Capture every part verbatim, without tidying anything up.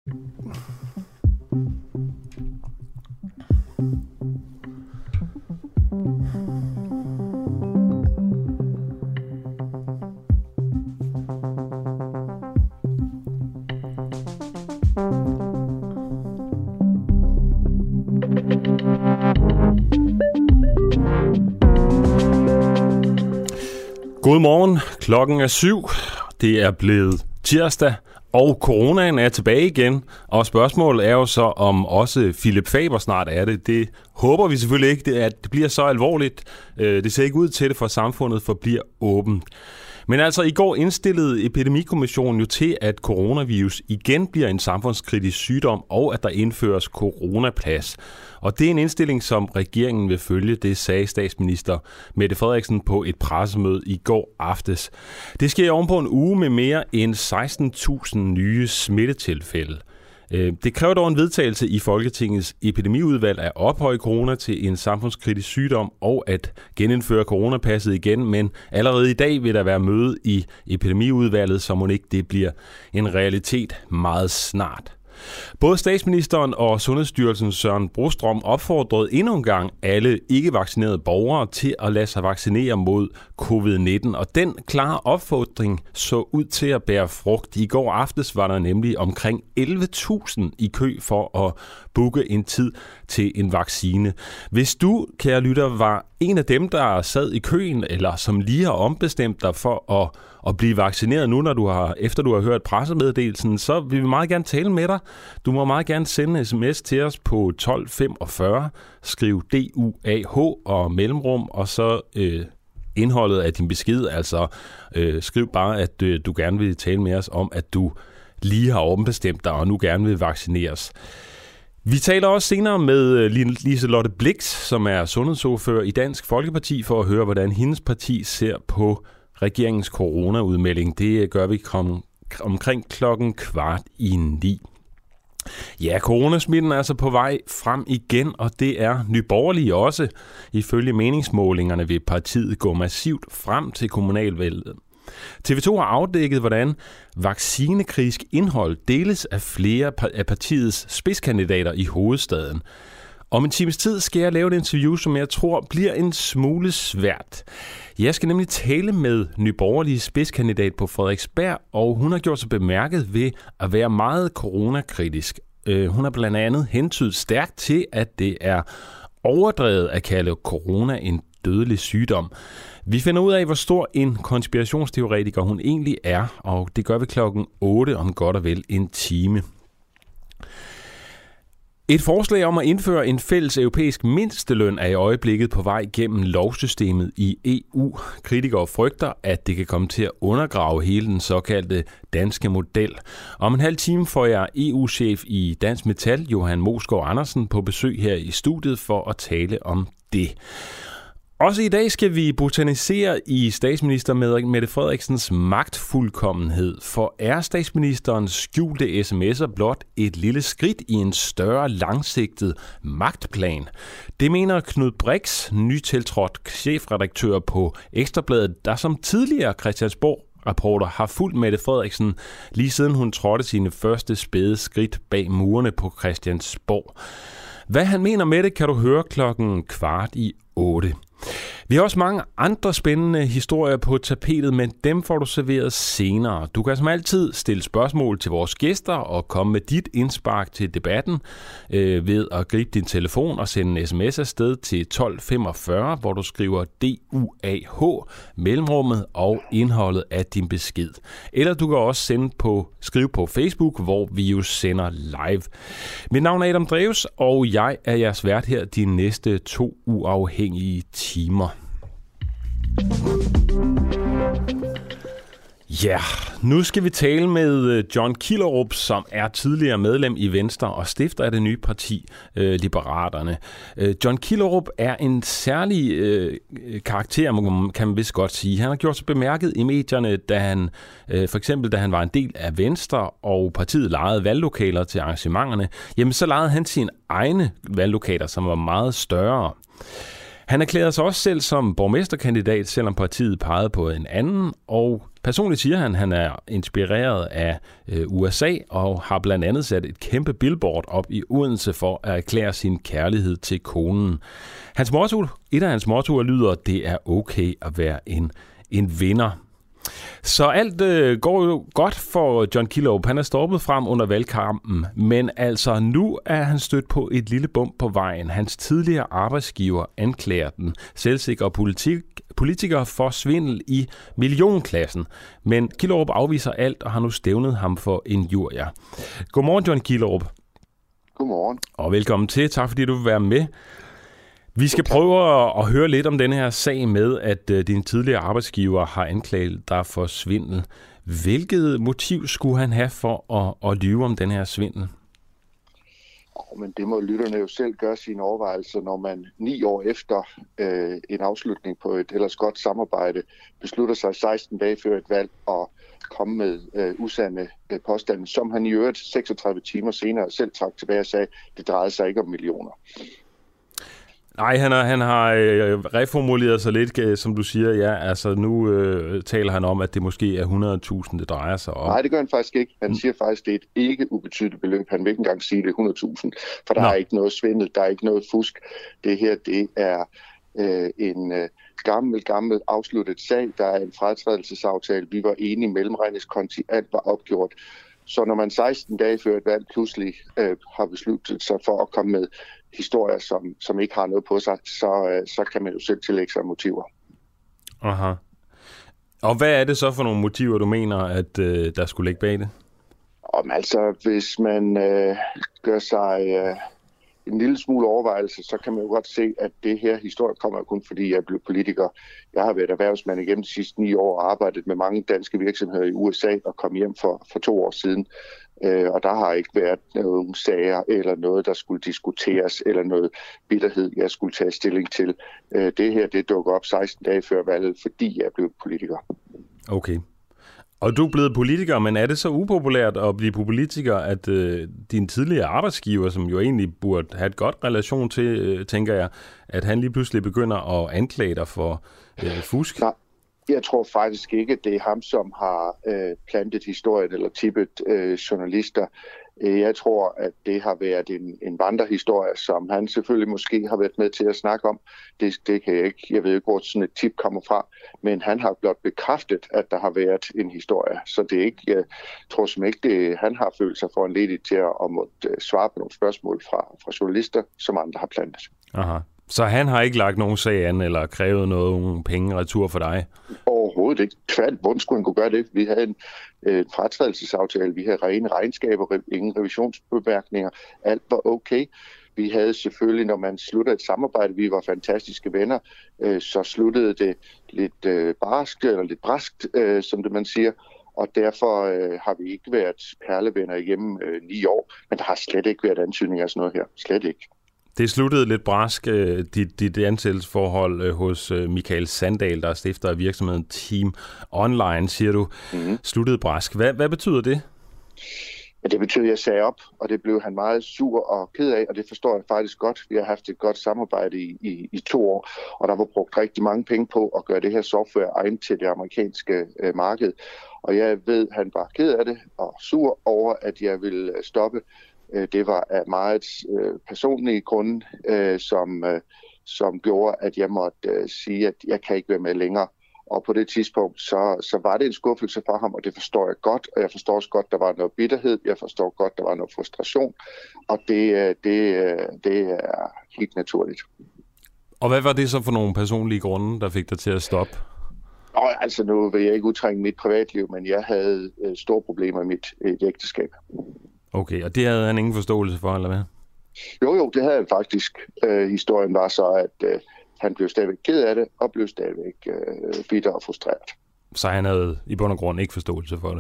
Godmorgen, klokken er syv. Det er blevet tirsdag, og coronaen er tilbage igen. Og spørgsmålet er jo så, om også Philip Faber snart er det. Det håber vi selvfølgelig ikke, at det bliver så alvorligt. Det ser ikke ud til det, for samfundet forbliver åbent. Men altså, i går indstillede Epidemikommissionen jo til, at coronavirus igen bliver en samfundskritisk sygdom, og at der indføres coronapas. Og det er en indstilling, som regeringen vil følge, det sagde statsminister Mette Frederiksen på et pressemøde i går aftes. Det sker ovenpå en uge med mere end seksten tusind nye smittetilfælde. Det kræver dog en vedtagelse i Folketingets epidemiudvalg at ophøje corona til en samfundskritisk sygdom og at genindføre coronapasset igen, men allerede i dag vil der være møde i epidemiudvalget, så må ikke det bliver en realitet meget snart. Både statsministeren og Sundhedsstyrelsen Søren Brostrøm opfordrede endnu en gang alle ikke-vaccinerede borgere til at lade sig vaccinere mod covid nitten, og den klare opfordring så ud til at bære frugt. I går aftes var der nemlig omkring elleve tusind i kø for at booke en tid til en vaccine. Hvis du, kære lytter, var en af dem, der sad i køen, eller som lige har ombestemt dig for at, at blive vaccineret nu, når du har, efter du har hørt pressemeddelelsen, så vil vi meget gerne tale med dig. Du må meget gerne sende en sms til os på tolv femogfyrre, skriv D U A H og mellemrum, og så øh, indholdet af din besked, altså øh, skriv bare, at øh, du gerne vil tale med os om, at du lige har ombestemt dig, og nu gerne vil vaccineres. Vi taler også senere med Liselotte Blix, som er sundhedsordfører i Dansk Folkeparti, for at høre, hvordan hendes parti ser på regeringens coronaudmelding. Det gør vi om, omkring klokken kvart i ni. Ja, coronasmitten er altså på vej frem igen, og det er Nye Borgerlige også. Ifølge meningsmålingerne vil partiet gå massivt frem til kommunalvalget. T V to har afdækket, hvordan vaccinekritisk indhold deles af flere af partiets spidskandidater i hovedstaden. Om en times tid skal jeg lave et interview, som jeg tror bliver en smule svært. Jeg skal nemlig tale med Nye Borgerlige spidskandidat på Frederiksberg, og hun har gjort sig bemærket ved at være meget coronakritisk. Hun har blandt andet hentydet stærkt til, at det er overdrevet at kalde corona en dødelig sygdom. Vi finder ud af, hvor stor en konspirationsteoretiker hun egentlig er, og det gør vi klokken otte om godt og vel en time. Et forslag om at indføre en fælles europæisk mindsteløn er i øjeblikket på vej gennem lovsystemet i E U. Kritikere frygter, at det kan komme til at undergrave hele den såkaldte danske model. Om en halv time får jeg E U-chef i Dansk Metal, Johan Moesgaard Andersen, på besøg her i studiet for at tale om det. Også i dag skal vi botanisere i statsminister Mette Frederiksens magtfuldkommenhed, for er statsministerens skjulte sms'er blot et lille skridt i en større langsigtet magtplan? Det mener Knud Brix, nytiltrådt chefredaktør på Ekstrabladet, der som tidligere Christiansborg-rapporter har fulgt Mette Frederiksen, lige siden hun trådte sine første spæde skridt bag murene på Christiansborg. Hvad han mener med det, kan du høre klokken kvart i otte. Vi har også mange andre spændende historier på tapetet, men dem får du serveret senere. Du kan som altid stille spørgsmål til vores gæster og komme med dit indspark til debatten øh, ved at gribe din telefon og sende en sms afsted til tolv femogfyrre, hvor du skriver D U A H, mellemrummet og indholdet af din besked. Eller du kan også sende på, skrive på Facebook, hvor vi jo sender live. Mit navn er Adam Dreves, og jeg er jeres vært her de næste to uafhængige timer. Ja, nu skal vi tale med John Killerup, som er tidligere medlem i Venstre og stifter af det nye parti, øh, Liberaterne. Øh, John Killerup er en særlig øh, karakter, kan man vist godt sige. Han har gjort sig bemærket i medierne, da han, øh, for eksempel da han var en del af Venstre, og partiet lejede valglokaler til arrangementerne. Jamen, så lejede han sine egne valglokaler, som var meget større. Han erklærede sig også selv som borgmesterkandidat, selvom partiet pegede på en anden, og Personligt siger han, at han er inspireret af øh, U S A og har blandt andet sat et kæmpe billboard op i Odense for at erklære sin kærlighed til konen. Hans motto, et af hans mottoer lyder, det er okay at være en, en vinder. Så alt øh, går jo godt for John Killerup. Han er stoppet frem under valgkampen, men altså nu er han stødt på et lille bump på vejen. Hans tidligere arbejdsgiver anklager den selvsikre politik, politiker for svindel i millionklassen. Men Killerup afviser alt og har nu stævnet ham for injurier. Godmorgen, John Killerup. Godmorgen. Og velkommen til. Tak fordi du vil være med. Vi skal prøve at høre lidt om den her sag med, at din tidligere arbejdsgiver har anklaget dig for svindel. Hvilket motiv skulle han have for at, at lyve om den her svindel? Oh, men det må lytterne jo selv gøre sine overvejelser, når man ni år efter øh, en afslutning på et ellers godt samarbejde beslutter sig seksten dage før et valg og komme med øh, usande øh, påstande, som han i øvrigt seksogtredive timer senere selv trak tilbage og sagde, det drejede sig ikke om millioner. Nej, han har, han har øh, reformuleret sig lidt, øh, som du siger. Ja, altså nu øh, taler han om, at det måske er hundrede tusind, det drejer sig om. Nej, det gør han faktisk ikke. Han siger faktisk, det er et ikke ubetydeligt beløb. Han vil ikke engang sige, det er hundrede tusind, for der Nå. er ikke noget svindel, der er ikke noget fusk. Det her, det er øh, en øh, gammel, gammel afsluttet sag. Der er en fratrædelsesaftale. Vi var enige, mellemregningskonti, alt var opgjort. Så når man seksten dage før et valg pludselig øh, har besluttet sig for at komme med historier, som, som ikke har noget på sig, så, øh, så kan man jo selv tillægge sig motiver. Aha. Og hvad er det så for nogle motiver, du mener, at øh, der skulle ligge bag det? Om, altså, hvis man øh, gør sig øh, en lille smule overvejelse, så kan man jo godt se, at det her historie kommer kun fordi jeg blev politiker. Jeg har været erhvervsmand igennem de sidste ni år og arbejdet med mange danske virksomheder i U S A og kom hjem for, for to år siden. Øh, og der har ikke været nogen sager eller noget, der skulle diskuteres, eller noget bitterhed, jeg skulle tage stilling til. Øh, det her, det dukker op seksten dage før valget, fordi jeg blev politiker. Okay. Og du er blevet politiker, men er det så upopulært at blive politiker, at øh, din tidligere arbejdsgiver, som jo egentlig burde have et godt relation til, øh, tænker jeg, at han lige pludselig begynder at anklage dig for øh, fusk? Nej. Jeg tror faktisk ikke, at det er ham, som har øh, plantet historien eller tippet øh, journalister. Jeg tror, at det har været en, en vandrehistorie, som han selvfølgelig måske har været med til at snakke om. Det, det kan jeg ikke. Jeg ved ikke, hvor sådan et tip kommer fra. Men han har blot bekræftet, at der har været en historie. Så det er ikke, jeg tror som ikke, det, han har følt sig foranlediget til at, at måtte svare på nogle spørgsmål fra, fra journalister, som andre har plantet. Aha. Så han har ikke lagt nogen sag an, eller krævet nogen penge retur for dig? Overhovedet ikke. Tværtimod skulle han kunne gøre det. Vi havde en, en fratrædelsesaftale, vi havde rene regnskaber, ingen revisionsbemærkninger. Alt var okay. Vi havde selvfølgelig, når man slutter et samarbejde, vi var fantastiske venner, øh, så sluttede det lidt øh, barsk, eller lidt braskt, øh, som det man siger. Og derfor øh, har vi ikke været perlevenner igennem øh, ni år, men der har slet ikke været antydninger af sådan noget her. Slet ikke. Det sluttede lidt brask, dit, dit ansættelsesforhold hos Michael Sandal, der er stifter af virksomheden Team Online, siger du. Mm-hmm. Sluttede brask. Hvad, hvad betyder det? Ja, det betyder, at jeg sagde op, og det blev han meget sur og ked af, og det forstår jeg faktisk godt. Vi har haft et godt samarbejde i, i, i to år, og der var brugt rigtig mange penge på at gøre det her software egnet til det amerikanske øh, marked. Og jeg ved, at han var ked af det og sur over, at jeg ville stoppe. Det var af meget øh, personlige grunde, øh, som, øh, som gjorde, at jeg måtte øh, sige, at jeg kan ikke være med længere. Og på det tidspunkt, så, så var det en skuffelse for ham, og det forstår jeg godt. Og jeg forstår også godt, der var noget bitterhed. Jeg forstår godt, der var noget frustration. Og det, det, det er helt naturligt. Og hvad var det så for nogle personlige grunde, der fik dig til at stoppe? Og altså nu vil jeg ikke udtrænge mit privatliv, men jeg havde øh, store problemer i mit et ægteskab. Okay, og det havde han ingen forståelse for, eller hvad? Jo, jo, det havde han faktisk. Øh, historien var så, at øh, han blev stadigvæk ked af det, og blev stadigvæk øh, bitter og frustreret. Så han havde i bund og grund ikke forståelse for det?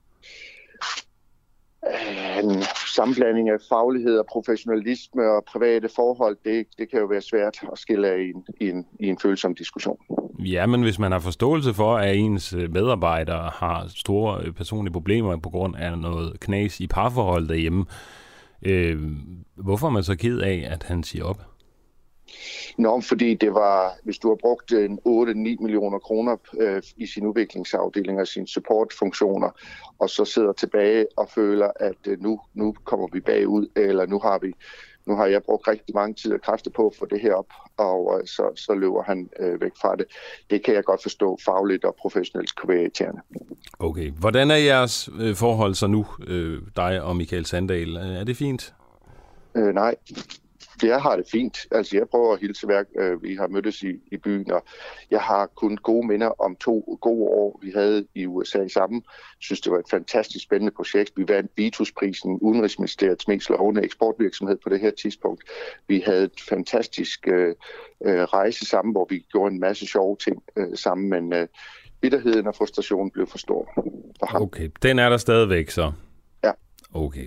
En sammenblanding af faglighed og professionalisme og private forhold, det, det kan jo være svært at skille af i en, i, en, i en følsom diskussion. Ja, men hvis man har forståelse for, at ens medarbejdere har store personlige problemer på grund af noget knas i parforhold derhjemme, øh, hvorfor er man så ked af, at han siger op? Nå, fordi det var, hvis du har brugt otte til ni millioner kroner øh, i sin udviklingsafdeling og sine supportfunktioner, og så sidder tilbage og føler, at øh, nu, nu kommer vi bagud, eller nu har vi Nu har jeg brugt rigtig mange tid og kræfter på at få det her op, og øh, så, så løber han øh, væk fra det. Det kan jeg godt forstå fagligt og professionelt kunne være irriterende. Okay. Hvordan er jeres øh, forhold så nu, øh, dig og Michael Sandahl? Er det fint? Øh, nej. Jeg har det fint. Altså, jeg prøver at hilse værk. Vi har mødtes i, i byen, og jeg har kun gode minder om to gode år, vi havde i U S A sammen. Jeg synes, det var et fantastisk spændende projekt. Vi vandt Vitusprisen, Udenrigsministeriets mest lovende eksportvirksomhed på det her tidspunkt. Vi havde et fantastisk øh, rejse sammen, hvor vi gjorde en masse sjove ting øh, sammen, men øh, bitterheden og frustrationen blev for stor for ham. Okay, den er der stadigvæk så? Ja. Okay.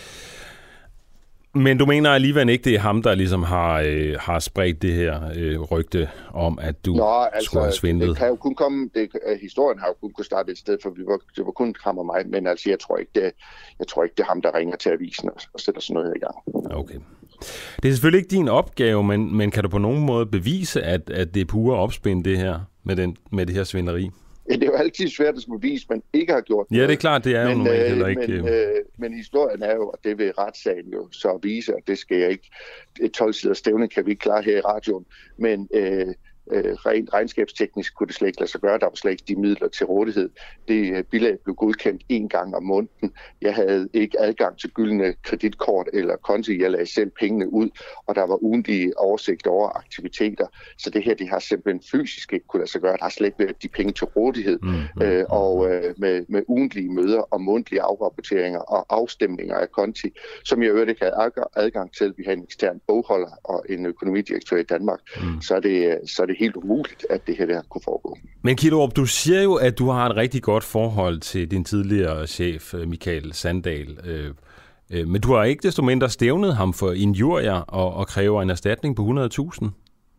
Men du mener alligevel ikke, det er ham, der ligesom har, øh, har spredt det her øh, rygte om, at du Nå, altså, skulle have svindlet? Det kan jo kun komme, det, historien har jo kun kunne starte et sted, for vi var, det var kun ham og mig, men altså, jeg tror ikke, det, jeg tror ikke, det er ham, der ringer til avisen og, og sætter sådan noget i gang. Okay. Det er selvfølgelig ikke din opgave, men, men kan du på nogen måde bevise, at, at det er pure opspind, det her, med, den, med det her svinderi? Det er jo altid svært at bevise, man ikke har gjort noget. Ja, det er klart, det er jo men, normalt øh, heller ikke. Men, øh, men historien er jo, og det vil retssagen jo så vise, og det skal jeg ikke, et tolv-siders stævne kan vi ikke klare her i radioen, men øh, øh, rent regnskabsteknisk kunne det slet ikke lade sig gøre. Der var slet ikke de midler til rådighed. Det øh, bilag blev godkendt en gang om måneden. Jeg havde ikke adgang til gyldne kreditkort eller konti. Jeg lagde selv pengene ud, og der var ugentlig oversigt over aktiviteter. Så det her, det har simpelthen fysisk ikke kunne lade sig gøre. Der har slet ikke været de penge til rådighed. Mm, mm, øh, og øh, med, med ugentlige møder og månedlige afrapporteringer og afstemninger af konti, som jeg øvrigt ikke havde adgang til. Vi har en ekstern bogholder og en økonomidirektør i Danmark. Mm. Så er det, så er det helt umuligt, at det her der kunne foregå. Men Kilderup, du siger jo, at du har et rigtig godt forhold til din tidligere chef, Michael Sandahl. Men du har ikke desto mindre stævnet ham for injurier og, og kræver en erstatning på hundrede tusind.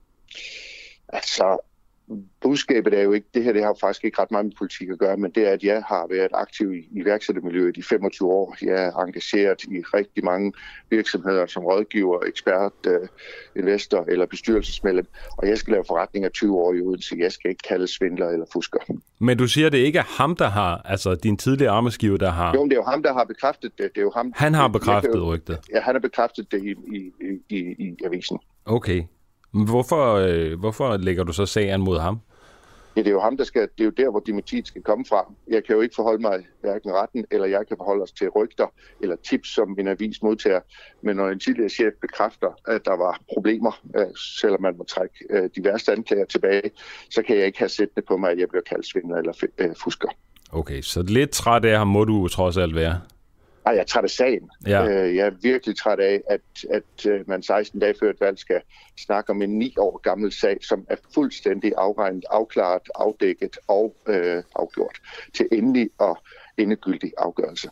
Altså, budskabet er jo ikke, det her det har faktisk ikke ret meget med politik at gøre, men det er, at jeg har været aktiv i iværksættermiljøet i femogtyve år. Jeg er engageret i rigtig mange virksomheder som rådgiver, ekspert, øh, investor eller bestyrelsesmedlem, og jeg skal lave forretninger tyve år i Odense. Jeg skal ikke kalde svindler eller fusker. Men du siger, det ikke er ham, der har, altså din tidligere arbejdsgiver, der har... Jo, det er jo ham, der har bekræftet det. det er jo ham, han har bekræftet jo, rygtet? Ja, han har bekræftet det i, i, i, i avisen. Okay. Hvorfor, øh, hvorfor lægger du så sagen mod ham? Ja, det er jo ham, der skal, det er jo der, hvor dementiet skal komme fra. Jeg kan jo ikke forholde mig hverken retten, eller jeg kan forholde os til rygter eller tips, som min avis modtager. Men når en tidligere chef bekræfter, at der var problemer, selvom man må trække de værste anklager tilbage, så kan jeg ikke have sættende på mig, at jeg bliver kaldt svindler eller fusker. Okay, så lidt træt af ham må du trods alt være? Nej, jeg er træt af sagen. Ja. Jeg er virkelig træt af, at, at man seksten dage før et valg skal snakke om en ni år gammel sag, som er fuldstændig afregnet, afklaret, afdækket og øh, afgjort til endelig og endegyldig afgørelse.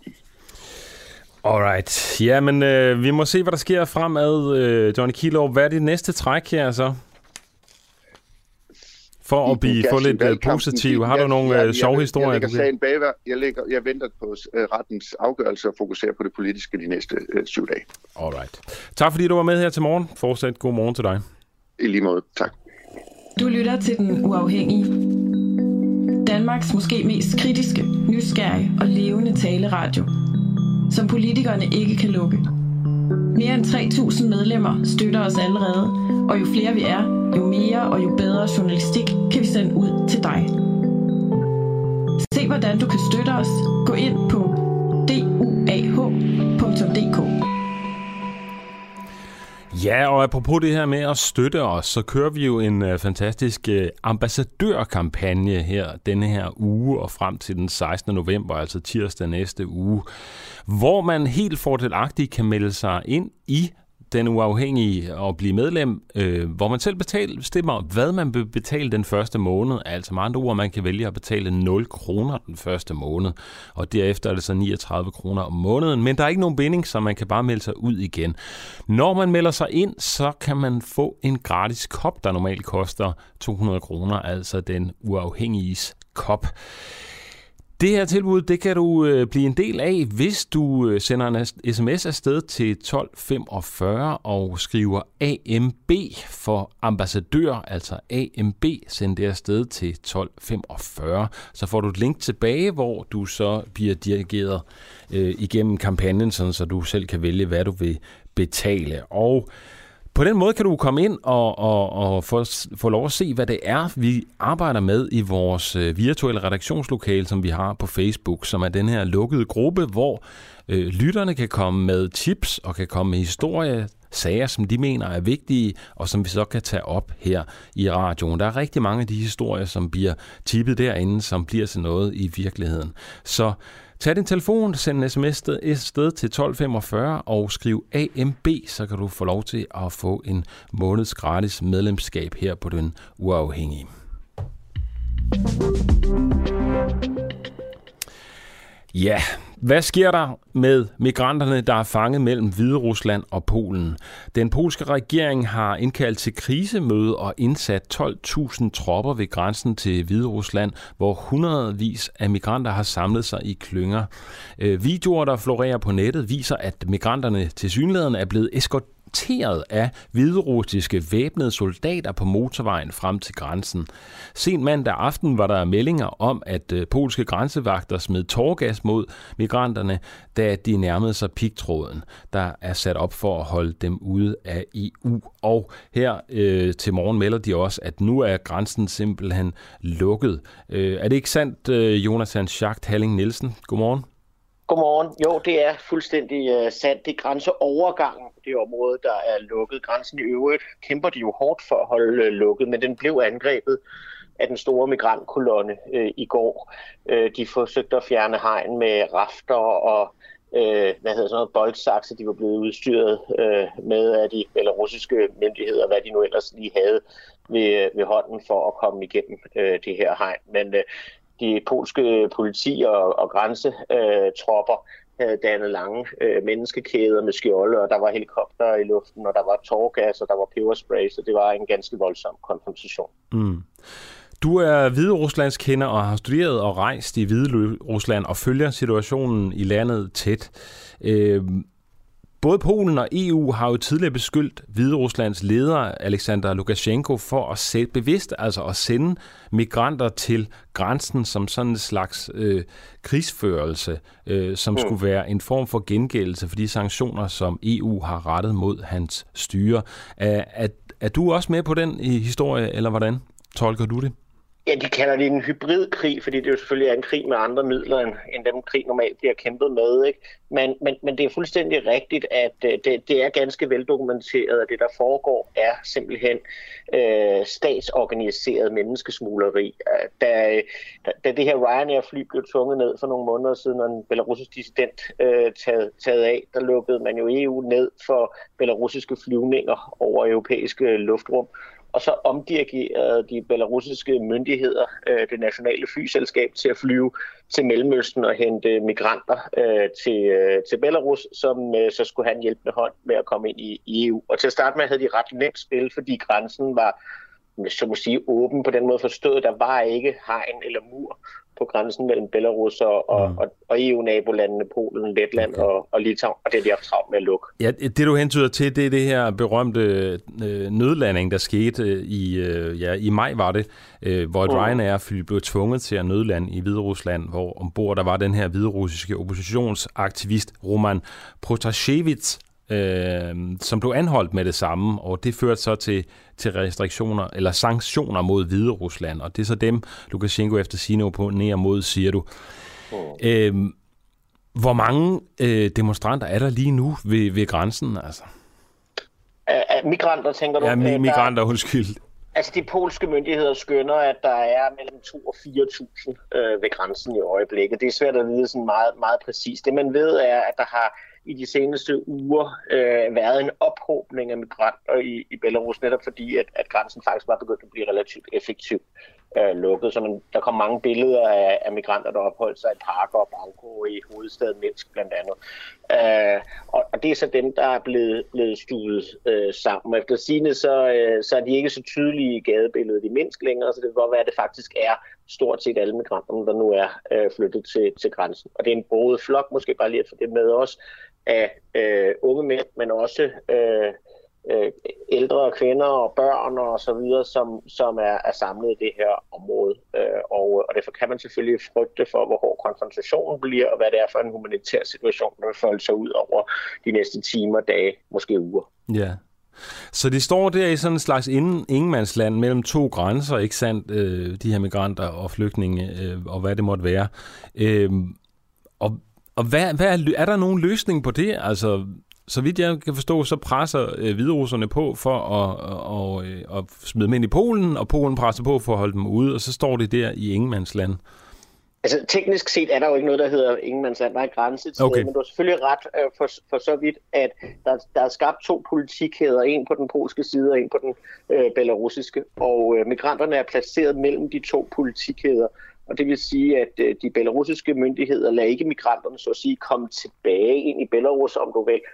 Alright. Jamen, øh, vi må se, hvad der sker fremad. Øh, Johnny Kilderup, hvad er det næste træk her så? For at blive, få lidt positiv. Har du nogle ja, sjove historier? Jeg, jeg, jeg, bagvær. jeg, lægger, jeg venter på uh, rettens afgørelse og fokuserer på det politiske de næste uh, syv dage. Alright. Tak fordi du var med her til morgen. Fortsat god morgen til dig. I lige måde. Tak. Du lytter til Den Uafhængige. Danmarks måske mest kritiske, nysgerrige og levende taleradio, som politikerne ikke kan lukke. Mere end tre tusind medlemmer støtter os allerede, og jo flere vi er, jo mere og jo bedre journalistik kan vi sende ud til dig. Se hvordan du kan støtte os. Gå ind på d u a h punktum d k. Ja, og apropos det her med at støtte os, så kører vi jo en uh, fantastisk uh, ambassadørkampagne her denne her uge og frem til den sekstende november, altså tirsdag næste uge, hvor man helt fordelagtigt kan melde sig ind i Den Uafhængige og blive medlem, øh, hvor man selv betaler, bestemmer, hvad man vil betale den første måned. Altså med andre ord, man kan vælge at betale nul kroner den første måned, og derefter er det så niogtredive kroner om måneden. Men der er ikke nogen binding, så man kan bare melde sig ud igen. Når man melder sig ind, så kan man få en gratis kop, der normalt koster to hundrede kroner, altså Den Uafhængiges kop. Det her tilbud, det kan du øh, blive en del af, hvis du øh, sender en sms afsted til tolv femogfyrre og skriver A M B for ambassadør, altså A M B, send det afsted til tolv femogfyrre. Så får du et link tilbage, hvor du så bliver dirigeret øh, igennem kampagnen, sådan, så du selv kan vælge, hvad du vil betale. Og på den måde kan du komme ind og, og, og få, få lov at se, hvad det er, vi arbejder med i vores øh, virtuelle redaktionslokale, som vi har på Facebook, som er den her lukkede gruppe, hvor øh, lytterne kan komme med tips og kan komme med historier, sager, som de mener er vigtige, og som vi så kan tage op her i radioen. Der er rigtig mange af de historier, som bliver tippet derinde, som bliver til noget i virkeligheden. Så tag din telefon, send en sms sted til tolv femogfyrre og skriv A M B, så kan du få lov til at få en måneds gratis medlemskab her på Den Uafhængige. Ja, hvad sker der med migranterne, der er fanget mellem Hviderusland og Polen? Den polske regering har indkaldt til krisemøde og indsat tolv tusind tropper ved grænsen til Hviderusland, hvor hundredvis af migranter har samlet sig i klynger. Videoer, der florerer på nettet, viser, at migranterne tilsyneladende er blevet eskorteret af hviderussiske væbnede soldater på motorvejen frem til grænsen. Sent mandag aften var der meldinger om, at polske grænsevagter smed tåregas mod migranterne, da de nærmede sig pigtråden, der er sat op for at holde dem ude af E U. Og her øh, til morgen melder de også, at nu er grænsen simpelthen lukket. Øh, er det ikke sandt, Jonathan Schacht Halling Nielsen? Godmorgen. Godmorgen. Jo, det er fuldstændig uh, sandt. Det er grænseovergangen på det område, der er lukket. Grænsen i øvrigt kæmper de jo hårdt for at holde uh, lukket, men den blev angrebet af den store migrantkolonne uh, i går. Uh, de forsøgte at fjerne hegn med rafter og uh, hvad hedder sådan noget, boldsakse, de var blevet udstyret uh, med af de belarusiske myndigheder, hvad de nu ellers lige havde ved, ved hånden for at komme igennem uh, det her hegn. Men uh, de polske politi og, og grænsetropper havde dannet lange øh, menneskekæder med skjolde, og der var helikopter i luften, og der var tåregas, og der var peberspray, så det var en ganske voldsom konfrontation. Mm. Du er Hvideruslands kender og har studeret og rejst i Hviderusland og følger situationen i landet tæt. Øh, Både Polen og E U har jo tidligere beskyldt Hvideruslands leder, Alexander Lukashenko, for at sætte bevidst, altså at sende migranter til grænsen som sådan en slags øh, krigsførelse, øh, som mm. skulle være en form for gengældelse for de sanktioner, som E U har rettet mod hans styre. Er, er, er du også med på den i historie, eller hvordan tolker du det? Ja, de kalder det en hybridkrig, fordi det jo selvfølgelig er en krig med andre midler, end, end dem krig normalt bliver kæmpet med. Ikke? Men, men, men det er fuldstændig rigtigt, at det, det er ganske veldokumenteret, at det, der foregår, er simpelthen øh, statsorganiseret menneskesmugleri. Da, da, da det her Ryanair-fly blev tvunget ned for nogle måneder siden, og en belarusisk dissident øh, taget, taget af, der lukkede man jo E U ned for belarusiske flyvninger over europæiske luftrum. Og så omdirigerede de belarusiske myndigheder øh, det nationale flyselskab til at flyve til Mellemøsten og hente migranter øh, til, øh, til Belarus, som øh, så skulle have en hjælpende hånd med at komme ind i, i E U. Og til at starte med havde de ret nemt spil, fordi grænsen var, så må sige, åben på den måde forstået. Der var ikke hegn eller mur på grænsen mellem Belarus og, og, mm. og, og E U-nabolandene, Polen, Letland okay. og, og Litauen, og det er de haft travlt med at lukke. Ja, det du hentyder til, det er det her berømte øh, nødlanding, der skete øh, i, øh, ja, i maj, var det, øh, hvor et mm. Ryanair-fly blev tvunget til at nødlande i Hviderusland, hvor ombord der var den her hviderussiske oppositionsaktivist Roman Protasevich, Øh, som blev anholdt med det samme, og det førte så til, til restriktioner eller sanktioner mod Hviderusland, og det er så dem, Lukashenko efter sigende opponerer mod, siger du. Mm. Øh, hvor mange øh, demonstranter er der lige nu ved, ved grænsen? Altså? Æ, migranter, tænker du? Ja, migranter, undskyld. Altså, de polske myndigheder skønner, at der er mellem to og fire tusind øh, ved grænsen i øjeblikket. Det er svært at vide sådan meget, meget præcist. Det man ved er, at der har i de seneste uger øh, været en ophobning af migranter i, i Belarus, netop fordi, at, at grænsen faktisk var begyndt at blive relativt effektiv. øh, lukket. Så man, der kom mange billeder af, af migranter, der opholdt sig i parker og banko i hovedstaden Minsk blandt andet. Øh, og, og det er så dem, der er blevet, blevet stuet øh, sammen. Efter sigende, så, øh, så er de ikke så tydelige i gadebilledet i Minsk længere, så det kan godt være, at det faktisk er stort set alle migranterne, der nu er øh, flyttet til, til grænsen. Og det er en broget flok, måske bare lige at få det med os, af øh, unge mænd, men også øh, øh, ældre kvinder og børn og så videre, som, som er, er samlet i det her område. Øh, og, og derfor kan man selvfølgelig frygte for, hvor hård konfrontationen bliver, og hvad det er for en humanitær situation, der vil folde sig ud over de næste timer, dage, måske uger. Ja. Så de står der i sådan en slags ingenmandsland mellem to grænser, ikke sandt, øh, de her migranter og flygtninge, øh, og hvad det måtte være. Øh, og og hvad, hvad er, er der nogen løsning på det? Altså, så vidt jeg kan forstå, så presser øh, hviderusserne på for at, og, øh, at smide dem ind i Polen, og Polen presser på for at holde dem ude, og så står det der i ingenmandsland. Altså teknisk set er der jo ikke noget, der hedder ingenmandsland. Der er grænse til okay. det, men du har selvfølgelig ret øh, for, for så vidt, at der, der er skabt to politikkæder, en på den polske side og en på den øh, belarusiske, og øh, migranterne er placeret mellem de to politikkæder. Og det vil sige, at øh, de belarusiske myndigheder lader ikke migranterne så at sige komme tilbage ind i Belarus, om du vil.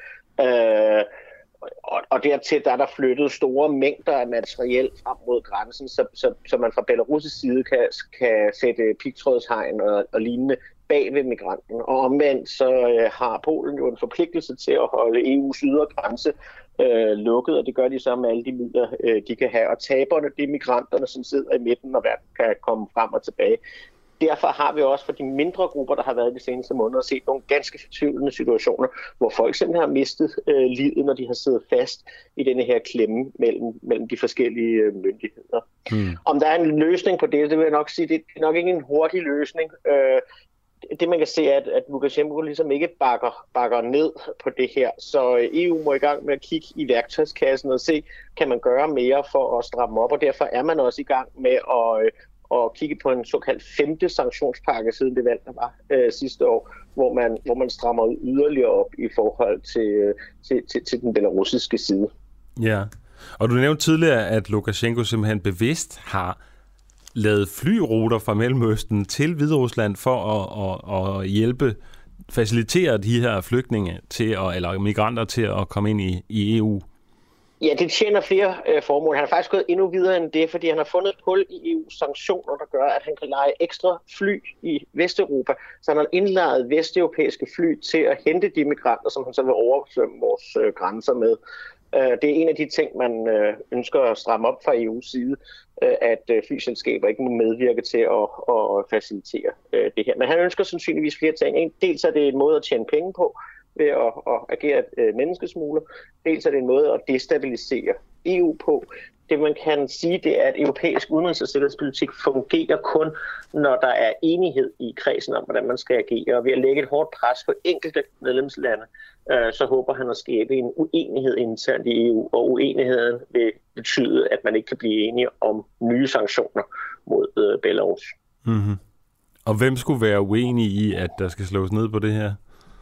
Øh, Og, og dertil der er der flyttet store mængder af materiel frem mod grænsen, så, så, så man fra Belarus' side kan, kan sætte pigtrådshegn og, og lignende bag ved migranten. Og omvendt så øh, har Polen jo en forpligtelse til at holde E U's ydre grænse øh, lukket, og det gør de så med alle de midler, øh, de kan have. Og taberne, det er migranterne, som sidder i midten og kan komme frem og tilbage. Derfor har vi også for de mindre grupper, der har været de seneste måneder, set nogle ganske fortvivlende situationer, hvor folk simpelthen har mistet øh, livet, når de har siddet fast i denne her klemme mellem, mellem de forskellige øh, myndigheder. Hmm. Om der er en løsning på det, det vil jeg nok sige, det er nok ikke en hurtig løsning. Øh, det man kan se er, at, at Lukashenko ligesom ikke bakker, bakker ned på det her, så E U må i gang med at kigge i værktøjskassen og se, kan man gøre mere for at stramme op, og derfor er man også i gang med at... Øh, og kigge på en såkaldt femte sanktionspakke siden det valg, der var øh, sidste år, hvor man, hvor man strammer yderligere op i forhold til, til, til, til den belarusiske side. Ja, og du nævnte tidligere, at Lukashenko simpelthen bevidst har lavet flyruter fra Mellemøsten til Hviderusland for at, at, at hjælpe, facilitere de her flygtninge til at, eller migranter til at komme ind i, i E U. Ja, det tjener flere øh, formål. Han har faktisk gået endnu videre end det, fordi han har fundet et hul i E U's sanktioner, der gør, at han kan leje ekstra fly i Vesteuropa. Så han har indlejet vesteuropæiske fly til at hente de migranter, som han så vil oversvømme vores øh, grænser med. Øh, det er en af de ting, man øh, ønsker at stramme op fra E U's side, øh, at øh, flyselskaber ikke må medvirke til at, at facilitere øh, det her. Men han ønsker sandsynligvis flere ting. En, dels er det en måde at tjene penge på, ved at, at agere øh, menneskesmugler. Dels er det en måde at destabilisere E U på. Det man kan sige, det er, at europæisk udenrigs- og sikkerhedspolitik fungerer kun, når der er enighed i kredsen om, hvordan man skal agere. Og ved at lægge et hårdt pres på enkelte medlemslande, øh, så håber han at skabe en uenighed internt i E U, og uenigheden vil betyde, at man ikke kan blive enige om nye sanktioner mod øh, Belarus. Mm-hmm. Og hvem skulle være uenig i, at der skal slås ned på det her?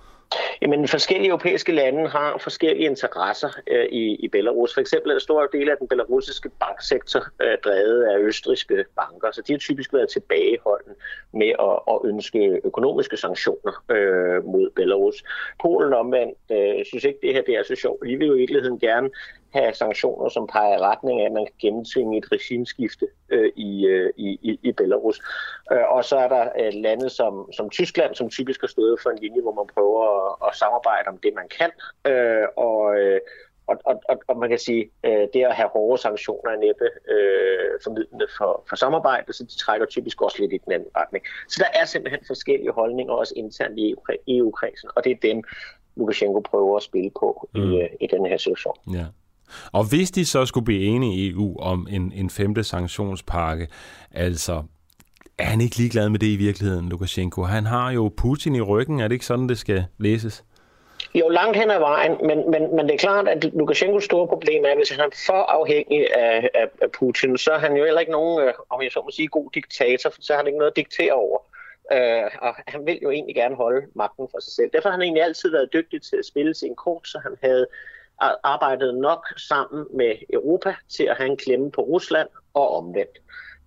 Jamen, forskellige europæiske lande har forskellige interesser øh, i, i Belarus. For eksempel er en stor del af den belarusiske banksektor øh, drevet af østrigske banker, så de har typisk været tilbageholdende med at, at ønske økonomiske sanktioner øh, mod Belarus. Polen omvendt øh, synes ikke, det her det er så sjovt. De vil jo i virkeligheden gerne have sanktioner, som peger i retning af, at man kan gennemtvinge et regimeskifte øh, i, øh, i, i Belarus. Øh, og så er der øh, lande som, som Tyskland, som typisk har stået for en linje, hvor man prøver at, at samarbejde om det, man kan. Øh, og, øh, og, og, og man kan sige, øh, det at have hårde sanktioner er næppe øh, formidlende for, for samarbejde, så de trækker typisk også lidt i den anden retning. Så der er simpelthen forskellige holdninger, også internt i E U-kredsen, og det er dem, Lukashenko prøver at spille på mm. i, i den her situation. Ja. Og hvis de så skulle blive enige i E U om en, en femte sanktionspakke, altså er han ikke ligeglad med det i virkeligheden, Lukashenko? Han har jo Putin i ryggen, er det ikke sådan, det skal læses? Jo, langt hen ad vejen, men, men, men det er klart, at Lukashenkos store problem er, at hvis han er for afhængig af, af, af Putin, så er han jo heller ikke nogen, om jeg så må sige, god diktator, for så har han ikke noget at diktere over. Uh, og han vil jo egentlig gerne holde magten for sig selv. Derfor har han egentlig altid været dygtig til at spille sin kort, så han havde arbejdet nok sammen med Europa til at have en klemme på Rusland og omvendt.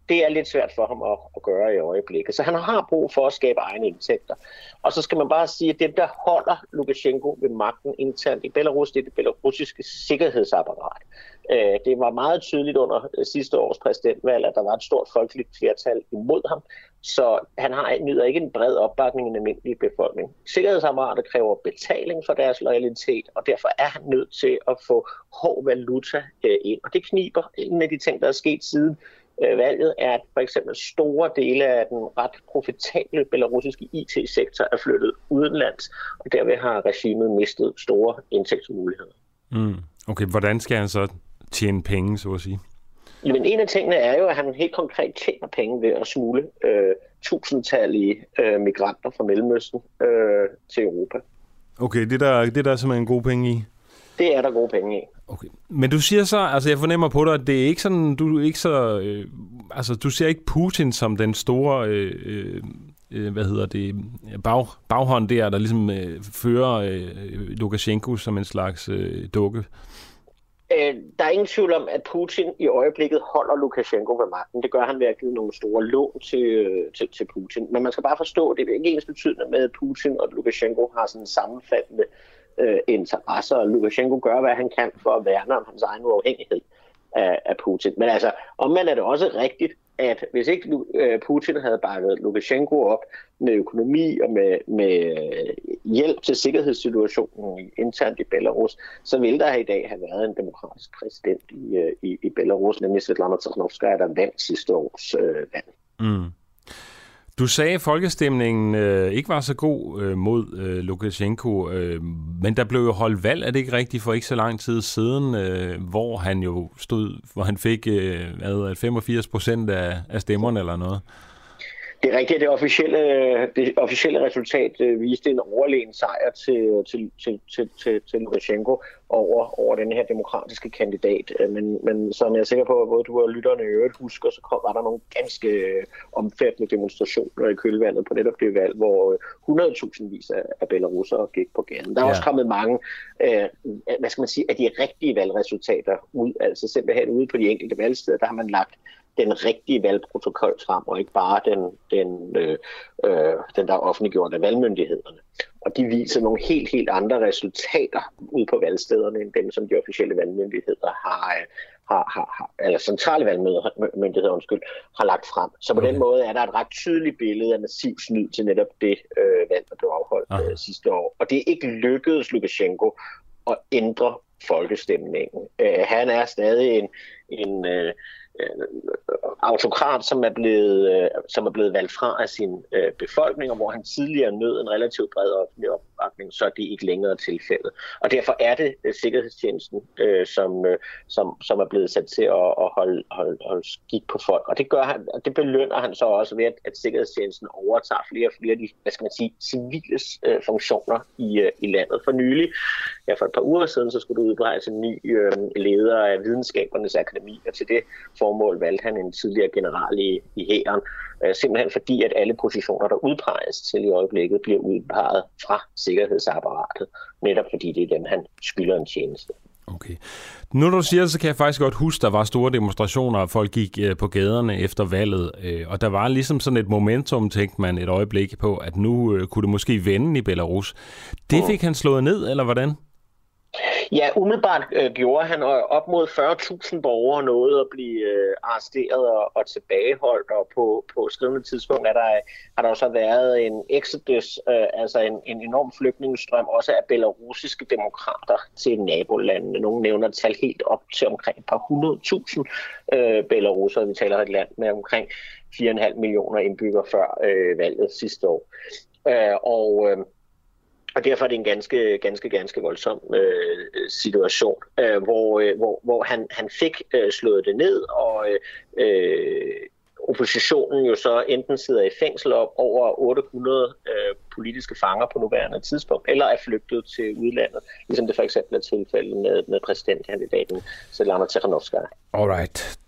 det er lidt svært for ham at, at gøre i øjeblikket. Så han har brug for at skabe egne indtægter. Og så skal man bare sige, at det, der holder Lukasjenko ved magten internt i Belarus, det er det belarusiske sikkerhedsapparat. Det var meget tydeligt under sidste års præsidentvalg, at der var et stort folkeligt flertal imod ham, så han har nyder ikke en bred opbakning i den almindelige befolkning. Sikkerhedsapparatet kræver betaling for deres loyalitet, og derfor er han nødt til at få hård valuta ind. Og det kniber. En af de ting, der er sket siden valget, er, at for eksempel store dele af den ret profitable belarusiske I T-sektor er flyttet udenlands, og derved har regimet mistet store indtægtsmuligheder. Mm. Okay, hvordan skal han så tjene penge, så at sige? Jamen, en af tingene er jo, at han helt konkret tjener penge ved at smule øh, tusindtallige øh, migranter fra Mellemøsten øh, til Europa. Okay, det der, det der er simpelthen gode penge i? Det er der gode penge i. Okay. Men du siger så, altså jeg fornemmer på dig, at det er ikke sådan, du er ikke så, øh, altså du ser ikke Putin som den store, øh, øh, hvad hedder det, bag, baghånd der, der ligesom øh, fører øh, Lukasjenko som en slags øh, dukke. Øh, der er ingen tvivl om, at Putin i øjeblikket holder Lukasjenko ved magten. Det gør han ved at give nogle store lån til, til, til Putin. Men man skal bare forstå, at det er ikke ens betydende med, at Putin og Lukasjenko har sådan sammenfaldende øh, interesser. Og Lukasjenko gør, hvad han kan for at værne om hans egen uafhængighed af, af Putin. Men altså, omvendt er det også rigtigt, at hvis ikke Putin havde bakket Lukasjenko op med økonomi og med, med hjælp til sikkerhedssituationen internt i Belarus, så ville der i dag have været en demokratisk præsident i, i, i Belarus, nemlig Svetlana Tikhanovskaja, der vandt sidste års øh, valg. Mm. Du sagde, at folkestemningen øh, ikke var så god øh, mod øh, Lukasjenko, øh, men der blev jo holdt valg, er det ikke rigtigt, for ikke så lang tid siden, øh, hvor han jo stod, hvor han fik øh, hvad, femogfirs procent af, af stemmerne eller noget? Det er rigtigt, det officielle, det officielle resultat viste en overlegen sejr til, til, til, til, til, til Lukasjenko over, over den her demokratiske kandidat. Men, men som jeg er sikker på, at både du og lytterne i øvrigt husker, så kom, var der nogle ganske omfattende demonstrationer i kølvandet på netop det valg, hvor hundredtusindvis af, af belarusere gik på gaden. Der er ja. også kommet mange øh, hvad skal man sige, af de rigtige valgresultater ud, altså simpelthen ude på de enkelte valgsteder, der har man lagt den rigtige valgprotokol frem, og ikke bare den, den, øh, øh, den der er offentliggjort af valgmyndighederne. Og de viser nogle helt, helt andre resultater ude på valgstederne, end dem, som de officielle valgmyndigheder har, har, har, har eller centrale valgmyndigheder, undskyld, har lagt frem. Så på okay. den måde er der et ret tydeligt billede af massiv snyd til netop det øh, valg, der blev afholdt øh, sidste år. Og det er ikke lykkedes Lukasjenko at ændre folkestemningen. Øh, han er stadig en, en øh, autokrat, som er blevet som er blevet valgt fra af sin øh, befolkning, og hvor han tidligere nød en relativt bred offentlig opbakning, så er det ikke længere tilfældet. Og derfor er det øh, sikkerhedstjenesten, øh, som, øh, som, som er blevet sat til at, at holde, holde, holde skik på folk. Og det gør han, og det belønner han så også ved, at, at sikkerhedstjenesten overtager flere og flere af de, hvad skal man sige, civile øh, funktioner i, øh, i landet. For nylig, ja, for et par uger siden, så skulle du udpeges en ny øh, leder af Videnskabernes Akademi, og til det formål valgte han en tidligere general i, i hæren, øh, simpelthen fordi, at alle positioner, der udpeges til i øjeblikket, bliver udpeget fra sikkerhedsapparatet, netop fordi det er dem, han skylder en tjeneste. Okay. Nu når du siger det, så kan jeg faktisk godt huske, der var store demonstrationer, og folk gik øh, på gaderne efter valget, øh, og der var ligesom sådan et momentum, tænkte man et øjeblik på, at nu øh, kunne det måske vende i Belarus. Det fik mm. han slået ned, eller hvordan? Ja, umiddelbart øh, gjorde han, og op mod fyrre tusind borgere nåede at blive øh, arresteret og, og tilbageholdt, og på, på skrivende tidspunkt er der, har der også været en exodus, øh, altså en, en enorm flygtningestrøm, også af belarusiske demokrater til nabolandene. Nogle nævner tal helt op til omkring et par hundrede tusind øh, belarusere. Vi taler et land med omkring fire komma fem millioner indbyggere før øh, valget sidste år. Øh, og øh, Og derfor er det en ganske, ganske, ganske voldsom øh, situation, øh, hvor, øh, hvor, hvor han, han fik øh, slået det ned, og øh, oppositionen jo så enten sidder i fængsel op over otte hundrede øh, politiske fanger på nuværende tidspunkt, eller er flygtet til udlandet, ligesom det for eksempel er tilfældet med, med præsidentkandidaten Svetlana Tikhanovskaja. Alright.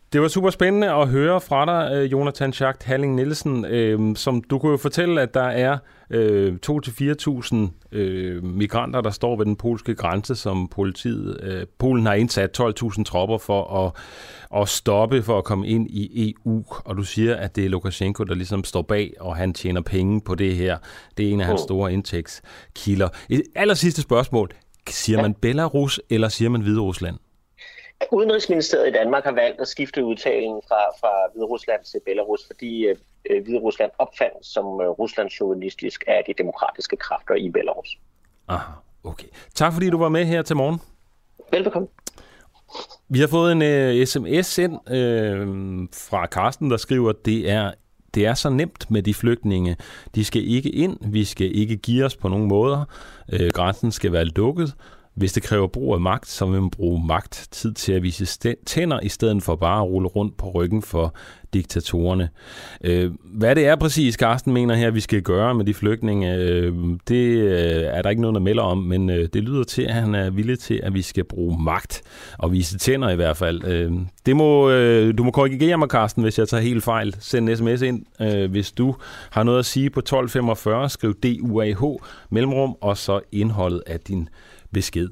Det var super spændende at høre fra dig, Jonathan Schacht Halling Nielsen, øh, som du kunne jo fortælle, at der er øh, to til fire tusind øh, migranter, der står ved den polske grænse, som politiet, øh, Polen har indsat tolv tusind tropper for at, at stoppe for at komme ind i E U. Og du siger, at det er Lukashenko, der ligesom står bag, og han tjener penge på det her. Det er en af hans store indtægtskilder. Et aller sidste spørgsmål. Siger man Belarus, eller siger man Hviderusland? Udenrigsministeriet i Danmark har valgt at skifte udtalen fra, fra Hviderusland til Belarus, fordi øh, Hviderusland opfandt som øh, Rusland chauvinistisk af de demokratiske kræfter i Belarus. Aha, okay. Tak fordi du var med her til morgen. Velbekomme. Vi har fået en øh, sms ind øh, fra Carsten, der skriver, at det er, det er så nemt med de flygtninge. De skal ikke ind, vi skal ikke give os på nogen måder. Øh, grænsen skal være lukket. Hvis det kræver brug af magt, så vil man bruge magt, tid til at vise tænder, i stedet for bare at rulle rundt på ryggen for diktatorerne. Hvad det er præcis, Carsten mener her, vi skal gøre med de flygtninge, det er der ikke noget, der melder om, men det lyder til, at han er villig til, at vi skal bruge magt og vise tænder i hvert fald. Det må, du må korrigere mig, Carsten, hvis jeg tager helt fejl. Send en sms ind, hvis du har noget at sige på tolv femogfyrre, skriv D U A H, mellemrum, og så indholdet af din besked.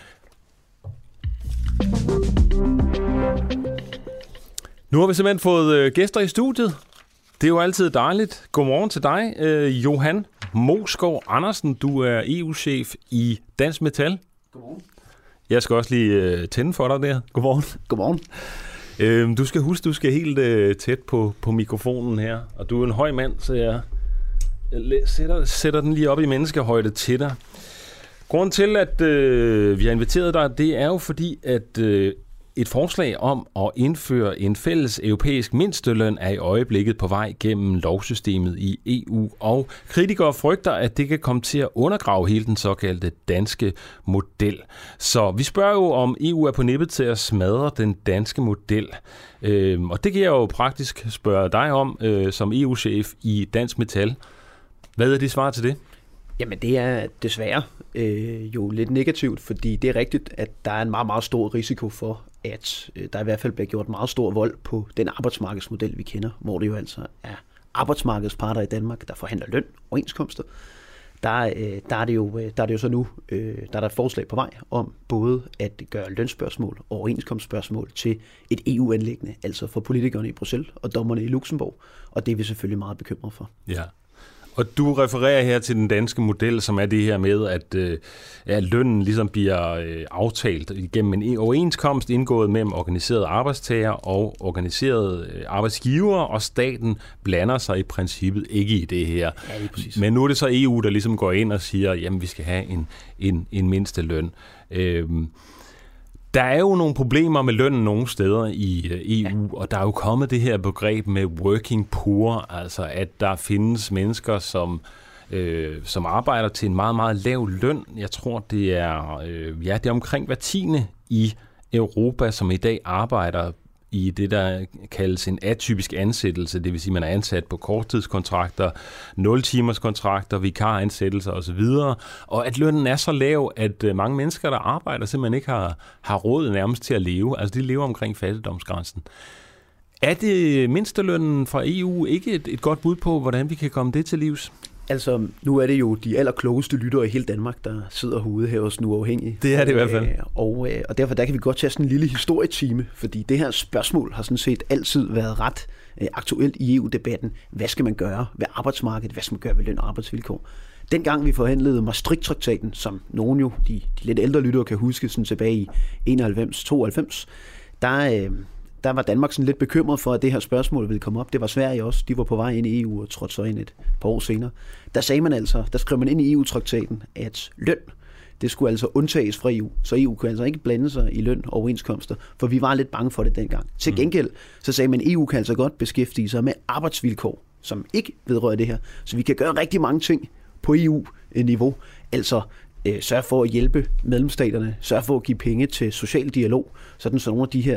Nu har vi simpelthen fået øh, gæster i studiet. Det er jo altid dejligt. Godmorgen til dig, øh, Johan Moskov Andersen. Du er E U-chef i Dansk Metal. Godmorgen. Jeg skal også lige øh, tænde for dig der. Godmorgen. Godmorgen. Øh, du skal huske, du skal helt øh, tæt på, på mikrofonen her. Og du er en høj mand, så jeg, jeg sætter, sætter den lige op i menneskehøjde til dig. Grunden til, at øh, vi har inviteret dig, det er jo fordi, at øh, et forslag om at indføre en fælles europæisk mindsteløn er i øjeblikket på vej gennem lovsystemet i E U, og kritikere frygter, at det kan komme til at undergrave hele den såkaldte danske model. Så vi spørger jo, om E U er på nippet til at smadre den danske model. Øh, og det kan jeg jo praktisk spørge dig om, øh, som E U-chef i Dansk Metal. Hvad er dit svar til det? Jamen det er desværre øh, jo lidt negativt, fordi det er rigtigt, at der er en meget, meget stor risiko for, at øh, der i hvert fald bliver gjort meget stor vold på den arbejdsmarkedsmodel, vi kender, hvor det jo altså er arbejdsmarkedsparter i Danmark, der forhandler løn og overenskomster. Der, øh, der, er det jo, der er det jo så nu, øh, der er der et forslag på vej om både at gøre lønspørgsmål og overenskomstspørgsmål til et E U-anliggende, altså for politikerne i Bruxelles og dommerne i Luxembourg, og det er vi selvfølgelig meget bekymret for. Ja. Og du refererer her til den danske model, som er det her med, at, øh, at lønnen ligesom bliver øh, aftalt igennem en overenskomst indgået mellem organiserede arbejdstager og organiserede øh, arbejdsgivere, og staten blander sig i princippet ikke i det her. Ja, det er præcis. Men nu er det så E U, der ligesom går ind og siger, jamen vi skal have en, en, en mindste løn. Øh, Der er jo nogle problemer med lønnen nogle steder i E U, og der er jo kommet det her begreb med working poor, altså at der findes mennesker, som, øh, som arbejder til en meget, meget lav løn. Jeg tror, det er, øh, ja, det er omkring hver tiende i Europa, som i dag arbejder i det, der kaldes en atypisk ansættelse, det vil sige, at man er ansat på korttidskontrakter, nul-timers-kontrakter, vikaransættelser osv., og at lønnen er så lav, at mange mennesker, der arbejder, simpelthen ikke har, har råd nærmest til at leve. Altså, de lever omkring fattigdomsgrænsen. Er det mindstelønnen fra E U ikke et, et godt bud på, hvordan vi kan komme det til livs? Altså, nu er det jo de allerklogeste lyttere i hele Danmark, der sidder herude her hos Nu Uafhængige. Det er det i hvert fald. Og, og derfor der kan vi godt tage sådan en lille historietime, fordi det her spørgsmål har sådan set altid været ret aktuelt i E U-debatten. Hvad skal man gøre ved arbejdsmarkedet? Hvad skal man gøre ved løn og arbejdsvilkår? Dengang vi forhandlede Maastricht-traktaten, som nogen jo, de, de lidt ældre lyttere kan huske, sådan tilbage i enoghalvfems tooghalvfems, der... Der var Danmark sådan lidt bekymret for, at det her spørgsmål ville komme op. Det var Sverige også. De var på vej ind i E U og trådte så ind et par år senere. Der sagde man altså, der skrev man ind i E U-traktaten, at løn, det skulle altså undtages fra E U. Så E U kunne altså ikke blande sig i løn og overenskomster, for vi var lidt bange for det dengang. Til gengæld, så sagde man, at E U kan altså godt beskæftige sig med arbejdsvilkår, som ikke vedrører det her. Så vi kan gøre rigtig mange ting på E U-niveau. Altså øh, sørge for at hjælpe medlemsstaterne, sørge for at give penge til social dialog, sådan så nogle af de her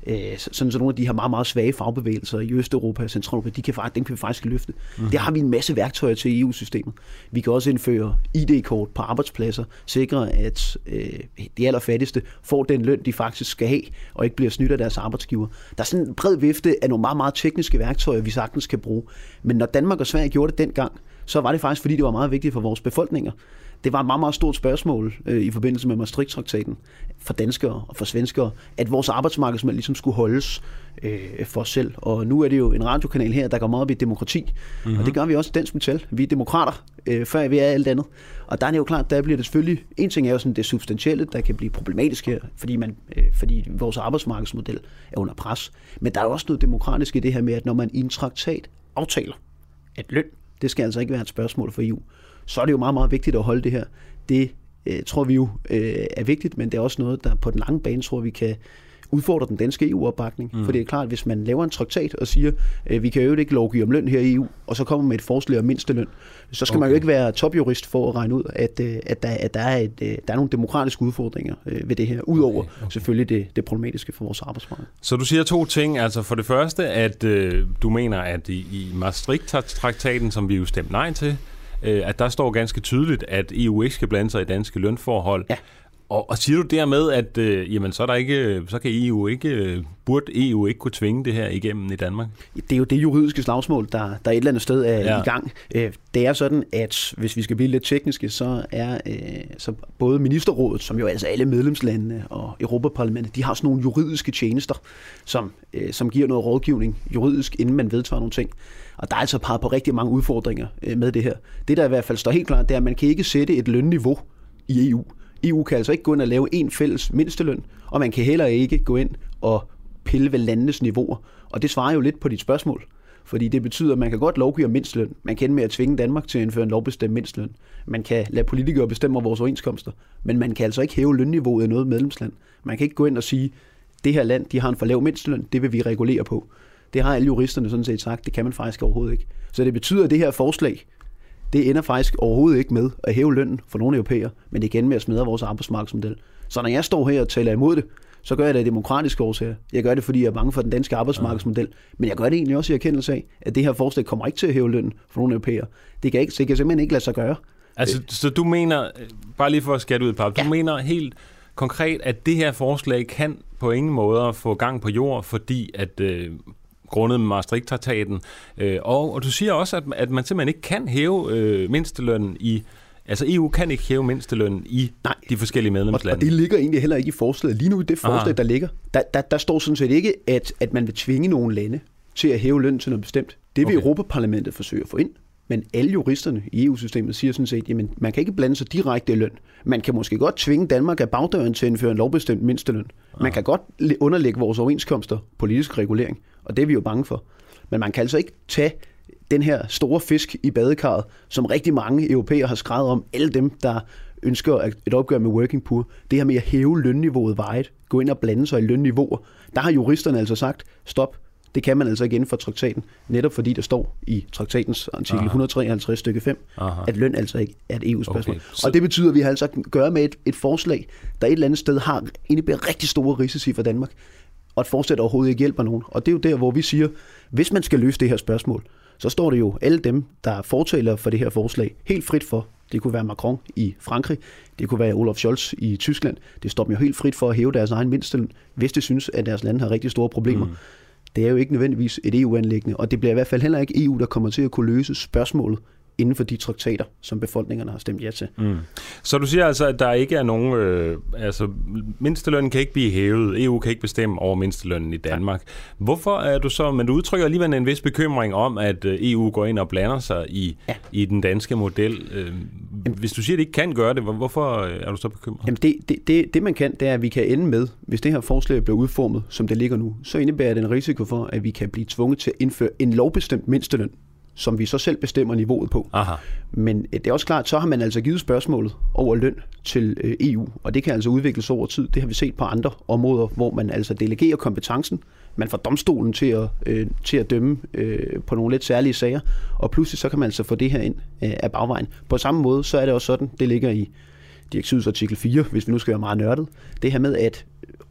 sådan så nogle af de her meget, meget svage fagbevægelser i Østeuropa og Centraleuropa, de kan, den kan vi faktisk løfte. Mm-hmm. Det har vi en masse værktøjer til i E U-systemet. Vi kan også indføre I D-kort på arbejdspladser, sikre, at øh, de allerfattigste får den løn, de faktisk skal have, og ikke bliver snydt af deres arbejdsgiver. Der er sådan en bred vifte af nogle meget, meget tekniske værktøjer, vi sagtens kan bruge. Men når Danmark og Sverige gjorde det dengang, så var det faktisk, fordi det var meget vigtigt for vores befolkninger. Det var et meget, meget stort spørgsmål øh, i forbindelse med Maastricht-traktaten for danskere og for svenskere, at vores arbejdsmarkedsmodel ligesom skulle holdes øh, for os selv. Og nu er det jo en radiokanal her, der går meget op i demokrati, mm-hmm. og det gør vi også i Dansk Metal. Vi er demokrater, øh, før vi er alt andet. Og der er det jo klart, der bliver det selvfølgelig, en ting er jo sådan det substantielle, der kan blive problematisk her, fordi, man, øh, fordi vores arbejdsmarkedsmodel er under pres. Men der er også noget demokratisk i det her med, at når man i en traktat aftaler, at løn, det skal altså ikke være et spørgsmål for E U, så er det jo meget, meget vigtigt at holde det her. Det øh, tror vi jo øh, er vigtigt, men det er også noget, der på den lange bane tror vi kan udfordre den danske E U-opbakning. Mm. For det er klart, at hvis man laver en traktat og siger, at vi kan jo ikke lovgive om løn her i E U, og så kommer med et forslag om mindsteløn, så skal okay. man jo ikke være topjurist for at regne ud, at, at, der, at der, er et, der er nogle demokratiske udfordringer ved det her, udover okay. Okay. selvfølgelig det, det problematiske for vores arbejdsmarked. Så du siger to ting. Altså for det første, at øh, du mener, at i, i Maastricht-traktaten, som vi jo stemte nej til, at der står ganske tydeligt, at E U ikke skal blande sig i danske lønforhold. Ja. Og, og siger du dermed, at øh, jamen, så, er der ikke, så kan E U ikke, burde E U ikke kunne tvinge det her igennem i Danmark? Det er jo det juridiske slagsmål, der, der et eller andet sted er ja. i gang. Det er sådan, at hvis vi skal blive lidt tekniske, så er øh, så både Ministerrådet, som jo altså alle medlemslandene og Europaparlamentet, de har sådan nogle juridiske tjenester, som, øh, som giver noget rådgivning juridisk, inden man vedtager nogle ting. Og der er altså peget på rigtig mange udfordringer øh, med det her. Det, der i hvert fald står helt klart, det er, at man kan ikke sætte et lønniveau i E U. E U kan altså ikke gå ind og lave en fælles mindsteløn, og man kan heller ikke gå ind og pille ved landenes niveauer. Og det svarer jo lidt på dit spørgsmål, fordi det betyder, at man kan godt lovgive om mindsteløn. Man kan ende med at tvinge Danmark til at indføre en lovbestemt mindsteløn. Man kan lade politikere bestemme over vores overenskomster, men man kan altså ikke hæve lønniveauet i noget medlemsland. Man kan ikke gå ind og sige, det her land, de har en for lav mindsteløn, det vil vi regulere på. Det har alle juristerne sådan set sagt, det kan man faktisk overhovedet ikke. Så det betyder, at det her forslag, det ender faktisk overhovedet ikke med at hæve lønnen for nogle europæere, men det igen med at smadre vores arbejdsmarkedsmodel. Så når jeg står her og taler imod det, så gør jeg det af demokratiske årsager. Jeg gør det, fordi jeg er bange for den danske arbejdsmarkedsmodel, men jeg gør det egentlig også i erkendelse af, at det her forslag kommer ikke til at hæve lønnen for nogle europæere. Det kan, ikke, det kan simpelthen ikke lade sig gøre. Altså, så du mener, bare lige for at skære ud, Pap, du ja. mener helt konkret, at det her forslag kan på ingen måde få gang på jord, fordi at øh, grundet med Maastricht-traktaten, øh, og, og du siger også, at, at man simpelthen ikke kan hæve øh, mindstelønnen i, altså E U kan ikke hæve mindstelønnen i Nej. de forskellige medlemslande. Og, og det ligger egentlig heller ikke i forslaget. Lige nu i det forslag, Aha. der ligger, der, der, der står sådan set ikke, at, at man vil tvinge nogle lande til at hæve lønnen til noget bestemt. Det vil okay. Europaparlamentet forsøge at få ind. Men alle juristerne i E U-systemet siger sådan set, jamen man kan ikke blande sig direkte i løn. Man kan måske godt tvinge Danmark af bagdøren til at indføre en lovbestemt mindsteløn. Man kan godt underlægge vores overenskomster politisk regulering, og det er vi jo bange for. Men man kan altså ikke tage den her store fisk i badekarret, som rigtig mange europæere har skrevet om, alle dem, der ønsker et opgør med working poor, det her med at hæve lønniveauet vejet, gå ind og blande sig i lønniveauer. Der har juristerne altså sagt, stop. Det kan man altså ikke inden for traktaten, netop fordi der står i traktatens artikel Aha. et hundrede og treoghalvtreds stykke fem, Aha. at løn altså ikke er et E U-spørgsmål. Okay, så... Og det betyder, at vi har altså gøre med et, et forslag, der et eller andet sted har indebærer rigtig store risici for Danmark, og et forslag, der overhovedet ikke hjælper nogen. Og det er jo der, hvor vi siger, hvis man skal løse det her spørgsmål, så står det jo alle dem, der fortaler for det her forslag, helt frit for. Det kunne være Macron i Frankrig, det kunne være Olaf Scholz i Tyskland. Det står dem jo helt frit for at hæve deres egen mindsteløn, hvis de synes, at deres lande har rigtig store problemer. Mm. Det er jo ikke nødvendigvis et E U-anliggende, og det bliver i hvert fald heller ikke E U, der kommer til at kunne løse spørgsmålet inden for de traktater, som befolkningerne har stemt ja til. Mm. Så du siger altså, at der ikke er nogen... Øh, altså, mindstelønnen kan ikke blive hævet. E U kan ikke bestemme over mindstelønnen i Danmark. Ja. Hvorfor er du så... Men du udtrykker alligevel en vis bekymring om, at E U går ind og blander sig i, ja. i den danske model. Øh, hvis du siger, at det ikke kan gøre det, hvorfor er du så bekymret? Jamen det, det, det, det man kan, det er, at vi kan ende med, hvis det her forslag bliver udformet, som det ligger nu, så indebærer det en risiko for, at vi kan blive tvunget til at indføre en lovbestemt mindsteløn, som vi så selv bestemmer niveauet på. Aha. Men det er også klart, så har man altså givet spørgsmålet over løn til E U, og det kan altså udvikles over tid. Det har vi set på andre områder, hvor man altså delegerer kompetencen. Man får domstolen til at, øh, til at dømme øh, på nogle lidt særlige sager, og pludselig så kan man altså få det her ind øh, af bagvejen. På samme måde, så er det også sådan, det ligger i direktivets artikel fire, hvis vi nu skal være meget nørdet. Det her med, at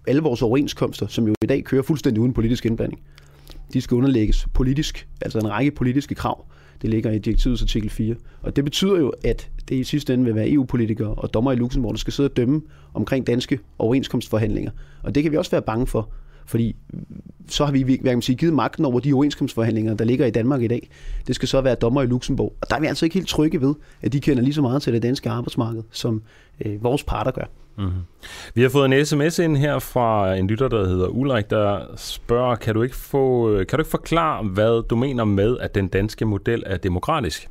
alle vores overenskomster, som jo i dag kører fuldstændig uden politisk indblanding, de skal underlægges politisk, altså en række politiske krav. Det ligger i direktivets artikel fire. Og det betyder jo, at det i sidste ende vil være E U-politikere og dommer i Luxembourg, der skal sidde og dømme omkring danske overenskomstforhandlinger. Og det kan vi også være bange for, fordi så har vi hvad kan man sige, givet magten over de overenskomstforhandlinger, der ligger i Danmark i dag. Det skal så være dommer i Luxembourg. Og der er vi altså ikke helt trygge ved, at de kender lige så meget til det danske arbejdsmarked, som øh, vores parter gør. Mm-hmm. Vi har fået en sms ind her fra en lytter, der hedder Ulrik, der spørger, kan du ikke få, kan du ikke forklare, hvad du mener med, at den danske model er demokratisk?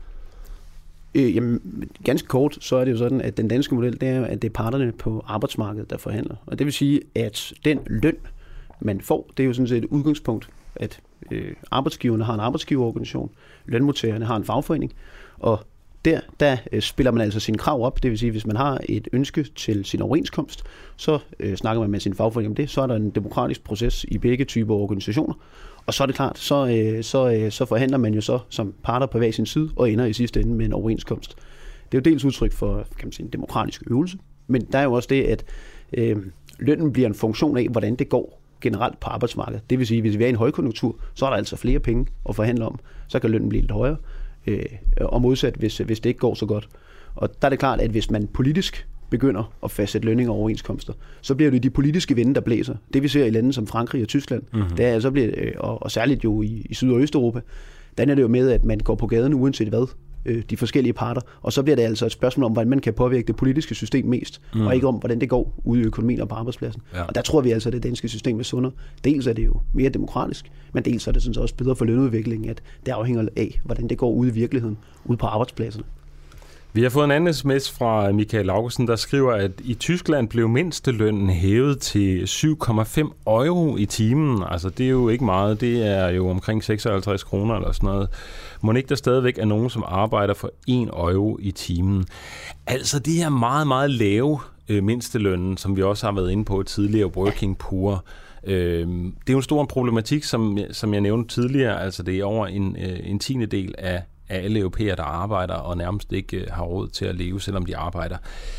Øh, jamen, ganske kort, så er det jo sådan, at den danske model, det er, at det er parterne på arbejdsmarkedet, der forhandler. Og det vil sige, at den løn, man får, det er jo sådan set et udgangspunkt, at øh, arbejdsgiverne har en arbejdsgiverorganisation, lønmodtagerne har en fagforening, og Der, der øh, spiller man altså sine krav op, det vil sige, hvis man har et ønske til sin overenskomst, så øh, snakker man med sin fagforening om det, så er der en demokratisk proces i begge typer organisationer, og så er det klart, så, øh, så, øh, så forhandler man jo så som parter på hver sin side, og ender i sidste ende med en overenskomst. Det er jo dels udtryk for, kan man sige, en demokratisk øvelse, men der er jo også det, at øh, lønnen bliver en funktion af, hvordan det går generelt på arbejdsmarkedet. Det vil sige, hvis vi er i en højkonjunktur, så er der altså flere penge at forhandle om, så kan lønnen blive lidt højere. Øh, og modsat, hvis, hvis det ikke går så godt. Og der er det klart, at hvis man politisk begynder at fastsætte lønninger og overenskomster, så bliver det de politiske vinde, der blæser. Det vi ser i lande som Frankrig og Tyskland, mm-hmm. det er, så bliver, og, og særligt jo i, i Syd- og Østeuropa, der er det jo med, at man går på gaden uanset hvad, øh, de forskellige parter, og så bliver det altså et spørgsmål om, hvordan man kan påvirke det politiske system mest, mm. og ikke om, hvordan det går ude i økonomien og på arbejdspladsen. Ja. Og der tror vi altså, at det danske system er sundere. Dels er det jo mere demokratisk, men dels er det sådan også bedre for lønudviklingen, at det afhænger af, hvordan det går ude i virkeligheden, ude på arbejdspladserne. Vi har fået en anden sms fra Michael Augustin, der skriver, at i Tyskland blev mindstelønnen hævet til syv komma fem euro i timen. Altså, det er jo ikke meget. Det er jo omkring seksoghalvtreds kroner eller sådan noget. Må ikke der stadigvæk er nogen, som arbejder for en euro i timen? Altså, det her meget, meget lave øh, mindstelønnen, som vi også har været inde på tidligere, working poor, øh, det er jo en stor problematik, som, som jeg nævnte tidligere. Altså, det er over en, øh, en tiende del af af alle europæere, der arbejder og nærmest ikke har råd til at leve, selvom de arbejder.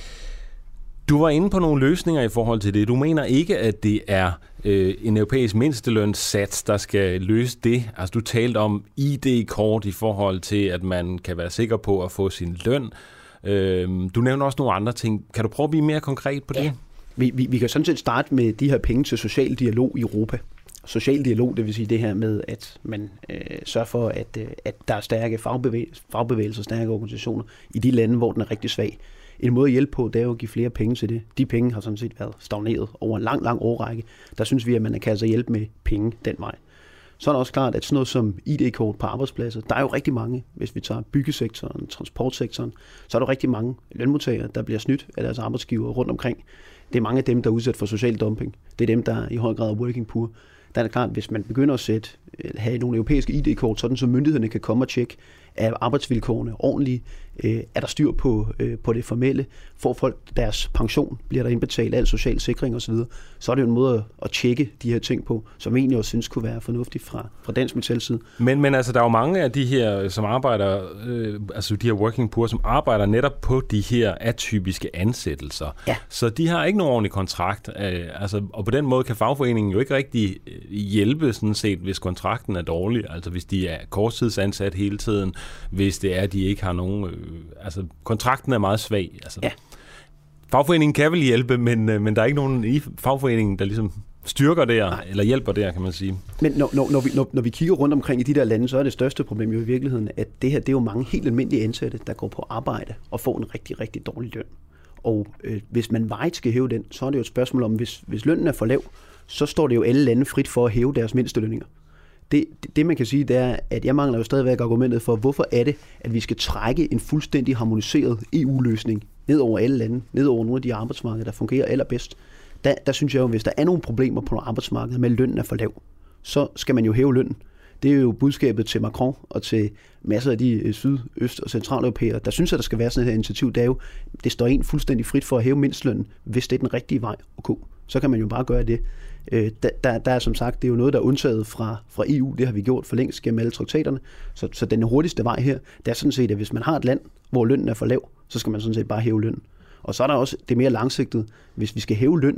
Du var inde på nogle løsninger i forhold til det. Du mener ikke, at det er øh, en europæisk mindstelønssats, der skal løse det. Altså, du talte om I D-kort i forhold til, at man kan være sikker på at få sin løn. Øh, du nævner også nogle andre ting. Kan du prøve at blive mere konkret på det? Ja. Vi, vi, vi kan sådan set starte med de her penge til social dialog i Europa. Social dialog, det vil sige det her med, at man øh, sørger for, at, øh, at der er stærke fagbevægelser, fagbevægelser, stærke organisationer i de lande, hvor den er rigtig svag. En måde at hjælpe på, det er jo at give flere penge til det. De penge har sådan set været stagneret over en lang, lang årrække. Der synes vi, at man kan altså hjælpe med penge den vej. Så er det også klart, at sådan noget som I D-kort på arbejdspladser, der er jo rigtig mange, hvis vi tager byggesektoren, transportsektoren, så er der rigtig mange lønmodtagere, der bliver snydt af deres arbejdsgiver rundt omkring. Det er mange af dem, der er udsat for social dumping. Det er dem, der i høj grad er working poor. Der er det klart, at hvis man begynder at sætte, have nogle europæiske I D-kort, sådan så myndighederne kan komme og tjekke, er arbejdsvilkårene ordentlige, er der styr på, på det formelle, får folk deres pension, bliver der indbetalt al social sikring osv., så er det jo en måde at tjekke de her ting på, som egentlig også synes kunne være fornuftigt fra, fra Dansk Metals side. Men, men altså, der er jo mange af de her, som arbejder, øh, altså de her working poor, som arbejder netop på de her atypiske ansættelser. Ja. Så de har ikke nogen ordentlig kontrakt, øh, altså, og på den måde kan fagforeningen jo ikke rigtig hjælpe, sådan set, hvis kontrakten er dårlig, altså hvis de er korttidsansat hele tiden, hvis det er, at de ikke har nogen... Øh, altså, kontrakten er meget svag. Altså, ja. Fagforeningen kan vel hjælpe, men, øh, men der er ikke nogen i fagforeningen, der ligesom styrker der, Nej. eller hjælper der, kan man sige. Men når, når, når, vi, når, når vi kigger rundt omkring i de der lande, så er det største problem jo i virkeligheden, at det her, det er jo mange helt almindelige ansatte, der går på arbejde og får en rigtig, rigtig dårlig løn. Og øh, hvis man varigt skal hæve den, så er det jo et spørgsmål om, hvis, hvis lønnen er for lav, så står det jo alle lande frit for at hæve deres mindstelønninger. Det, det, det man kan sige, det er, at jeg mangler jo stadigvæk argumentet for, hvorfor er det, at vi skal trække en fuldstændig harmoniseret E U-løsning ned over alle lande, ned over nogle af de arbejdsmarkeder, der fungerer allerbedst. Der, der synes jeg jo, hvis der er nogle problemer på arbejdsmarkedet med, at lønnen er for lav, så skal man jo hæve lønnen. Det er jo budskabet til Macron og til masser af de syd-, øst- og centraleuropæere, der synes, at der skal være sådan et her initiativ. Det er jo, det står en fuldstændig frit for at hæve mindstlønnen, hvis det er den rigtige vej at gå. Så kan man jo bare gøre det. Der, der, der er som sagt, det er jo noget, der er undtaget fra, fra E U. Det har vi gjort for længst gennem alle traktaterne. Så, så den hurtigste vej her, det er sådan set, at hvis man har et land, hvor lønnen er for lav, så skal man sådan set bare hæve lønnen. Og så er der også det mere langsigtede. Hvis vi skal hæve lønnen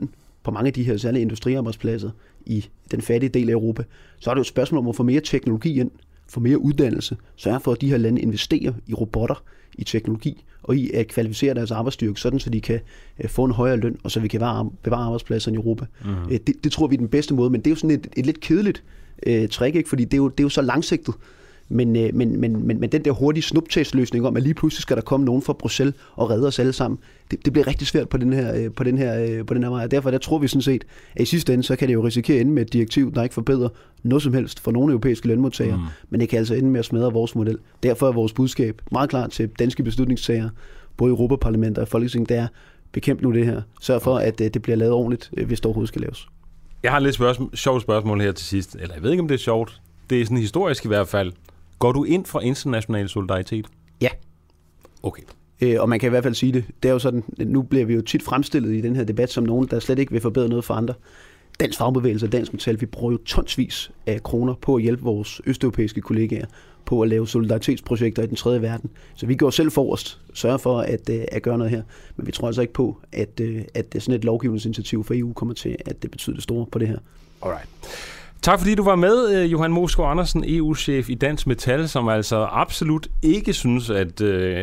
på mange af de her særlige industriarbejdspladser i den fattige del af Europa, så er det jo et spørgsmål om at få mere teknologi ind, få mere uddannelse, sørge for, at de her lande investerer i robotter, i teknologi og i at kvalificere deres arbejdsstyrke, sådan så de kan få en højere løn, og så vi kan bevare, bevare arbejdspladserne i Europa. Mm-hmm. Det, det tror vi er den bedste måde, men det er jo sådan et, et lidt kedeligt uh, trick, ikke? Fordi det er, jo, det er jo så langsigtet. Men, uh, men, men, men, men den der hurtige snuptagsløsning om, at lige pludselig skal der komme nogen fra Bruxelles og redde os alle sammen, det, det bliver rigtig svært på den her, på den her, på den her vej. Og derfor der tror vi sådan set, at i sidste ende, så kan det jo risikere at ende med et direktiv, der ikke forbedrer noget som helst for nogle europæiske lønmodtagere, mm. men det kan altså ende med at smadre vores model. Derfor er vores budskab meget klart til danske beslutningstagere, både i Europaparlamentet og Folketinget, det er, bekæmp nu det her. Sørg for, at det bliver lavet ordentligt, hvis det overhovedet skal laves. Jeg har et lidt spørgsmål, sjovt spørgsmål her til sidst. Eller jeg ved ikke, om det er sjovt. Det er sådan historisk i hvert fald. Går du ind for international solidaritet? Ja. Okay. Øh, og man kan i hvert fald sige det. Det er jo sådan, nu bliver vi jo tit fremstillet i den her debat som nogen, der slet ikke vil forbedre noget for andre. Dansk fagbevægelse og Dansk Metal, vi bruger jo tonsvis af kroner på at hjælpe vores østeuropæiske kollegaer på at lave solidaritetsprojekter i den tredje verden. Så vi går selv forrest, sørger for at, at gøre noget her. Men vi tror altså ikke på, at, at sådan et lovgivningsinitiativ for E U kommer til at det betyder det store på det her. Alright. Tak fordi du var med, Johan Moesgaard Andersen, E U-chef i Dansk Metal, som altså absolut ikke synes, at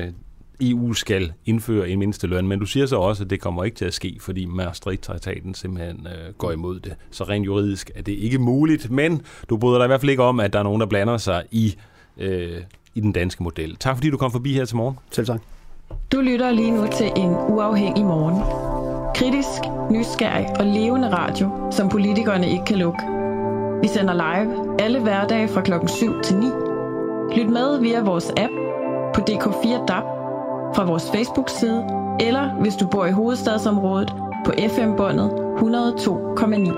E U skal indføre en mindsteløn, men du siger så også, at det kommer ikke til at ske, fordi Maastricht-traktaten simpelthen øh, går imod det. Så rent juridisk er det ikke muligt, men du bryder dig i hvert fald ikke om, at der er nogen, der blander sig i, øh, i den danske model. Tak fordi du kom forbi her til morgen. Selv tak. Du lytter lige nu til en uafhængig morgen. Kritisk, nysgerrig og levende radio, som politikerne ikke kan lukke. Vi sender live alle hverdage fra klokken syv til ni. Lyt med via vores app på D K fire D A B, fra vores Facebook-side, eller hvis du bor i hovedstadsområdet på F M-båndet et hundrede og to komma ni.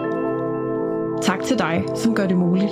Tak til dig, som gør det muligt.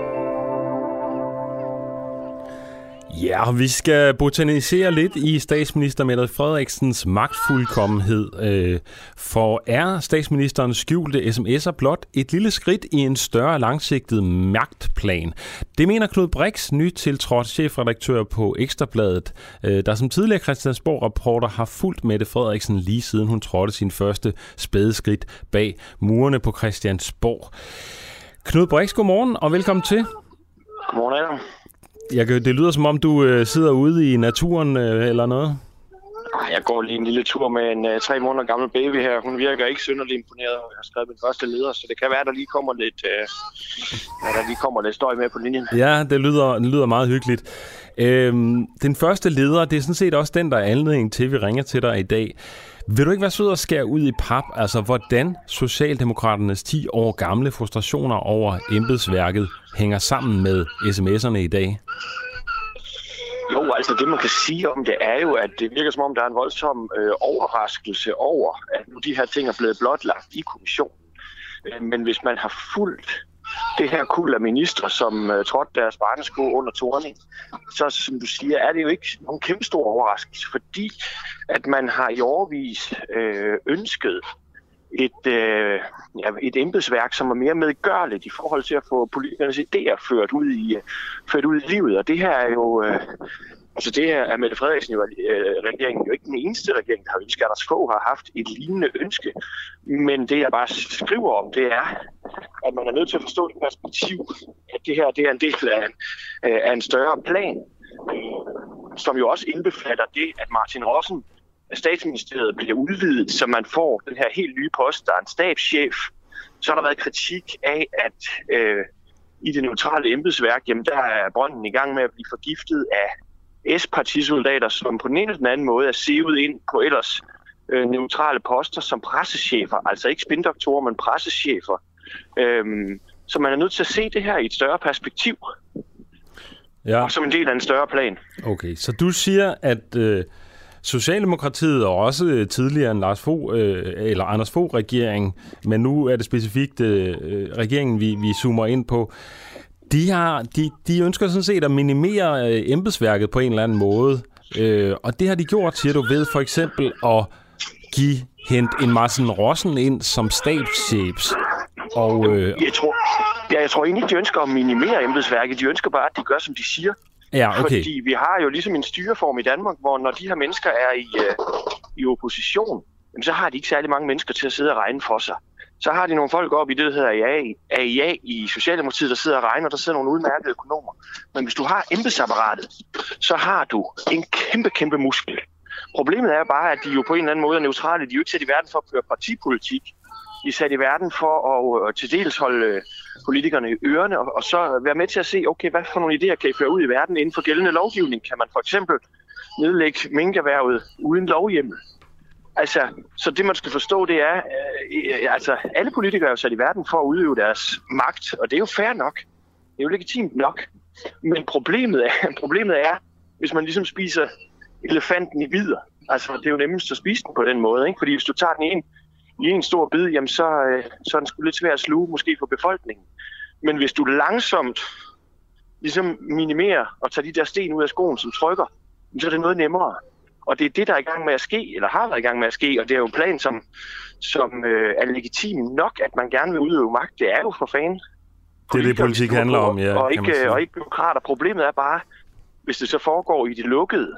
Ja, vi skal botanisere lidt i statsminister Mette Frederiksens magtfuldkommenhed. For er statsministerens skjulte sms'er blot et lille skridt i en større langsigtet magtplan? Det mener Knud Brix, nytiltrådt chefredaktør på Ekstrabladet, der som tidligere Christiansborg-rapporter har fulgt Mette Frederiksen lige siden hun trådte sin første spæde skridt bag murene på Christiansborg. Knud Brix, godmorgen og velkommen til. Godmorgen, Adam. Jeg, det lyder som om, du øh, sidder ude i naturen øh, eller noget. Jeg går lige en lille tur med en uh, tre måneder gammel baby her. Hun virker ikke synderligt imponeret. Jeg har skrevet min første leder, så det kan være, at der lige kommer lidt, uh, ja, der lige kommer lidt støj med på linjen. Ja, det lyder, det lyder meget hyggeligt. Øhm, den første leder, det er sådan set også den, der er anledning til, at vi ringer til dig i dag. Vil du ikke være sød at skære ud i pap, altså hvordan Socialdemokraternes ti år gamle frustrationer over embedsværket hænger sammen med sms'erne i dag? Jo, altså det man kan sige om det er jo, at det virker som om, der er en voldsom øh, overraskelse over, at nu de her ting er blevet blotlagt i kommissionen. Øh, men hvis man har fulgt det her kuld af ministre, som øh, trådte deres barnesko under Thorning, så som du siger, er det jo ikke nogen kæmpe stor overraskelse, fordi at man har i årevis øh, ønsket et, øh, ja, et embedsværk, som er mere medgørligt i forhold til at få politikernes idéer ført ud i, ført ud i livet. Og det her er jo... Øh, altså det her er Mette Frederiksen jo, øh, regeringen jo ikke den eneste regering, der har ønsket. Anders Fogh har haft et lignende ønske. Men det jeg bare skriver om, det er, at man er nødt til at forstå det perspektiv, at det her det er en del af en, øh, af en større plan, øh, som jo også indbefatter det, at Martin Rossen Statsministeriet bliver udvidet, så man får den her helt nye post, der er en stabschef. Så har der været kritik af, at øh, i det neutrale embedsværk, jamen der er brønden i gang med at blive forgiftet af S-partisoldater, som på den ene eller den anden måde er sivet ind på ellers øh, neutrale poster som pressechefer. Altså ikke spindoktorer, men pressechefer. Øhm, så man er nødt til at se det her i et større perspektiv. Ja. Og som en del af en større plan. Okay, så du siger, at... Øh Socialdemokratiet og også tidligere en Lars Fogh, øh, eller Anders Fogh-regering, men nu er det specifikt øh, regeringen, vi, vi zoomer ind på, de, har, de, de ønsker sådan set at minimere øh, embedsværket på en eller anden måde, øh, og det har de gjort, siger du, ved for eksempel at give, hente en Martin Rossen ind som stabschef. Og, øh, jeg, tror, ja, jeg tror egentlig ikke, de ønsker at minimere embedsværket, de ønsker bare, at de gør, som de siger. Ja, okay. Fordi vi har jo ligesom en styreform i Danmark, hvor når de her mennesker er i, øh, i opposition, så har de ikke særlig mange mennesker til at sidde og regne for sig. Så har de nogle folk op i det, der hedder A I A i Socialdemokratiet, der sidder og regner, der sidder nogle udmærkede økonomer. Men hvis du har embedsapparatet, så har du en kæmpe, kæmpe muskel. Problemet er bare, at de jo på en eller anden måde er neutrale. De er jo ikke sat i verden for at føre partipolitik. De er sat i verden for at til dels holde politikerne i ørerne, og så være med til at se, okay, hvad for nogle idéer kan I føre ud i verden inden for gældende lovgivning? Kan man for eksempel nedlægge minkerhvervet uden lovhjemmel? Altså, så det man skal forstå, det er, øh, altså alle politikere er jo sat i verden for at udøve deres magt, og det er jo fair nok. Det er jo legitimt nok. Men problemet er, problemet er, hvis man ligesom spiser elefanten i bidder. Altså, det er jo nemmest at spise den på den måde, ikke? Fordi hvis du tager den i en, i en stor bid, jamen så, øh, så er den sgu lidt svær at sluge, måske for befolkningen. Men hvis du langsomt ligesom minimerer og tager de der sten ud af skoen, som trykker, så er det noget nemmere. Og det er det, der er i gang med at ske, eller har været i gang med at ske, og det er jo en plan, som, som øh, er legitim nok, at man gerne vil udøve magt. Det er jo for fanden. Det er det, politik handler om, ja. Og ikke, og ikke bureaukrater. Problemet er bare, hvis det så foregår i det lukkede,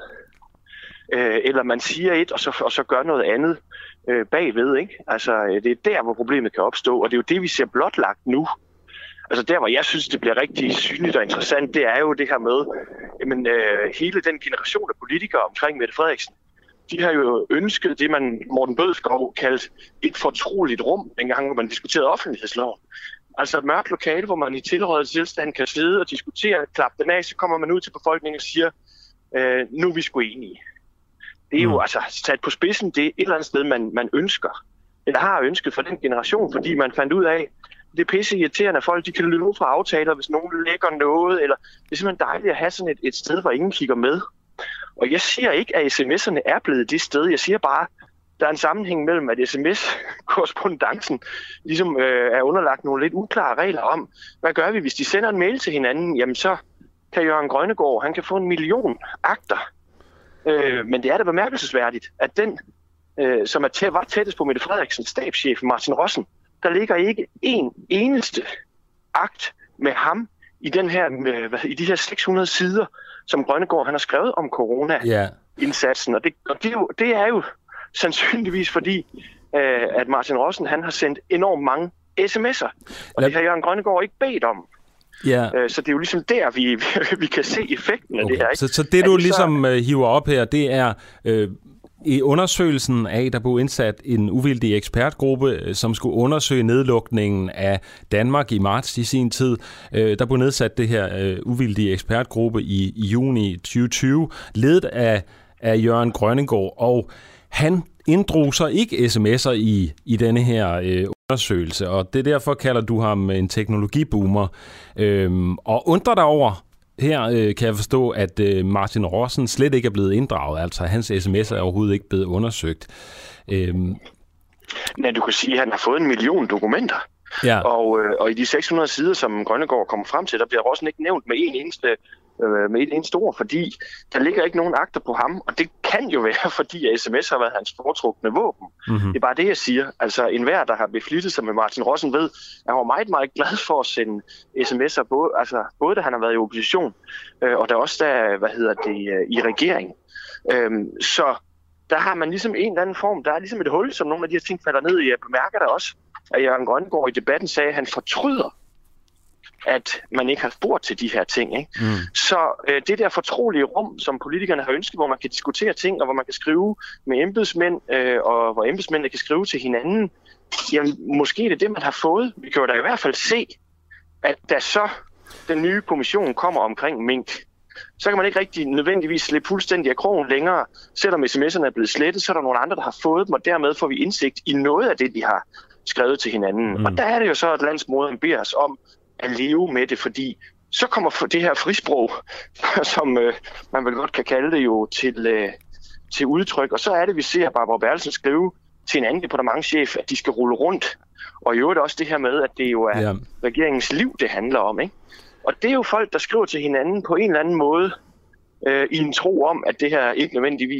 øh, eller man siger et, og så, og så gør noget andet øh, bagved, ikke? Altså, det er der, hvor problemet kan opstå, og det er jo det, vi ser blotlagt nu. Altså der, hvor jeg synes, det bliver rigtig synligt og interessant, det er jo det her med, jamen, øh, hele den generation af politikere omkring Mette Frederiksen, de har jo ønsket det, man Morten Bødskov kaldte et fortroligt rum, dengang hvor man diskuterede offentlighedsloven. Altså et mørkt lokale, hvor man i tilrådet tilstand kan sidde og diskutere, klappe den af, så kommer man ud til befolkningen og siger, øh, nu er vi sgu enige. Det er jo mm. altså sat på spidsen, det er et eller andet sted, man, man ønsker, eller har ønsket for den generation, fordi man fandt ud af, det er pisse irriterende, at folk de kan lytte ud fra aftaler, hvis nogen lægger noget, eller det er simpelthen dejligt at have sådan et, et sted, hvor ingen kigger med. Og jeg siger ikke, at sms'erne er blevet det sted. Jeg siger bare, der er en sammenhæng mellem, at sms-korrespondancen ligesom øh, er underlagt nogle lidt uklare regler om, hvad gør vi, hvis de sender en mail til hinanden, jamen så kan Jørgen Grønnegård, han kan få en million akter. Øh, men det er da bemærkelsesværdigt, at den, øh, som er tæt, var tættest på Mette Frederiksen, stabschef Martin Rossen, der ligger ikke en eneste akt med ham i den her med, i de her seks hundrede sider, som Grønnegård han har skrevet om corona-indsatsen. Og, det, og det, er jo, det er jo sandsynligvis fordi, øh, at Martin Rossen han har sendt enormt mange sms'er. Og Lad... det har Jørgen Grønnegård ikke bedt om. Ja. Øh, så det er jo ligesom der, vi, vi kan se effekten af okay. det her. Ikke? Så, så det, du det ligesom så... hiver op her, det er... Øh... I undersøgelsen af, der blev indsat en uvildig ekspertgruppe, som skulle undersøge nedlukningen af Danmark i marts i sin tid. Der blev nedsat det her uvildige ekspertgruppe i, i juni tyve tyve, ledet af, af Jørgen Grønnegård, og han inddrog så ikke sms'er i, i denne her øh, undersøgelse, og det derfor kalder du ham en teknologiboomer. Øhm, og undrer dig over, her øh, kan jeg forstå, at øh, Martin Rossen slet ikke er blevet inddraget, altså hans sms'er er overhovedet ikke blevet undersøgt. Øhm. Nej, du kan sige, at han har fået en million dokumenter, ja. og, øh, og i de seks hundrede sider, som Grønnegård kommer frem til, der bliver Rossen ikke nævnt med en eneste øh, med et eneste ord, fordi der ligger ikke nogen akter på ham, og det kan jo være, fordi sms har været hans foretrukne våben. Mm-hmm. Det er bare det, jeg siger. Altså enhver, der har beflittet sig med Martin Rossen, ved, at han var meget, meget glad for at sende sms'er, både, altså, både da han har været i opposition, øh, og da også der, hvad hedder det, øh, i regering. Øhm, så der har man ligesom en eller anden form, der er ligesom et hul, som nogle af de her ting falder ned i. Jeg bemærker der også, at Jørgen Grønnegård i debatten sagde, at han fortryder, at man ikke har spurgt til de her ting. Ikke? Mm. Så øh, det der fortrolige rum, som politikerne har ønsket, hvor man kan diskutere ting, og hvor man kan skrive med embedsmænd, øh, og hvor embedsmændene kan skrive til hinanden, jamen måske er det det, man har fået. Vi kan jo da i hvert fald se, at da så den nye kommission kommer omkring mink, så kan man ikke rigtig nødvendigvis slippe fuldstændig af krogen længere. Selvom sms'erne er blevet slettet, så er der nogle andre, der har fået dem, og dermed får vi indsigt i noget af det, de har skrevet til hinanden. Mm. Og der er det jo så, at landsmoderen beder os om at leve med det, fordi så kommer det her frisprog, som øh, man vel godt kan kalde det jo, til, øh, til udtryk. Og så er det, vi ser Barbara Bertelsen skrive til en anden departementschef, at de skal rulle rundt. Og i øvrigt også det her med, at det jo er ja. regeringens liv, det handler om. Ikke? Og det er jo folk, der skriver til hinanden på en eller anden måde, øh, i en tro om, at det her ikke nødvendigvis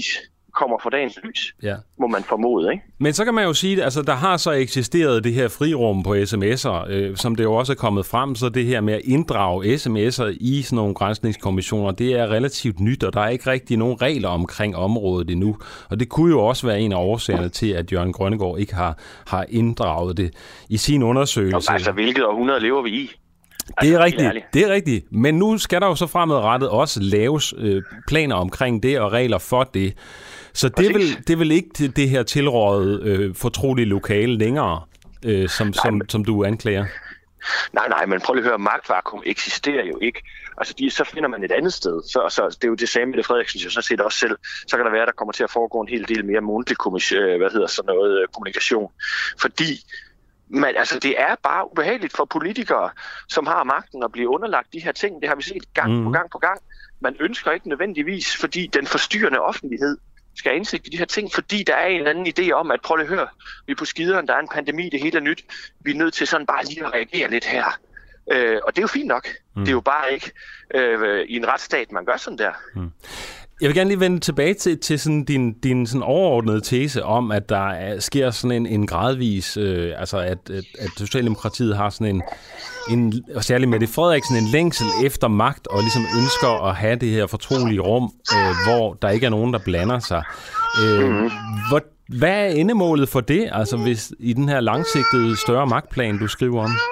kommer for dagens lys, ja. må man formode, ikke? Men så kan man jo sige, at altså, der har så eksisteret det her frirum på sms'er, øh, som det jo også er kommet frem, så det her med at inddrage sms'er i sådan nogle granskningskommissioner, det er relativt nyt, og der er ikke rigtig nogen regler omkring området endnu. Og det kunne jo også være en af årsagerne til, at Jørgen Grønnegård ikke har, har inddraget det i sin undersøgelse. Og altså, hvilket århundrede lever vi i? Det er rigtigt, det er rigtigt. Men nu skal der jo så fremadrettet også laves øh, planer omkring det og regler for det. Så det er, vel, det er vel ikke det her tilrådede øh, fortrolige lokale længere, øh, som, nej, som, som du anklager? Nej, nej, men prøv lige at høre, magtvakuum eksisterer jo ikke. Altså, de, så finder man et andet sted. Så, så det er jo det samme med det Frederiksen, jo så set også selv. Så kan der være, der kommer til at foregå en hel del mere mundtlig hvad hedder sådan noget, kommunikation. Fordi men altså, det er bare ubehageligt for politikere, som har magten at blive underlagt de her ting. Det har vi set gang mm. på gang på gang. Man ønsker ikke nødvendigvis, fordi den forstyrrende offentlighed skal have indsigt i de her ting, fordi der er en eller anden idé om, at prøv lige at høre, vi er på skideren, der er en pandemi, det hele er nyt. Vi er nødt til sådan bare lige at reagere lidt her. Øh, og det er jo fint nok. Mm. Det er jo bare ikke øh, i en retsstat, man gør sådan der. Mm. Jeg vil gerne lige vende tilbage til, til sådan din, din sådan overordnede tese om, at der er, sker sådan en, en gradvis, øh, altså at, at, at Socialdemokratiet har sådan en, en, og særligt Mette Frederiksen, en længsel efter magt, og ligesom ønsker at have det her fortrolige rum, øh, hvor der ikke er nogen, der blander sig. Øh, mm-hmm. hvor, hvad er endemålet for det, altså hvis i den her langsigtede større magtplan, du skriver om?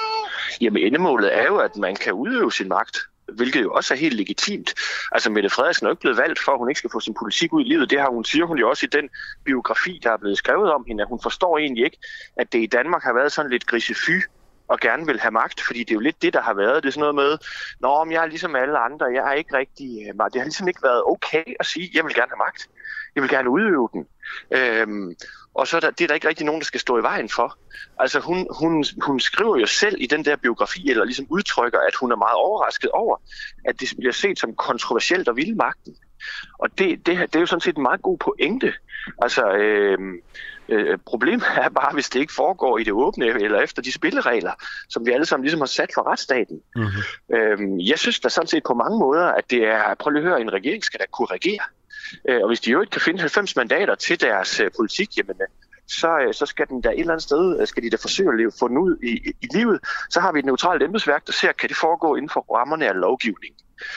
Jamen endemålet er jo, at man kan udøve sin magt, hvilket jo også er helt legitimt. Altså Mette Frederiksen er ikke blevet valgt for, at hun ikke skal få sin politik ud i livet. Det har hun, siger hun jo også i den biografi, der er blevet skrevet om hende, at hun forstår egentlig ikke, at det i Danmark har været sådan lidt grisefy og gerne vil have magt, fordi det er jo lidt det, der har været. Det er sådan noget med, nå, men jeg er ligesom alle andre, jeg er ikke rigtig... Det har ligesom ikke været okay at sige, jeg vil gerne have magt. Jeg vil gerne udøve den. Øhm, og så er der, det er der ikke rigtig nogen, der skal stå i vejen for. Altså hun, hun, hun skriver jo selv i den der biografi, eller ligesom udtrykker, at hun er meget overrasket over, at det bliver set som kontroversielt og vilde magten. Og det, det, det er jo sådan set en meget god pointe. Altså øhm, øh, problemet er bare, hvis det ikke foregår i det åbne, eller efter de spilleregler, som vi alle sammen ligesom har sat for retsstaten. Mm-hmm. Øhm, jeg synes da sådan set på mange måder, at det er, prøv lige at høre, en regering skal da kunne regere. Og hvis de jo ikke kan finde halvfems mandater til deres øh, politik, jamen, så, øh, så skal den der et eller andet sted, skal de da forsøge at leve, få den ud i, i livet. Så har vi et neutralt embedsværk, der ser, kan det foregå inden for rammerne af lovgivningen.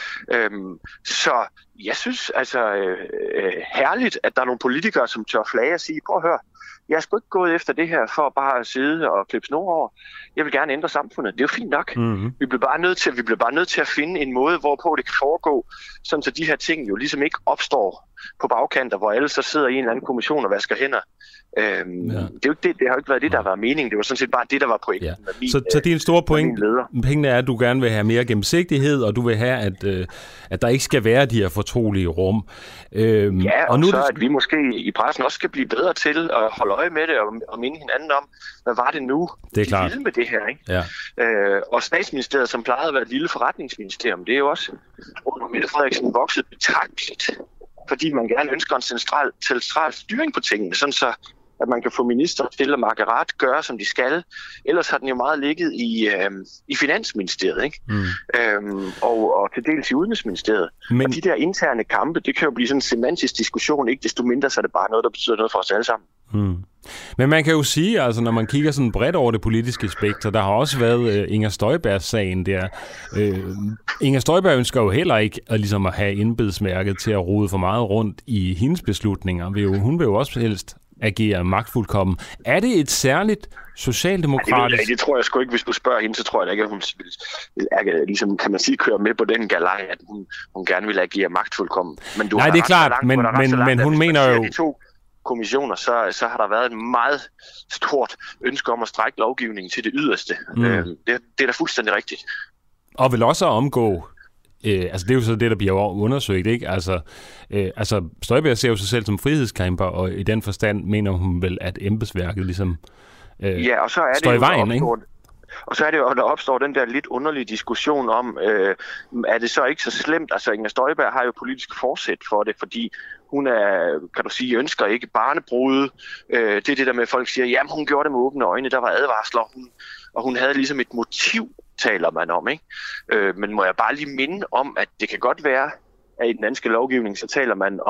Øhm, så jeg synes altså øh, øh, herligt, at der er nogle politikere, som tør flage og sige, prøv at høre, jeg er sgu ikke gået efter det her for bare at sidde og klippe snor over. Jeg vil gerne ændre samfundet. Det er jo fint nok. Mm-hmm. Vi bliver bare nødt til, vi bliver bare nødt til at finde en måde, hvorpå det kan foregå, sådan så de her ting jo ligesom ikke opstår på bagkanter, hvor alle så sidder i en eller anden kommission og vasker hænder. Øhm, ja. det, er jo ikke det, det har jo ikke været det, der var meningen. Det var sådan set bare det, der var pointen. Ja. Min, så, så din store point, pengene er, at du gerne vil have mere gennemsigtighed, og du vil have, at, øh, at der ikke skal være de her fortrolige rum. Øhm, ja, og, og nu så at vi måske i pressen også skal blive bedre til at holde øje med det, og, og minde hinanden om, hvad var det nu, det er klart. De ville med det her. Ikke? Ja. Øh, og Statsministeriet, som plejede at være et lille forretningsministerium, det er jo også under Mette Frederiksen vokset betragteligt, fordi man gerne ønsker en central, central styring på tingene, sådan så at man kan få minister til at makke ret, gøre som de skal. Ellers har den jo meget ligget i, øh, i Finansministeriet, ikke? Mm. Øhm, og, og til dels i Udenrigsministeriet. Men... Og de der interne kampe, det kan jo blive sådan en semantisk diskussion, ikke desto mindre, så er det bare noget, der betyder noget for os alle sammen. Mm. Men man kan jo sige, altså når man kigger sådan bredt over det politiske spektrum, der har også været øh, Inger Støjbergs-sagen der. Øh, Inger Støjberg ønsker jo heller ikke at, ligesom at have embedsmærket til at rode for meget rundt i hendes beslutninger. Vil jo, hun vil jo også helst agere magtfuldkommen. Er det et særligt socialdemokratisk... Ja, det, jeg, det tror jeg sgu ikke, hvis du spørger hende, så tror jeg da ikke, at hun vil, vil ligesom, kan man sige, køre med på den galej, at hun, hun gerne vil agere magtfuldkommen. Men du Nej, har det er klart, langt, men, men, langt, men hun mener jo... De to kommissioner, så, så har der været et meget stort ønske om at strække lovgivningen til det yderste. Mm. Øh, det, det er da fuldstændig rigtigt. Og vil også omgå... Øh, altså det er jo så det, der bliver undersøgt, ikke? Altså, øh, altså Støjberg ser jo sig selv som frihedskæmper, og i den forstand mener hun vel, at embedsværket ligesom øh, ja, og så er det står i vejen, opstår, ikke? Og så er det jo, at der opstår den der lidt underlige diskussion om, øh, er det så ikke så slemt? Altså Inger Støjberg har jo politisk forsæt for det, fordi hun er, kan du sige, ønsker ikke barnebrude. Øh, det er det der med, at folk siger, jamen hun gjorde det med åbne øjne, der var advarsler, hun, og hun havde ligesom et motiv, taler man om, ikke? Øh, men må jeg bare lige minde om, at det kan godt være, at i den danske lovgivning, så taler man om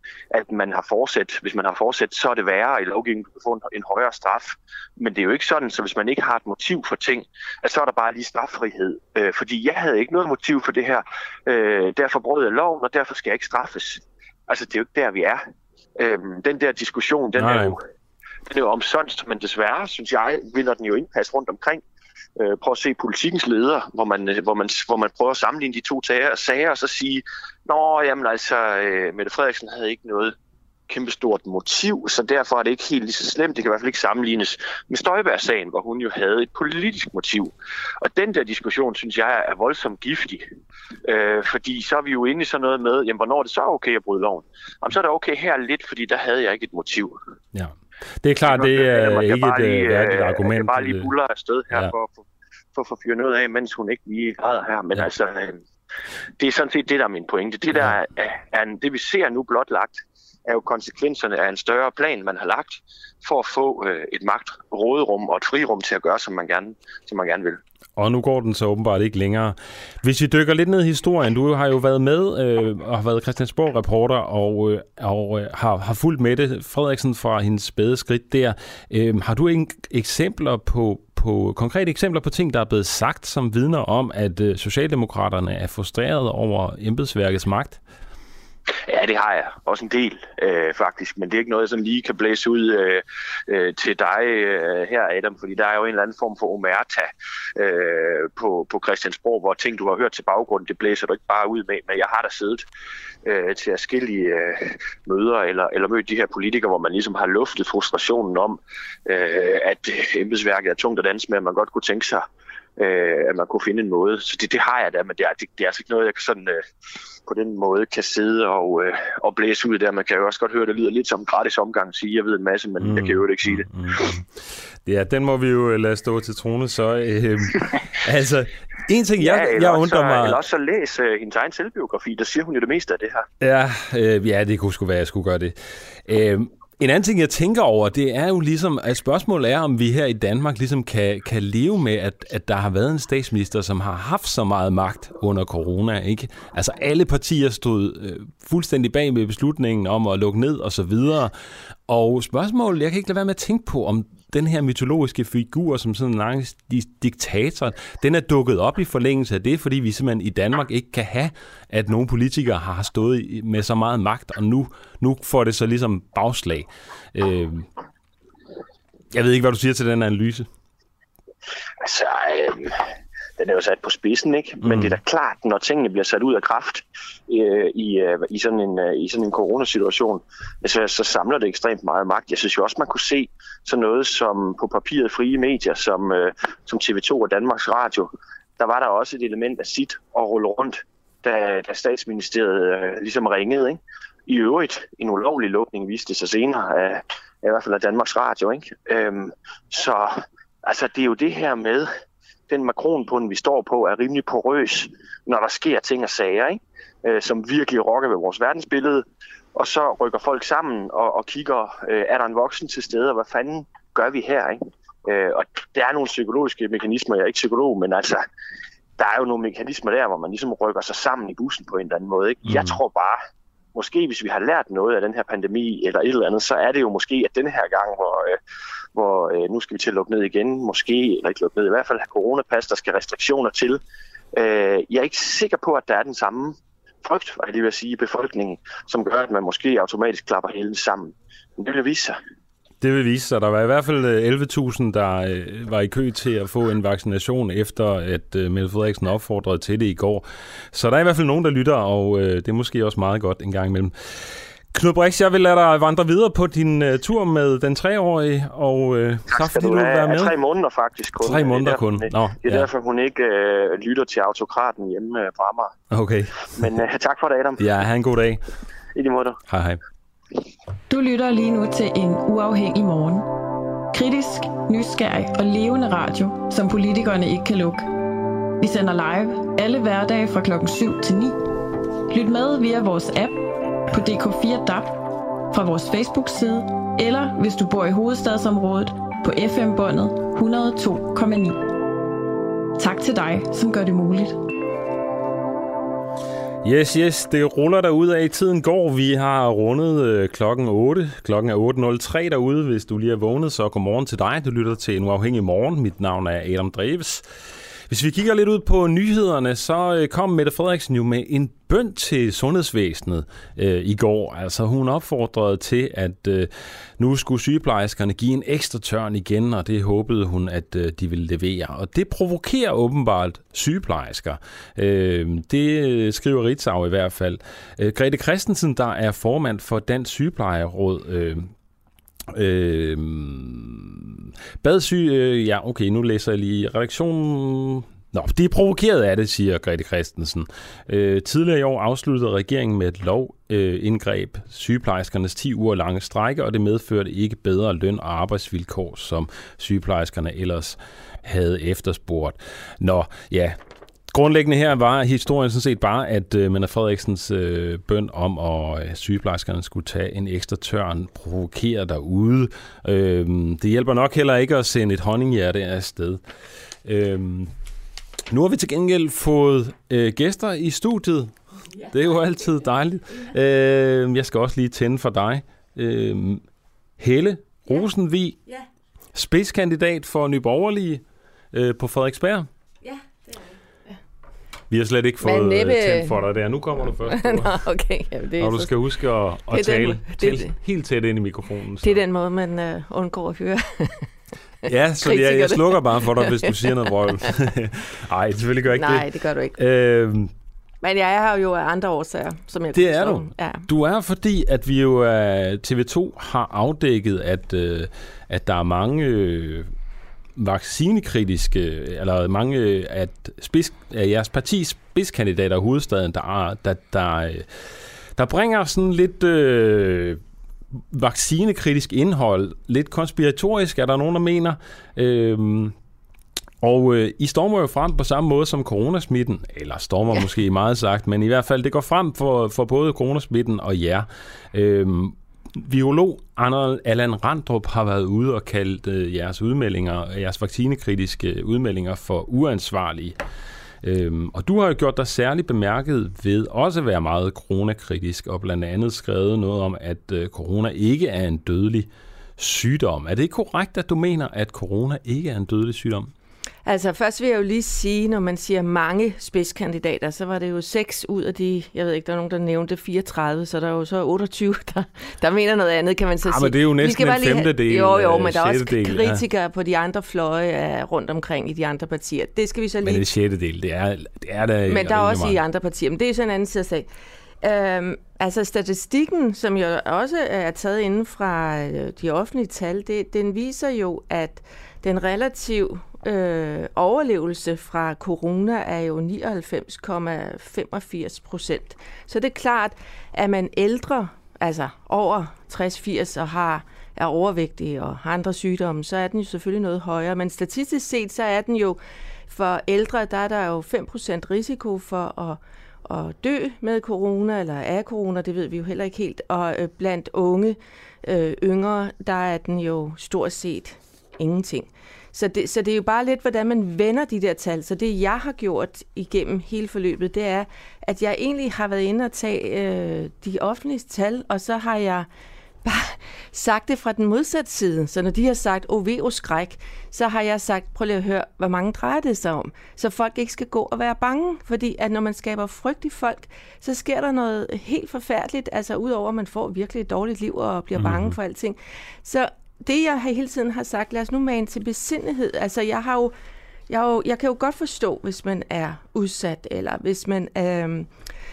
at man har fortsat, hvis man har fortsat, så er det værre i lovgivningen, at få en, en højere straf. Men det er jo ikke sådan, så hvis man ikke har et motiv for ting, at så er der bare lige straffrihed. Øh, fordi jeg havde ikke noget motiv for det her. Øh, derfor brød jeg loven, og derfor skal jeg ikke straffes. Altså, det er jo ikke der, vi er. Øh, den der diskussion, den er jo, den er jo omsonst, men desværre, synes jeg, vinder den jo indpas rundt omkring. Øh, prøv at se Politikens leder, hvor man, hvor, man, hvor man prøver at sammenligne de to tager, sager, og så sige, nå, jamen altså, øh, Mette Frederiksen havde ikke noget kæmpestort motiv, så derfor er det ikke helt lige så slemt. Det kan i hvert fald ikke sammenlignes med Støjberg-sagen, hvor hun jo havde et politisk motiv. Og den der diskussion, synes jeg, er voldsomt giftig. Øh, fordi så er vi jo inde i sådan noget med, jamen, hvornår er det så okay at bryde loven? Jamen, så er det okay her lidt, fordi der havde jeg ikke et motiv. Ja. Det er klart, det er ikke et værdigt argument. Jeg bare lige buller afsted her ja. for, for, for at få fyret noget af, mens hun ikke lige græder her. Men ja. altså, øh, det er sådan set det, der er min pointe. Det, der er, er, er det, vi ser nu blotlagt, er jo konsekvenserne af en større plan, man har lagt, for at få øh, et magtråderum og et frirum til at gøre, som man gerne, som man gerne vil. Og nu går den så åbenbart ikke længere. Hvis vi dykker lidt ned i historien, du har jo været med øh, og har været Christiansborg-reporter og, øh, og øh, har, har fulgt Mette Frederiksen fra hendes spæde skridt der. Øh, har du en, eksempler på, på konkrete eksempler på ting, der er blevet sagt, som vidner om, at øh, Socialdemokraterne er frustreret over embedsværkets magt? Ja, det har jeg. Også en del, øh, faktisk. Men det er ikke noget, jeg sådan lige kan blæse ud øh, øh, til dig øh, her, Adam. Fordi der er jo en eller anden form for omerta øh, på, på Christiansborg, hvor ting, du har hørt til baggrund, det blæser du ikke bare ud med. Men jeg har da siddet øh, til forskellige øh, møder eller, eller mødt de her politikere, hvor man ligesom har luftet frustrationen om, øh, at embedsværket er tungt at danse med, at man godt kunne tænke sig, øh, at man kunne finde en måde. Så det, det har jeg da, men det er, det, det er altså ikke noget, jeg kan sådan... Øh, på den måde kan sidde og, øh, og blæse ud der. Man kan jo også godt høre, det lyder lidt som en gratis omgang at sige, jeg ved en masse, men mm. jeg kan jo ikke sige det. Mm. Ja, den må vi jo lade stå til trone, så øh, altså, en ting, jeg, ja, jeg undrer mig... Eller også så læs øh, hendes egen selvbiografi, der siger hun jo det meste af det her. Ja, øh, ja det kunne sgu være, jeg skulle gøre det. Øh, En anden ting, jeg tænker over, det er jo ligesom, at spørgsmålet er, om vi her i Danmark ligesom kan, kan leve med, at, at der har været en statsminister, som har haft så meget magt under corona, ikke? Altså alle partier stod øh, fuldstændig bag med beslutningen om at lukke ned og så videre. Og spørgsmålet, jeg kan ikke lade være med at tænke på, om den her mytologiske figur, som sådan en lang diktator, den er dukket op i forlængelse af det, fordi vi simpelthen i Danmark ikke kan have, at nogle politikere har stået med så meget magt, og nu, nu får det så ligesom bagslag. Øh, jeg ved ikke, hvad du siger til den analyse. Altså, øh, den er jo sat på spidsen, ikke? Men mm. det er da klart, når tingene bliver sat ud af kraft øh, i, øh, i, sådan en, øh, i sådan en coronasituation, så, så samler det ekstremt meget magt. Jeg synes jo også, man kunne se sådan noget som på papiret frie medier, som, øh, som T V to og Danmarks Radio. Der var der også et element af sit at rulle rundt, da, da statsministeriet øh, ligesom ringede, ikke? I øvrigt, en ulovlig lukning viste det sig senere af, af i hvert fald af Danmarks Radio, ikke? Øhm, så altså, det er jo det her med, den makronbund, vi står på, er rimelig porøs, når der sker ting og sager, ikke? Øh, som virkelig rokker ved vores verdensbillede. Og så rykker folk sammen og, og kigger, øh, er der en voksen til stede, og hvad fanden gør vi her, ikke? Øh, og der er nogle psykologiske mekanismer, jeg er ikke psykolog, men altså, der er jo nogle mekanismer der, hvor man ligesom rykker sig sammen i bussen på en eller anden måde, ikke? Mm. Jeg tror bare, måske hvis vi har lært noget af den her pandemi eller et eller andet, så er det jo måske, at denne her gang, hvor, øh, hvor øh, nu skal vi til at lukke ned igen, måske, eller ikke lukke ned, i hvert fald have coronapas, der skal restriktioner til. Øh, jeg er ikke sikker på, at der er den samme frygt, hvad jeg lige vil sige, i befolkningen, som gør, at man måske automatisk klapper hele sammen. Men det vil vise sig. Det vil vise sig. Der var i hvert fald elleve tusind, der øh, var i kø til at få en vaccination, efter at øh, Mette Frederiksen opfordrede til det i går. Så der er i hvert fald nogen, der lytter, og øh, det er måske også meget godt en gang imellem. Knud Brix, jeg vil lade dig vandre videre på din uh, tur med den treårige, og øh, tak fordi du vil være med. Tre måneder faktisk kun. Tre måneder kun. Nå, det er ja. derfor, hun ikke øh, lytter til autokraten hjemme øh, på Amager. Okay. Men øh, tak for det, Adam. Ja, have en god dag. I lige måde. Hej, hej. Du lytter lige nu til en uafhængig morgen. Kritisk, nysgerrig og levende radio, som politikerne ikke kan lukke. Vi sender live alle hverdage fra klokken syv til ni. Lyt med via vores app på D K fire D A B, fra vores Facebook-side, eller hvis du bor i hovedstadsområdet på F M-båndet et hundrede og to komma ni. Tak til dig, som gør det muligt. Yes, yes, det ruller derude af. Tiden går. Vi har rundet øh, klokken otte. Klokken er otte nul tre derude. Hvis du lige er vågnet, så godmorgen til dig. Du lytter til En Uafhængig Morgen. Mit navn er Adam Dreves. Hvis vi kigger lidt ud på nyhederne, så kom Mette Frederiksen jo med en bøn til sundhedsvæsenet øh, i går. Altså hun opfordrede til, at øh, nu skulle sygeplejerskerne give en ekstra tørn igen, og det håbede hun, at øh, de ville levere. Og det provokerer åbenbart sygeplejersker. Øh, det skriver Ritzau i hvert fald. Øh, Grete Christensen, der er formand for Dansk Sygeplejeråd, øh, Øh, badsyg, øh, ja okay, nu læser jeg lige redaktionen. Nå, de er provokeret af det, siger Grete Christensen. Øh, tidligere i år afsluttede regeringen med et lovindgreb øh, sygeplejerskernes ti uger lange strejke, og det medførte ikke bedre løn og arbejdsvilkår, som sygeplejerskerne ellers havde efterspurgt. Nå, ja. Grundlæggende her var historien sådan set bare, at øh, Mette Frederiksens øh, bøn om, at øh, sygeplejerskerne skulle tage en ekstra tørn, provokere derude. Øh, det hjælper nok heller ikke at sende et honninghjerte afsted. Øh, nu har vi til gengæld fået øh, gæster i studiet. Det er jo altid dejligt. Øh, jeg skal også lige tænde for dig. Øh, Helle Rosenvig, spidskandidat for Nye Borgerlige øh, på Frederiksberg. Vi har slet ikke fået næppe... tændt for dig der. Nu kommer du først. Nå, okay. Jamen, det er og du skal huske at, at tale, den, tale det, helt tæt ind i mikrofonen. Så. Det er den måde, man uh, undgår at høre. Ja, så jeg, jeg slukker bare for dig, hvis du siger noget vrøvl. Nej, selvfølgelig gør jeg ikke Nej, det. Nej, det gør du ikke. Øhm, Men jeg er her jo af andre årsager, som jeg Det er du. Ja. Du er, fordi at vi jo uh, T V to har afdækket, at, uh, at der er mange... Uh, vaccinekritiske, eller mange af, spids, af jeres partis spidskandidater i hovedstaden, der, er, der, der, der bringer sådan lidt øh, vaccinekritisk indhold, lidt konspiratorisk, er der nogen, der mener. Øhm, og øh, I stormer jo frem på samme måde som coronasmitten, eller stormer ja. måske meget sagt, men i hvert fald, det går frem for, for både coronasmitten og jer. Øhm, Virolog Allan Randrup har været ude og kaldt øh, jeres udmeldinger, jeres vaccinekritiske udmeldinger for uansvarlige. Øhm, og du har jo gjort dig særligt bemærket ved også at være meget coronakritisk, og blandt andet skrevet noget om, at øh, corona ikke er en dødelig sygdom. Er det ikke korrekt, at du mener, at corona ikke er en dødelig sygdom? Altså først vil jeg jo lige sige, når man siger mange spidskandidater, så var det jo seks ud af de, jeg ved ikke, der er nogen, der nævnte fireogtredive, så der er jo så otteogtyve, der, der mener noget andet, kan man så ja, sige. Men det er jo næsten en femtedel. Jo, jo, men der er også del, kritikere ja. på de andre fløje rundt omkring i de andre partier. Det skal vi så lige... Men det er sjettedel, det er, det er der. Men der er også meget. I andre partier, men det er sådan en anden side af sag. Øhm, altså statistikken, som jo også er taget inden fra de offentlige tal, det, den viser jo, at den relativ øh, overlevelse fra corona er jo nioghalvfems komma femogfirs procent. Så det er klart, at man ældre, altså over tres firs og har, er overvægtige og har andre sygdomme, så er den jo selvfølgelig noget højere. Men statistisk set, så er den jo for ældre, der er der jo fem procent risiko for at at dø med corona, eller af corona, det ved vi jo heller ikke helt. Og øh, blandt unge, øh, yngre, der er den jo stort set ingenting. Så det, så det er jo bare lidt, hvordan man vender de der tal. Så det, jeg har gjort igennem hele forløbet, det er, at jeg egentlig har været inde og tage øh, de offentlige tal, og så har jeg bare sagt det fra den modsatte side. Så når de har sagt, åh, ved og skræk, så har jeg sagt, prøv lige at høre, hvor mange drejer det sig om. Så folk ikke skal gå og være bange, fordi at når man skaber frygt i folk, så sker der noget helt forfærdeligt, altså udover at man får virkelig et dårligt liv og bliver bange mm-hmm. for alting. Så det, jeg hele tiden har sagt, lad os nu mane til besindighed. Altså, jeg har jo, jeg, har jo, jeg kan jo godt forstå, hvis man er udsat, eller hvis man er øh,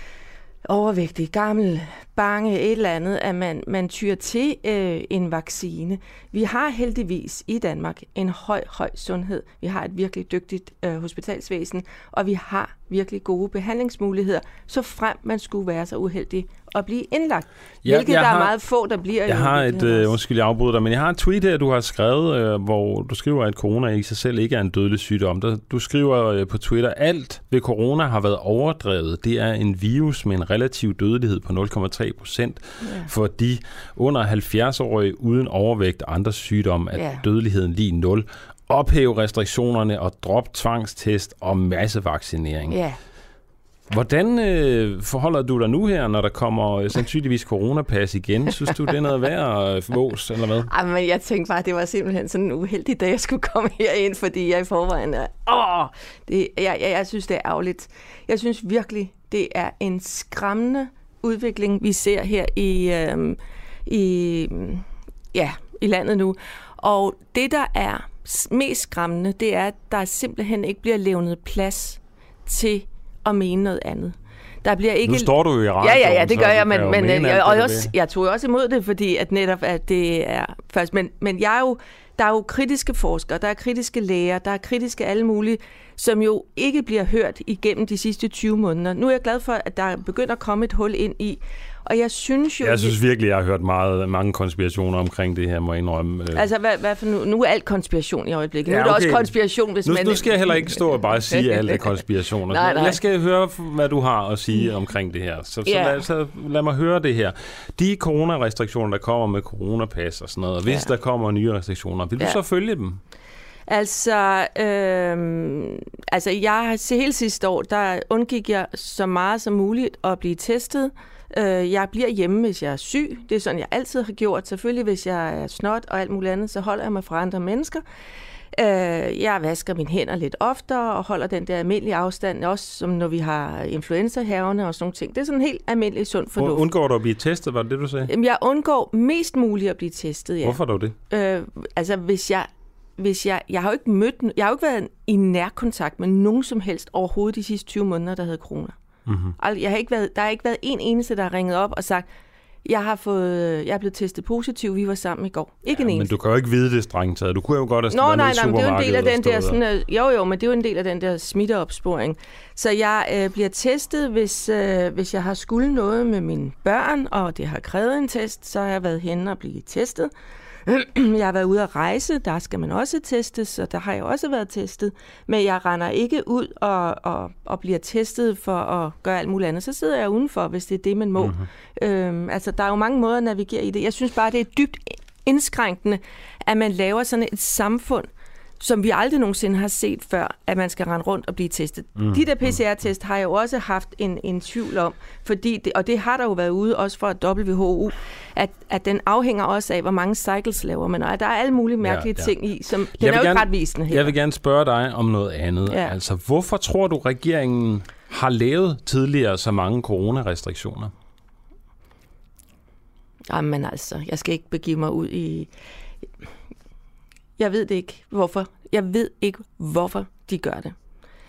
overvægtig, gammel, bange, et eller andet, at man, man tyr til øh, en vaccine. Vi har heldigvis i Danmark en høj, høj sundhed. Vi har et virkelig dygtigt øh, hospitalsvæsen, og vi har virkelig gode behandlingsmuligheder, så frem man skulle være så uheldig at blive indlagt. Ja, hvilket der har, er meget få, der bliver. Jeg har et, øh, undskyld, jeg afbryder dig, men jeg har et tweet her, du har skrevet, øh, hvor du skriver, at corona i sig selv ikke er en dødelig sygdom. Der, du skriver øh, på Twitter, alt ved corona har været overdrevet. Det er en virus med en relativ dødelighed på nul komma tre procent ja. For de under halvfjerds-årige uden overvægt og andre sygdomme, at ja. dødeligheden lige nul. Ophæve restriktionerne og drop tvangstest og massevaccinering. Ja. Hvordan øh, forholder du dig nu her, når der kommer øh, sandsynligvis coronapas igen? Synes du, det er noget værd at vås, eller hvad? Ej, men jeg tænkte bare, det var simpelthen sådan en uheldig dag, jeg skulle komme herind, fordi jeg i forvejen er... Åh, det, jeg, jeg, jeg synes, det er ærgerligt. Jeg synes virkelig, det er en skræmmende udvikling, vi ser her i, øh, i, ja, i landet nu. Og det, der er mest skræmmende, det er, at der simpelthen ikke bliver levnet plads til at mene noget andet. Der bliver ikke... Nu står du jo i radioen. Ja, ja, ja, det gør jeg, men, men jeg, jeg, det, også, jeg tog også imod det, fordi at netop at det er først. Men, men jeg er jo, der er jo kritiske forskere, der er kritiske læger, der er kritiske alle mulige, som jo ikke bliver hørt igennem de sidste tyve måneder. Nu er jeg glad for, at der begynder at komme et hul ind i. Og jeg synes jo... Jeg synes virkelig, jeg har hørt meget, mange konspirationer omkring det her, må jeg indrømme. Altså, hvad, hvad for nu? Nu er alt konspiration i øjeblikket. Ja, nu er det okay. også konspiration, hvis nu, man... Nu skal jeg heller ikke stå og bare sige, at alt er konspirationer. nej, nej. Jeg skal høre, hvad du har at sige omkring det her. Så, så, ja. lad, så lad mig høre det her. De coronarestriktioner, der kommer med coronapas og sådan noget, hvis ja. der kommer nye restriktioner, vil du ja. så følge dem? Altså, øh, altså jeg hele sidste år, der undgik jeg så meget som muligt at blive testet. Jeg bliver hjemme, hvis jeg er syg. Det er sådan, jeg altid har gjort. Selvfølgelig, hvis jeg er snot og alt muligt andet, så holder jeg mig fra andre mennesker. Jeg vasker mine hænder lidt oftere og holder den der almindelige afstand, også som når vi har influenza-hærgerne og sådan nogle ting. Det er sådan helt almindelig sund fornuft. Undgår du at blive testet, var det det, du sagde? Jeg undgår mest muligt at blive testet, ja. Hvorfor dog det? Øh, altså, hvis jeg... Hvis jeg, jeg har jo ikke mødt, jeg har jo ikke været i nærkontakt med nogen som helst overhovedet de sidste tyve måneder, der havde corona. Mm-hmm. Jeg har ikke været, der har ikke været en eneste, der har ringet op og sagt, jeg har fået, jeg er blevet testet positiv, vi var sammen i går. Ikke ja, en eneste. Men du kan jo ikke vide det strengt taget. Du kunne jo godt have Nå, nej, nej, men det er jo en del af den der, der. sådan, jo jo, men det er jo en del af den der smitteopsporing. Så jeg øh, bliver testet, hvis, øh, hvis jeg har skulle noget med mine børn, og det har krævet en test, så har jeg været henne og blive testet. Jeg har været ude at rejse, der skal man også testes, og der har jeg også været testet. Men jeg render ikke ud og, og, og bliver testet for at gøre alt muligt andet. Så sidder jeg udenfor, hvis det er det, man må. Mm-hmm. Øhm, altså, der er jo mange måder at navigere i det. Jeg synes bare, det er dybt indskrænkende, at man laver sådan et samfund, som vi aldrig nogensinde har set før, at man skal rende rundt og blive testet. Mm. De der P C R-test har jeg jo også haft en, en tvivl om, fordi det, og det har der jo været ude også fra W H O, at, at den afhænger også af, hvor mange cycles laver man, og der er alle mulige mærkelige ja, ja. ting i, som den er jo ikke retvisende her. Jeg vil gerne spørge dig om noget andet. Ja. Altså, hvorfor tror du, regeringen har lavet tidligere så mange coronarestriktioner? Jamen altså, jeg skal ikke begive mig ud i... Jeg ved det ikke, hvorfor. Jeg ved ikke, hvorfor de gør det.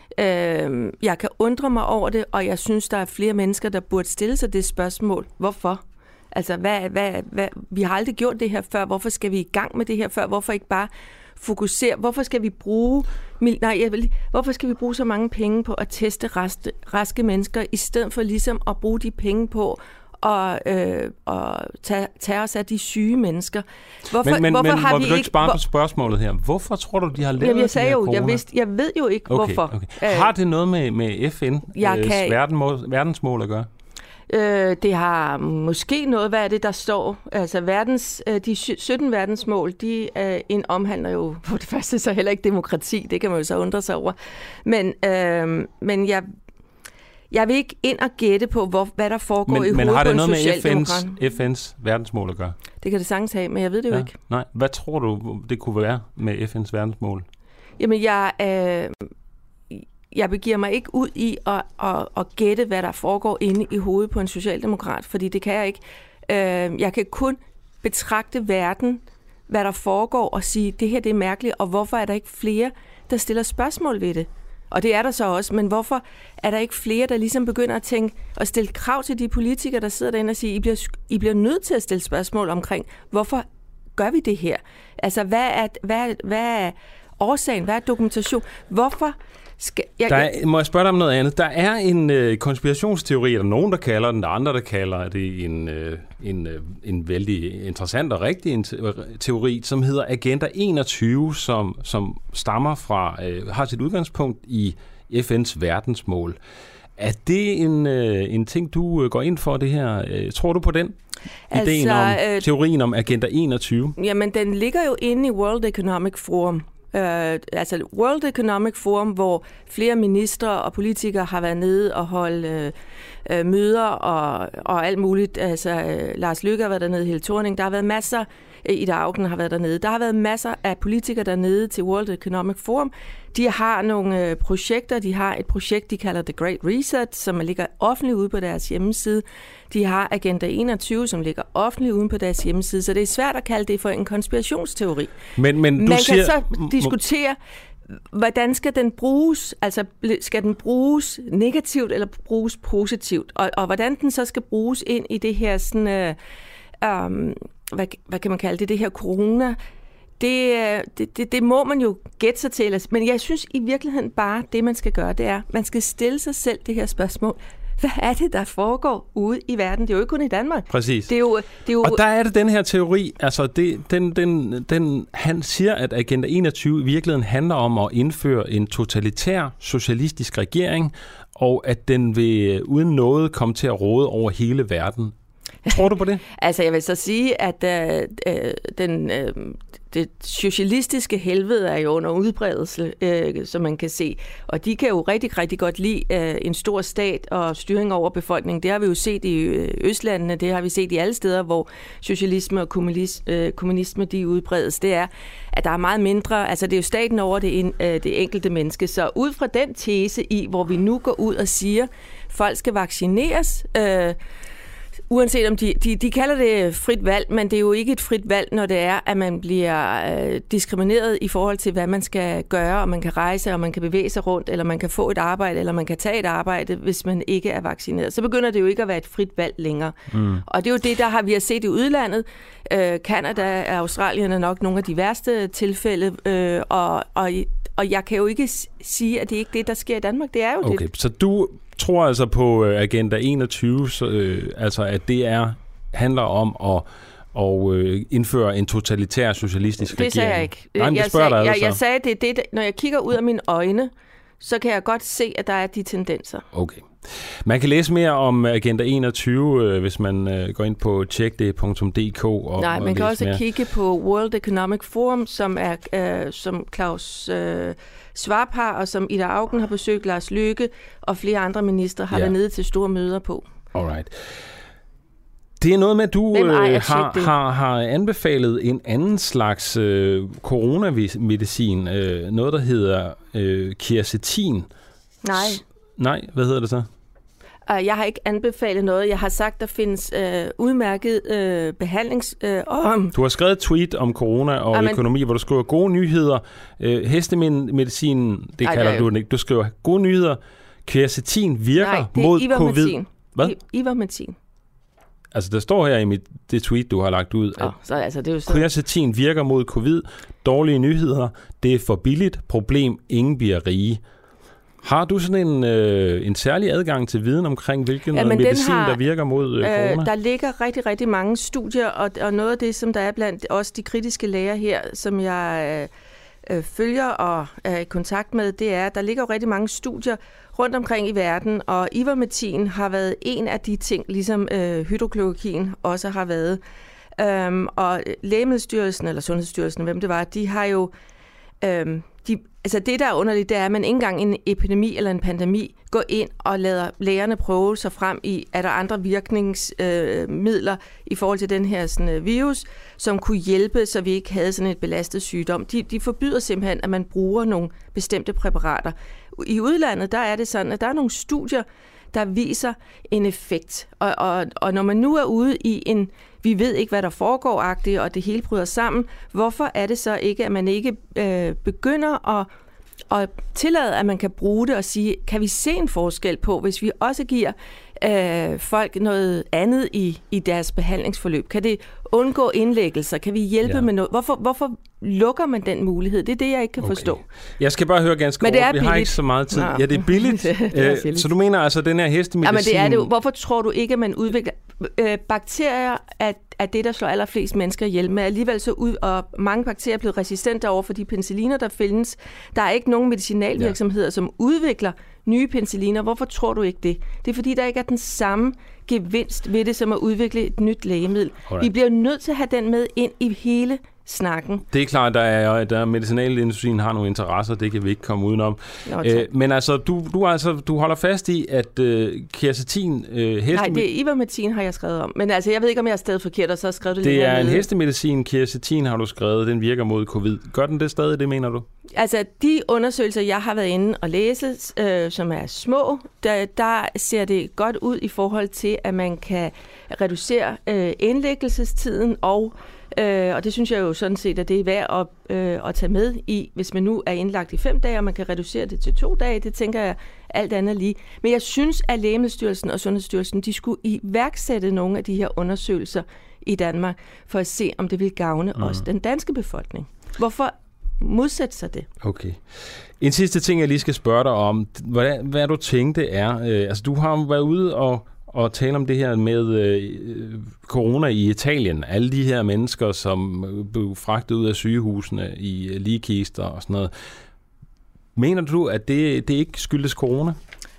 Øh, jeg kan undre mig over det, og jeg synes, der er flere mennesker, der burde stille sig det spørgsmål. Hvorfor? Altså, hvad, hvad, hvad, vi har aldrig gjort det her før. Hvorfor skal vi i gang med det her før? Hvorfor ikke bare fokusere? Hvorfor skal vi bruge, nej, jeg vil, hvorfor skal vi bruge så mange penge på at teste raske, raske mennesker, i stedet for ligesom at bruge de penge på og, øh, og tage, tage os af de syge mennesker. Hvorfor, men men, hvorfor men har må vi du ikke ikke spare på spørgsmålet her? Hvorfor tror du, de har lavet Jamen, jeg sagde de her jo, corona? jeg, vidste, jeg ved jo ikke, okay, hvorfor. Okay. Har det noget med, med F N's kan... verdensmål, verdensmål at gøre? Øh, det har måske noget, hvad er det, der står? Altså, verdens, de sytten verdensmål, de øh, en omhandler jo på det første så heller ikke demokrati. Det kan man jo så undre sig over. Men, øh, men jeg... Jeg vil ikke ind og gætte på, hvor, hvad der foregår men, i men hovedet på en Men socialdemokrat. har det noget med F N's, F N's verdensmål at gøre? Det kan det sagtens have, men jeg ved det jo ja, ikke. Nej. Hvad tror du, det kunne være med F N's verdensmål? Jamen, jeg, øh, jeg begiver mig ikke ud i at, at, at gætte, hvad der foregår inde i hovedet på en socialdemokrat, fordi det kan jeg ikke. Øh, jeg kan kun betragte verden, hvad der foregår, og sige, det her det er mærkeligt, og hvorfor er der ikke flere, der stiller spørgsmål ved det? Og det er der så også, men hvorfor er der ikke flere, der ligesom begynder at tænke og stille krav til de politikere, der sidder derinde og siger, I bliver, I bliver nødt til at stille spørgsmål omkring, hvorfor gør vi det her? Altså, hvad er, hvad, hvad er årsagen? Hvad er dokumentation? Hvorfor skal... Jeg, der er, må jeg spørge dig om noget andet? Der er en øh, konspirationsteori, der er nogen, der kalder den, der er andre, der kalder det en, øh, en, øh, en vældig interessant og rigtig en teori, som hedder Agenda enogtyve, som, som stammer fra, øh, har sit udgangspunkt i F N's verdensmål. Er det en, øh, en ting, du går ind for, det her? Øh, tror du på den? Altså, Ideen om, øh, teorien om Agenda enogtyve? Jamen, den ligger jo inde i World Economic Forum. øh, altså World Economic Forum, hvor flere ministre og politikere har været nede og holdt øh, møder og, og alt muligt. Altså øh, Lars Løkke har været dernede, Helle Thorning. Der har været masser, Ida Auken har været dernede. Der har været masser af politikere dernede til World Economic Forum. De har nogle øh, projekter. De har et projekt, de kalder The Great Reset, som ligger offentligt ude på deres hjemmeside. De har Agenda enogtyve, som ligger offentligt ude på deres hjemmeside. Så det er svært at kalde det for en konspirationsteori. Men, men du Man siger... kan så diskutere, hvordan skal den bruges? Altså, skal den bruges negativt eller bruges positivt? Og, og hvordan den så skal bruges ind i det her sådan... Øh, øh, hvad, hvad kan man kalde det? Det her corona... Det, det, det, det må man jo gætte sig til. Men jeg synes i virkeligheden bare, det man skal gøre, det er, man skal stille sig selv det her spørgsmål. Hvad er det, der foregår ude i verden? Det er jo ikke kun i Danmark. Præcis. Det er jo, det er jo... Og der er det den her teori, altså det, den, den, den, han siger, at Agenda enogtyve i virkeligheden handler om at indføre en totalitær socialistisk regering, og at den vil uden noget komme til at råde over hele verden. Tror du på det? Altså, jeg vil så sige, at øh, øh, den, øh, det socialistiske helvede er jo under udbredelse, øh, som man kan se. Og de kan jo rigtig, rigtig godt lide øh, en stor stat og styring over befolkningen. Det har vi jo set i Østlandene, det har vi set i alle steder, hvor socialisme og kommunisme, øh, kommunisme de udbredes. Det er, at der er meget mindre, altså det er jo staten over det, en, øh, det enkelte menneske. Så ud fra den tese i, hvor vi nu går ud og siger, folk skal vaccineres, øh, uanset om de, de, de kalder det frit valg, men det er jo ikke et frit valg, når det er, at man bliver øh, diskrimineret i forhold til, hvad man skal gøre, og man kan rejse, og man kan bevæge sig rundt, eller man kan få et arbejde, eller man kan tage et arbejde, hvis man ikke er vaccineret. Så begynder det jo ikke at være et frit valg længere. Mm. Og det er jo det, der har vi har set i udlandet. Øh, Canada og Australien er nok nogle af de værste tilfælde, øh, og, og, og jeg kan jo ikke sige, at det ikke er det, der sker i Danmark. Det er jo okay, det. Så du tror altså på Agenda enogtyve, så, øh, altså at det er handler om at og øh, indføre en totalitær socialistisk regering. Det sagde jeg ikke. Nej, jeg, det sagde, jeg, jeg, jeg sagde, det, det, når jeg kigger ud af mine øjne, så kan jeg godt se, at der er de tendenser. Okay. Man kan læse mere om Agenda enogtyve, øh, hvis man øh, går ind på tjek det punktum d k. Og, Nej, man og kan også mere. kigge på World Economic Forum, som er øh, som Klaus øh, Schwab har, og som Ida Auken har besøgt, Lars Løkke og flere andre ministre har ja. været nede til store møder på. Alright. Det er noget med, at du øh, har, har, har anbefalet en anden slags øh, coronamedicin. Øh, noget, der hedder øh, quercetin. Nej. S- nej, hvad hedder det så? Jeg har ikke anbefalet noget. Jeg har sagt, at der findes øh, udmærket øh, behandlings... Øh, om. Du har skrevet et tweet om corona og Amen. økonomi, hvor du skriver gode nyheder. Øh, hestemedicin, det Ej, kalder det du ikke. Du skriver gode nyheder. Quercetin virker Nej, mod covid. Hvad? Ivermectin. Altså, der står her i mit, det tweet, du har lagt ud, oh, at så, altså, det er jo så... quercetin virker mod covid. Dårlige nyheder. Det er for billigt. Problem. Ingen bliver rige. Har du sådan en, øh, en særlig adgang til viden omkring, hvilken ja, medicin, har, der virker mod øh, corona? Øh, der ligger rigtig, rigtig mange studier, og, og noget af det, som der er blandt også de kritiske læger her, som jeg øh, øh, følger og er i kontakt med, det er, at der ligger jo rigtig mange studier rundt omkring i verden, og ivermectin har været en af de ting, ligesom øh, hydroklorokin også har været. Øhm, og Lægemiddelstyrelsen, eller Sundhedsstyrelsen, hvem det var, de har jo... Øhm, de, altså det, der er underligt, det er, at man ikke engang i en epidemi eller en pandemi går ind og lader lægerne prøve sig frem i, er der andre virkningsmidler øh, i forhold til den her sådan, virus, som kunne hjælpe, så vi ikke havde sådan et belastet sygdom. De, de forbyder simpelthen, at man bruger nogle bestemte præparater. I udlandet, der er det sådan, at der er nogle studier, der viser en effekt. Og, og, og når man nu er ude i en, vi ved ikke, hvad der foregår-agtigt, og det hele bryder sammen, hvorfor er det så ikke, at man ikke øh, begynder at, at tillade, at man kan bruge det og sige, kan vi se en forskel på, hvis vi også giver øh, folk noget andet i, i deres behandlingsforløb? Kan det undgå indlæggelser? Kan vi hjælpe ja. med noget? Hvorfor, hvorfor lukker man den mulighed? Det er det, jeg ikke kan okay. forstå. Jeg skal bare høre ganske kort. Vi har ikke så meget tid. Nå. Ja, det er billigt. det er billigt. Så du mener altså, den her hestemedicin... Ja, men det er det jo. Hvorfor tror du ikke, at man udvikler... Øh, bakterier er, er det, der slår allerflest mennesker ihjel. Men alligevel så ud, og mange bakterier er blevet resistente over for de penicilliner, der findes. Der er ikke nogen medicinalvirksomheder, ja. som udvikler nye penicilliner. Hvorfor tror du ikke det? Det er fordi, der ikke er den samme gevinst ved det, som at udvikle et nyt lægemiddel. Alright. Vi bliver nødt til at have den med ind i hele snakken. Det er klart, der er, der medicinalindustrien har nogle interesser, det kan vi ikke komme udenom. Nå, Æ, men altså, du, du, altså, du holder fast i, at øh, quercetin... Øh, heste... Nej, det er ivermectin, har jeg skrevet om. Men altså, jeg ved ikke, om jeg har stadig forkert, og så har skrevet det Det lidt er en nede. hestemedicin, quercetin har du skrevet, den virker mod covid. Gør den det stadig, det mener du? Altså, de undersøgelser, jeg har været inde og læse, øh, som er små, der, der ser det godt ud i forhold til, at man kan reducere øh, indlæggelsestiden og Øh, og det synes jeg jo sådan set, at det er værd at, øh, at tage med i, hvis man nu er indlagt i fem dage, og man kan reducere det til to dage. Det tænker jeg alt andet lige. Men jeg synes, at Lægemiddelstyrelsen og Sundhedsstyrelsen, de skulle iværksætte nogle af de her undersøgelser i Danmark, for at se, om det vil gavne mm. også den danske befolkning. Hvorfor modsætte sig det? Okay. En sidste ting, jeg lige skal spørge dig om. Hvad, hvad du tænkte er, øh, altså du har været ude og og tale om det her med øh, corona i Italien. Alle de her mennesker, som blev fragtet ud af sygehusene i øh, ligkister og sådan noget. Mener du, at det, det ikke skyldes corona?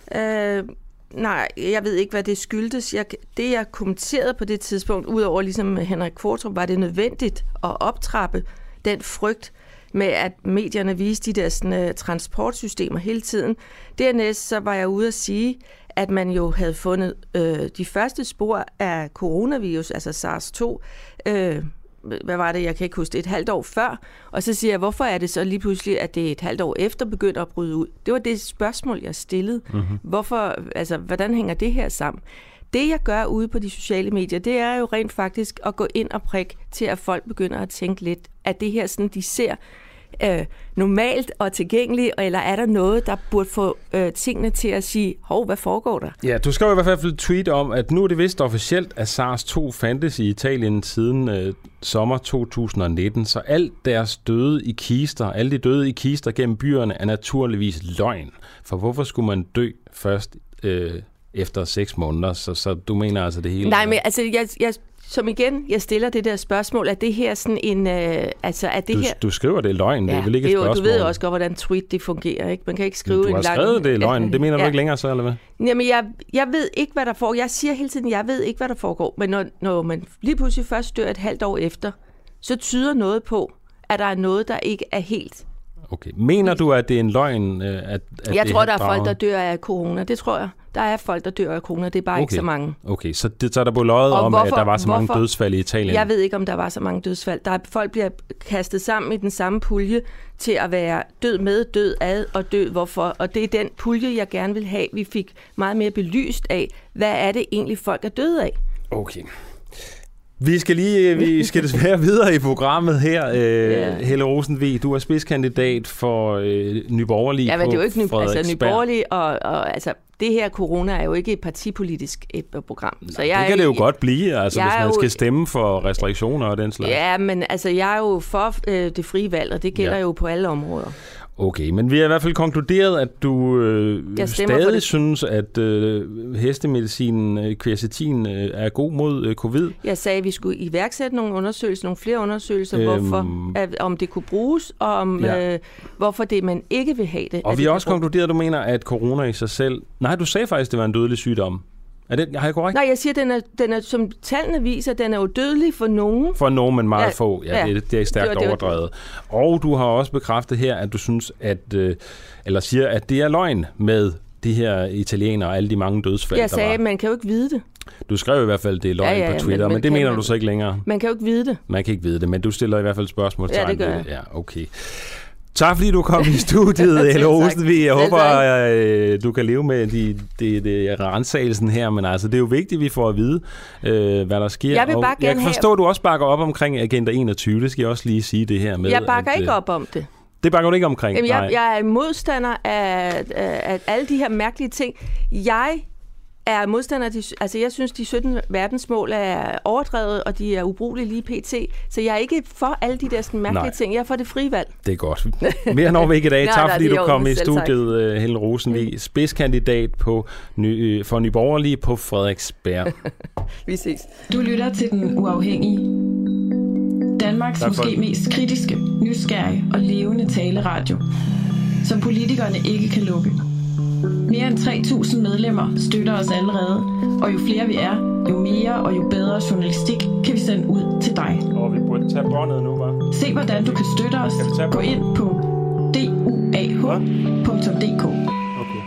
Øh, nej, jeg ved ikke, hvad det skyldes. Jeg, det, jeg kommenterede på det tidspunkt, udover ligesom Henrik Qvortrup, var det nødvendigt at optrappe den frygt med, at medierne viste de der sådan, uh, transportsystemer hele tiden. Dernæst så var jeg ude at sige, at man jo havde fundet øh, de første spor af coronavirus, altså SARS to, øh, hvad var det, jeg kan ikke huske det, et halvt år før, og så siger jeg, hvorfor er det så lige pludselig, at det et halvt år efter begynder at bryde ud? Det var det spørgsmål, jeg stillede. Mm-hmm. Hvorfor, altså, hvordan hænger det her sammen? Det, jeg gør ude på de sociale medier, det er jo rent faktisk at gå ind og prikke til, at folk begynder at tænke lidt, at det her sådan, de ser øh, normalt og tilgængeligt, eller er der noget, der burde få øh, tingene til at sige, hov, hvad foregår der? Ja, du skrev i hvert fald et tweet om, at nu er det vist officielt, at SARS to fandtes i Italien siden øh, sommer to tusind og nitten, så alt deres døde i kister, alle de døde i kister gennem byerne, er naturligvis løgn. For hvorfor skulle man dø først øh, efter seks måneder? Så, så du mener altså det hele? Nej, men altså, jeg, jeg, som igen, jeg stiller det der spørgsmål, er det her sådan en... Øh, altså, er det du, her... du skriver det i løgn, ja, det er vel ikke et spørgsmål? Du ved jo også godt, hvordan tweet det fungerer, ikke? Man kan ikke skrive en lang... Du har skrevet det i løgn, det mener du ja. ikke længere så, eller hvad? Jamen, jeg, jeg ved ikke, hvad der foregår. Jeg siger hele tiden, jeg ved ikke, hvad der foregår. Men når, når man lige pludselig først dør et halvt år efter, så tyder noget på, at der er noget, der ikke er helt... Okay. Mener du, at det er en løgn, at, at jeg det tror, der er drager? folk, der dør af corona. Det tror jeg. Der er folk, der dør af corona. Det er bare okay. ikke så mange. Okay, så, det, så er der blevet løjet om, hvorfor, at der var så hvorfor? mange dødsfald i Italien? Jeg ved ikke, om der var så mange dødsfald. Der er, folk bliver kastet sammen i den samme pulje til at være død med, død ad og død hvorfor. Og det er den pulje, jeg gerne vil have. Vi fik meget mere belyst af, hvad er det egentlig, folk er døde af. Okay. Vi skal lige, vi skal desværre videre i programmet her. Øh, yeah. Helle Rosenvig, du er spidskandidat for øh, Nye Borgerlige. Ja, men det er jo ikke Nye, altså, Nye Borgerlige, og, og altså, det her corona er jo ikke et partipolitisk et program. Så Nej, jeg det kan er, det jo godt blive, altså, hvis man jo, skal stemme for restriktioner og den slags. Ja, men altså, jeg er jo for øh, det frie valg, og det gælder ja. jo på alle områder. Okay, men vi har i hvert fald konkluderet, at du øh, stadig synes, at øh, hestemedicinen, øh, quercetin, øh, er god mod øh, covid. Jeg sagde, at vi skulle iværksætte nogle undersøgelser, nogle flere undersøgelser, øhm, hvorfor, at, om det kunne bruges, og om, ja. øh, hvorfor det, man ikke vil have det. Og vi har også konkluderet, at du mener, at corona i sig selv... Nej, du sagde faktisk, at det var en dødelig sygdom. Er det, har jeg korrekt? Nej, jeg siger, at den er, den er, som tallene viser, den er jo dødelig for nogen. For nogen, men meget ja, få. Ja, ja. Det, det er stærkt det var, overdrevet. Det var... Og du har også bekræftet her, at du synes, at, øh, eller siger, at det er løgn med de her italienere og alle de mange dødsfald, jeg sagde, man kan jo ikke vide det. Du skrev i hvert fald, det er løgn ja, ja, på Twitter, men, men det mener man, du så ikke længere. Man kan jo ikke vide det. Man kan ikke vide det, men du stiller i hvert fald spørgsmål. Ja, det gør jeg. Ja, okay. Tak fordi du kom i studiet, Helle Rosenvig. Jeg håber, at du kan leve med de, de, de rensagelsen her, men altså, det er jo vigtigt, at vi får at vide, øh, hvad der sker. Jeg vil bare og jeg kan forstå, have... at du også bakker op omkring Agenda enogtyve. Det skal jeg også lige sige det her med. Jeg bakker at, ikke op om det. Det bakker du ikke omkring? Jamen, jeg, jeg er modstander af, af, af alle de her mærkelige ting. Jeg er modstander, de, altså jeg synes, de sytten verdensmål er overdrevet, og de er ubrugelige lige pt. Så jeg er ikke for alle de der sådan mærkelige Nej. ting. Jeg er for det frie valg. Det er godt. Mere når vi ikke i dag. Tak fordi du kom i studiet, Helen Rosenvig, spidskandidat på ny, for Nye Borgerlige på Frederiksberg. Vi ses. Du lytter til Den Uafhængige. Danmarks måske mest kritiske, nysgerrige og levende taleradio, som politikerne ikke kan lukke. Mere end tre tusind medlemmer støtter os allerede, og jo flere vi er, jo mere og jo bedre journalistik kan vi sende ud til dig. Og vi burde tage båndet nu, hva'? Se hvordan du kan støtte os. Gå ind på d u a h punktum d k. Okay.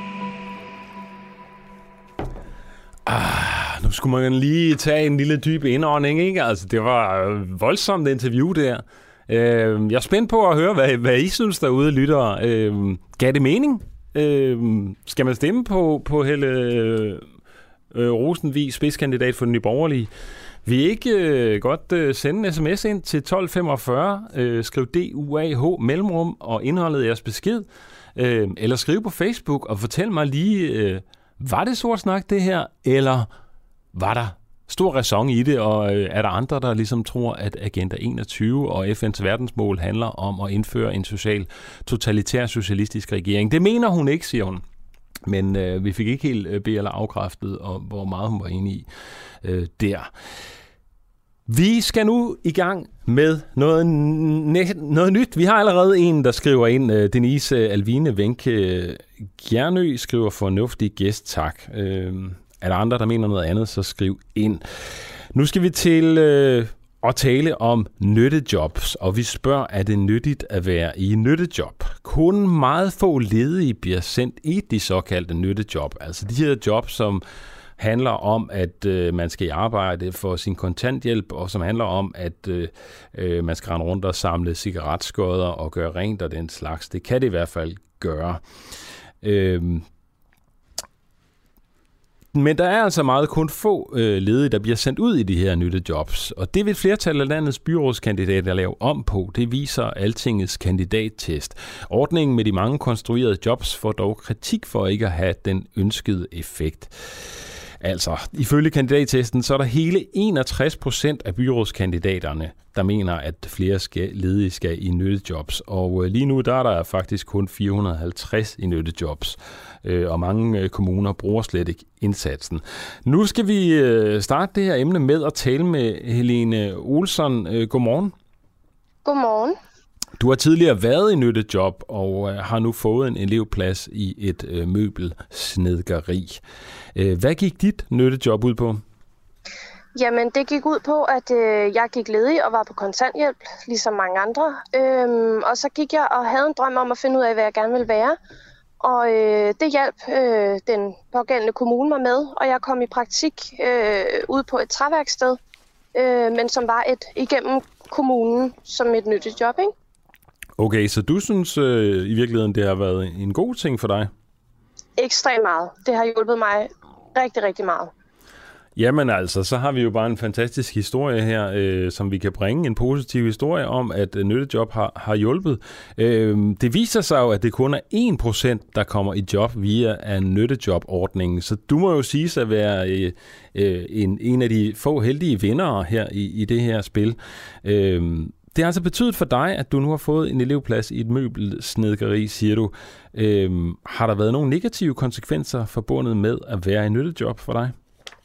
Ah, nu skulle man lige tage en lille dyb indånding, ikke? Altså, det var et voldsomt interview der. Øh, jeg er spændt på at høre, hvad, hvad I synes derude, lyttere. Øh, gav det mening? Øh, skal man stemme på, på Helle øh, Rosenvig, spidskandidat for den Nye Borgerlige? Vil I ikke øh, godt øh, sende en sms ind til tolv femogfyrre, øh, skriv D U A H mellemrum og indholdet af jeres besked, øh, eller skriv på Facebook og fortæl mig lige, øh, var det sort snak det her, eller var der stor ræson i det, og øh, er der andre, der ligesom tror, at Agenda enogtyve og F N's verdensmål handler om at indføre en social, totalitær socialistisk regering? Det mener hun ikke, siger hun. Men øh, vi fik ikke helt øh, be- eller afkræftet, og hvor meget hun var enig i øh, der. Vi skal nu i gang med noget, noget nyt. Vi har allerede en, der skriver ind. Øh, Denise Alvine Wenche Gjernø skriver fornuftig gæst, tak. Øh, Er der andre, der mener noget andet, så skriv ind. Nu skal vi til øh, at tale om nyttejobs, og vi spørger, er det nyttigt at være i nyttejob? Kun meget få ledige bliver sendt i de såkaldte nyttejob. Altså de her jobs, som handler om, at øh, man skal i arbejde for sin kontanthjælp, og som handler om, at øh, man skal rende rundt og samle cigaretskodder og gøre rent og den slags. Det kan det i hvert fald gøre. Øh, Men der er altså meget kun få øh, ledige, der bliver sendt ud i de her nyttejobs. Og det vil flertal af landets byrådskandidater lave om på. Det viser Altingets kandidattest. Ordningen med de mange konstruerede jobs får dog kritik for ikke at have den ønskede effekt. Altså, ifølge kandidattesten, så er der hele enogtres procent af byrådskandidaterne, der mener, at flere skal, ledige skal i nyttejobs. Og øh, lige nu der er der faktisk kun fire hundrede og halvtreds i nyttejobs. Øh, og mange øh, kommuner bruger slet ikke indsatsen. Nu skal vi øh, starte det her emne med at tale med Helene Olsson. Øh, godmorgen. Godmorgen. Du har tidligere været i nyttejob og øh, har nu fået en elevplads i et øh, møbelsnedkeri. Øh, hvad gik dit nyttejob ud på? Jamen, det gik ud på, at øh, jeg gik ledig og var på kontanthjælp, ligesom mange andre. Øhm, og så gik jeg og havde en drøm om at finde ud af, hvad jeg gerne ville være. Og øh, det hjalp øh, den pågældende kommune mig med, og jeg kom i praktik øh, ud på et træværksted, øh, men som var et igennem kommunen som et nyttejob, ikke? Okay, så du synes øh, i virkeligheden, det har været en god ting for dig? Ekstremt meget. Det har hjulpet mig rigtig, rigtig meget. Jamen altså, så har vi jo bare en fantastisk historie her, øh, som vi kan bringe. En positiv historie om, at øh, nyttejob har, har hjulpet. Øh, det viser sig jo, at det kun er en procent, der kommer i job via en nyttejobordning. Så du må jo sige at være øh, øh, en, en af de få heldige vindere her i, i det her spil. Øh, Det har altså betydet for dig, at du nu har fået en elevplads i et møbelsnedkeri, siger du. Øhm, har der været nogle negative konsekvenser forbundet med at være i nyttejob for dig?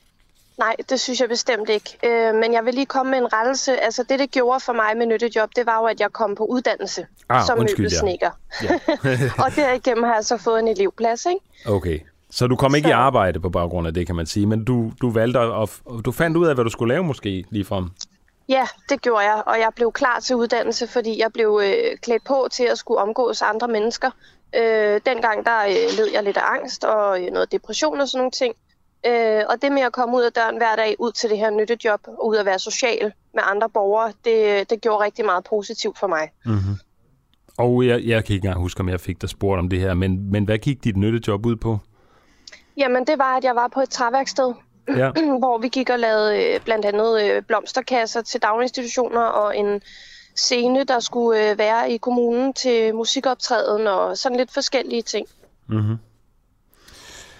Nej, det synes jeg bestemt ikke. Øh, men jeg vil lige komme med en rettelse. Altså det, det gjorde for mig med nyttejob, det var jo, at jeg kom på uddannelse ah, som undskyld, møbelsnedker. Ja. Ja. Og derigennem har jeg så fået en elevplads, ikke? Okay. Så du kom ikke så i arbejde på baggrund af det, kan man sige, men du, du valgte at, du fandt ud af, hvad du skulle lave måske ligefrem? Ja, det gjorde jeg, og jeg blev klar til uddannelse, fordi jeg blev øh, klædt på til at skulle omgås andre mennesker. Øh, dengang der øh, led jeg lidt af angst og øh, noget depression og sådan nogle ting. Øh, og det med at komme ud af døren hver dag, ud til det her nyttejob, og ud at være social med andre borgere, det, det gjorde rigtig meget positivt for mig. Mm-hmm. Og jeg, jeg kan ikke engang huske, om jeg fik dig spurgt om det her, men, men hvad gik dit nyttejob ud på? Jamen det var, at jeg var på et træværksted. Ja. Hvor vi gik og lavede øh, blandt andet øh, blomsterkasser til daginstitutioner og en scene, der skulle øh, være i kommunen til musikoptræden og sådan lidt forskellige ting. Mm-hmm.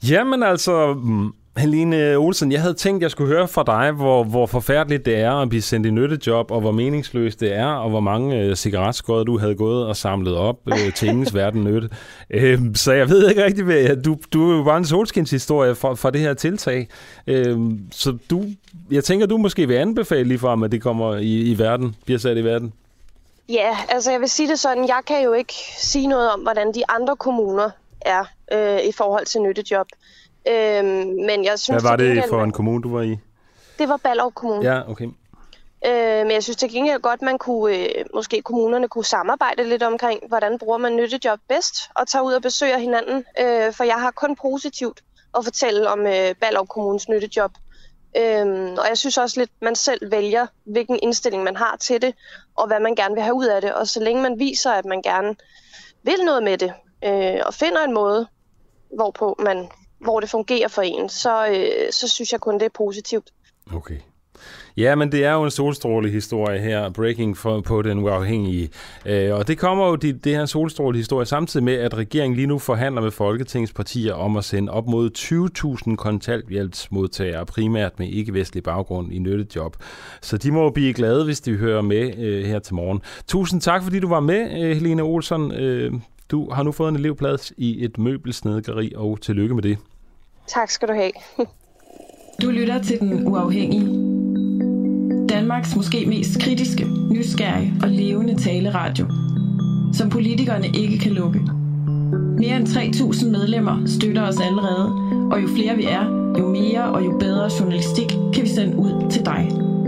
Jamen altså, Helene Olsen, jeg havde tænkt, at jeg skulle høre fra dig, hvor, hvor forfærdeligt det er at blive sendt i nyttejob, og hvor meningsløst det er, og hvor mange øh, cigaretskåder du havde gået og samlet op øh, til ingens verden nytte. Øh, så jeg ved ikke rigtig, hvad du, du er jo bare en solskinshistorie fra, fra det her tiltag. Øh, så du, jeg tænker, du måske vil anbefale lige frem, at det kommer i, i verden, bliver sat i verden. Ja, altså jeg vil sige det sådan, jeg kan jo ikke sige noget om, hvordan de andre kommuner er øh, i forhold til nyttejob. Øh, men jeg synes, hvad var det gengæld, for en kommune, du var i? Det var Ballerup Kommune. Ja, okay. Øh, men jeg synes til gengæld godt, man kunne, øh, måske kommunerne kunne samarbejde lidt omkring, hvordan bruger man nyttejob bedst, og tage ud og besøge hinanden. Øh, for jeg har kun positivt at fortælle om øh, Ballerup Kommunes nyttejob. Øhm, og jeg synes også lidt, man selv vælger, hvilken indstilling man har til det, og hvad man gerne vil have ud af det. Og så længe man viser, at man gerne vil noget med det, øh, og finder en måde, hvorpå man, hvor det fungerer for en, så, øh, så synes jeg kun, det er positivt. Okay. Ja, men det er jo en solstrålehistorie her, breaking for, på Den Uafhængige. Øh, og det kommer jo, det, det her solstrålehistorie, samtidig med, at regeringen lige nu forhandler med Folketingets partier om at sende op mod tyve tusind kontanthjælpsmodtagere, primært med ikke-vestlig baggrund, i nyttejob. Så de må jo blive glade, hvis de hører med øh, her til morgen. Tusind tak, fordi du var med, øh, Helene Olsen. Øh, du har nu fået en elevplads i et møbelsnedkeri, og tillykke med det. Tak skal du have. Du lytter til Den Uafhængige. Danmarks måske mest kritiske, nysgerrige og levende taleradio, som politikerne ikke kan lukke. Mere end tre tusind medlemmer støtter os allerede, og jo flere vi er, jo mere og jo bedre journalistik kan vi sende ud til dig.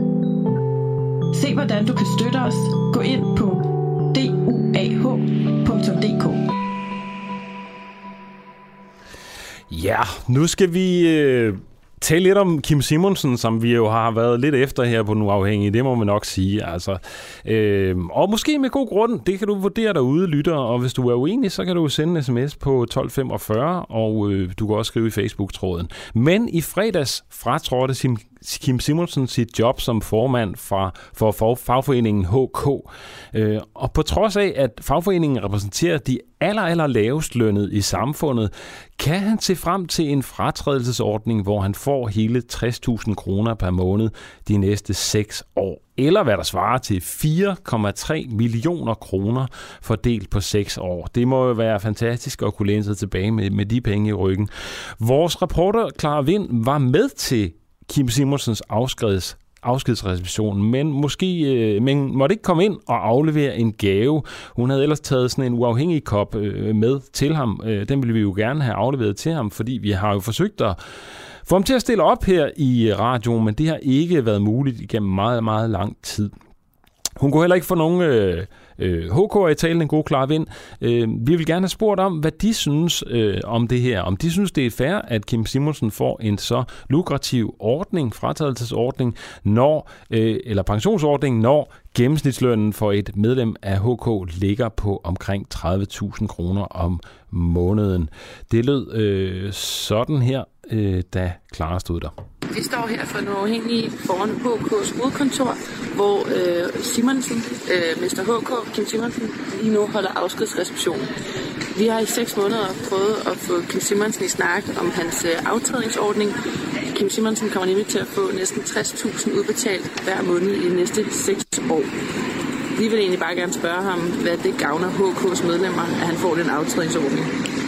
Se hvordan du kan støtte os. Gå ind på d u a h punktum d k. Ja, nu skal vi øh, tale lidt om Kim Simonsen, som vi jo har været lidt efter her på Den Uafhængige, det må man nok sige. Altså. Øh, og måske med god grund, det kan du vurdere derude, lytter, og hvis du er uenig, så kan du sende en sms på tolv femogfyrre, og øh, du kan også skrive i Facebook-tråden. Men i fredags fratrådte Sim Kim Simonsen sit job som formand for, for, for fagforeningen H K. Øh, og på trods af, at fagforeningen repræsenterer de aller, aller lavest lønnede i samfundet, kan han se frem til en fratrædelsesordning, hvor han får hele tres tusind kroner per måned de næste seks år. Eller hvad der svarer til fire komma tre millioner kroner fordelt på seks år. Det må jo være fantastisk at kunne læne sig tilbage med, med de penge i ryggen. Vores reporter Clara Vind var med til Kim Simonsens afskeds, afskedsreception, men måske øh, men måtte ikke komme ind og aflevere en gave. Hun havde ellers taget sådan en uafhængig kop øh, med til ham. Øh, den ville vi jo gerne have afleveret til ham, fordi vi har jo forsøgt at få ham til at stille op her i radioen, men det har ikke været muligt igennem meget, meget lang tid. Hun kunne heller ikke få nogen øh, øh, H K'er i talen, en god klar vind. Øh, vi vil gerne have spurgt om, hvad de synes øh, om det her. Om de synes, det er fair, at Kim Simonsen får en så lukrativ ordning, fratrædelsesordning, når, øh, eller pensionsordning, når gennemsnitslønnen for et medlem af H K ligger på omkring tredive tusind kroner om måneden. Det lød øh, sådan her, øh, da Clara stod der. Vi står her for Den Uafhængige foran H K's hovedkontor, hvor øh, Simonsen, øh, mister H K, Kim Simonsen, lige nu holder afskedsreception. Vi har i seks måneder prøvet at få Kim Simonsen i snak om hans øh, aftrædningsordning. Kim Simonsen kommer nemlig til at få næsten tres tusind udbetalt hver måned i de næste seks år. Vi vil egentlig bare gerne spørge ham, hvad det gavner H K's medlemmer, at han får den aftrædningsordning.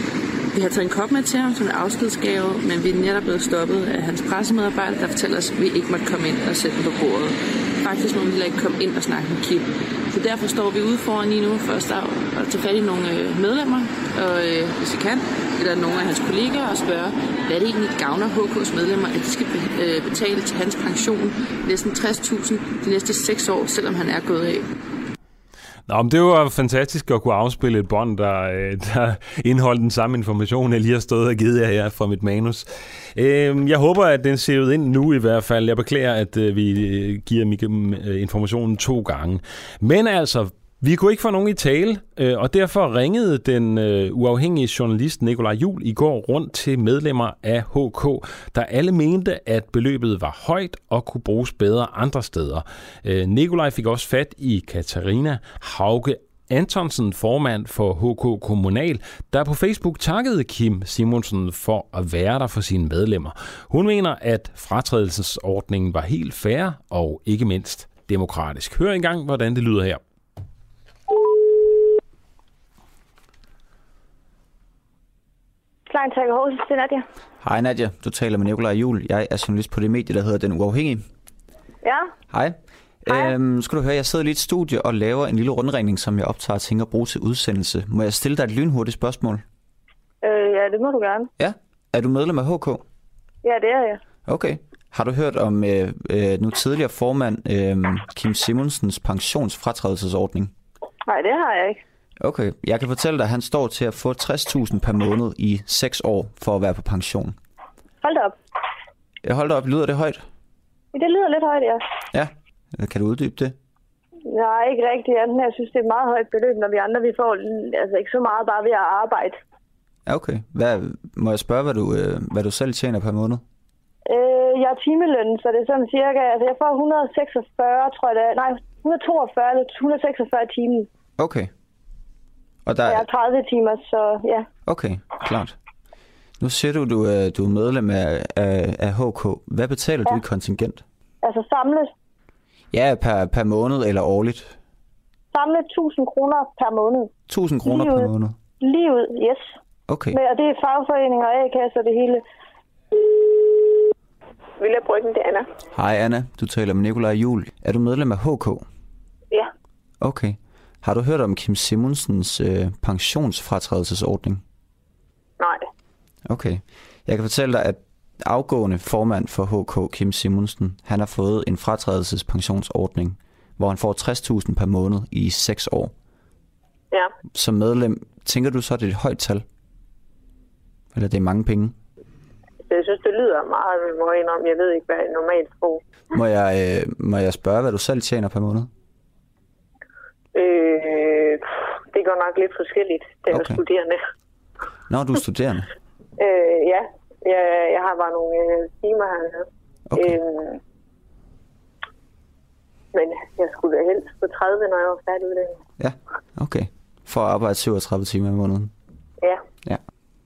Vi har taget en kop med til ham som en afskedsgave, men vi er netop blevet stoppet af hans pressemedarbejder, der fortæller os, at vi ikke måtte komme ind og sætte den på bordet. Faktisk må vi heller ikke komme ind og snakke med Kim. Så derfor står vi ude foran lige nu først at tage fat i nogle medlemmer, og øh, hvis vi kan, eller nogle af hans kollegaer, og spørge, hvad det egentlig gavner H K's medlemmer, at de skal betale til hans pension næsten tres tusind de næste seks år, selvom han er gået af. Nå, men det var fantastisk at kunne afspille et bånd, der, der indeholdt den samme information, jeg lige har stået og givet jer her fra mit manus. Jeg håber, at den ser ud ind nu i hvert fald. Jeg beklager, at vi giver informationen to gange. Men altså, vi kunne ikke få nogen i tale, og derfor ringede den uafhængige journalist Nikolaj Juhl i går rundt til medlemmer af H K, der alle mente, at beløbet var højt og kunne bruges bedre andre steder. Nikolaj fik også fat i Katarina Hauge Antonsen, formand for H K Kommunal, der på Facebook takkede Kim Simonsen for at være der for sine medlemmer. Hun mener, at fratrædelsesordningen var helt fair og ikke mindst demokratisk. Hør engang, hvordan det lyder her. Klein Tager Horsens, det er Nadia. Hej Nadia, du taler med Nikolaj Juhl. Jeg er journalist på det medie, der hedder Den Uafhængige. Ja. Hej. Hej. Øhm, skal du høre, jeg sidder lige i et studie og laver en lille rundringning, som jeg optager og tænker at bruge til udsendelse. Må jeg stille dig et lynhurtigt spørgsmål? Øh, ja, det må du gerne. Ja. Er du medlem af H K? Ja, det er jeg. Okay. Har du hørt om øh, øh, nu tidligere formand øh, Kim Simonsens pensionsfratrædelsesordning? Nej, det har jeg ikke. Okay. Jeg kan fortælle dig, at han står til at få tres tusind per måned i seks år for at være på pension. Hold da op. Jeg holder op. Lyder det højt? Det lyder lidt højt, ja. Ja. Kan du uddybe det? Nej, ikke rigtigt. Jeg synes, det er et meget højt beløb, når vi andre vi får altså ikke så meget bare ved at arbejde. Okay. Hvad, må jeg spørge, hvad du, øh, hvad du selv tjener per måned? Øh, jeg er timeløn, så det er sådan cirka... Altså, jeg får et hundrede og seksogfyrre, tror jeg det er. Nej, et hundrede og toogfyrre eller et hundrede og seksogfyrre timer. Okay. Og der... jeg har tredive timer, så ja. Okay, klart. Nu siger du, du er, du er medlem af, af, af H K. Hvad betaler ja. du i kontingent? Altså samlet? Ja, per, per måned eller årligt? Samlet tusind kroner per måned. tusind kroner per måned? Lige ud, yes. Okay. Men, og det er fagforeninger og A-kasser og det hele. Villa Bryggen, det er Anna. Hej Anna, du taler med Nikolaj Juhl. Er du medlem af H K? Ja. Okay. Har du hørt om Kim Simonsens øh, pensionsfratrædelsesordning? Nej. Okay. Jeg kan fortælle dig, at afgående formand for H K, Kim Simonsen, han har fået en fratrædelsespensionsordning, hvor han får tres tusind per måned i seks år. Ja. Som medlem, tænker du så, at det er et højt tal? Eller det er mange penge? Jeg synes, det lyder meget, må jeg indrømme. Jeg ved ikke, hvad jeg normalt får. Må jeg, øh, må jeg spørge, hvad du selv tjener per måned? Øh, det går nok lidt forskelligt, da jeg er studerende. Nå, du er studerende? øh, ja. Jeg, jeg har bare nogle øh, timer her. Okay. Øh, men jeg skulle da helst på tredive, når jeg var færdig med det. Ja, okay. For at arbejde syvogtredive timer i måneden? Ja. Ja.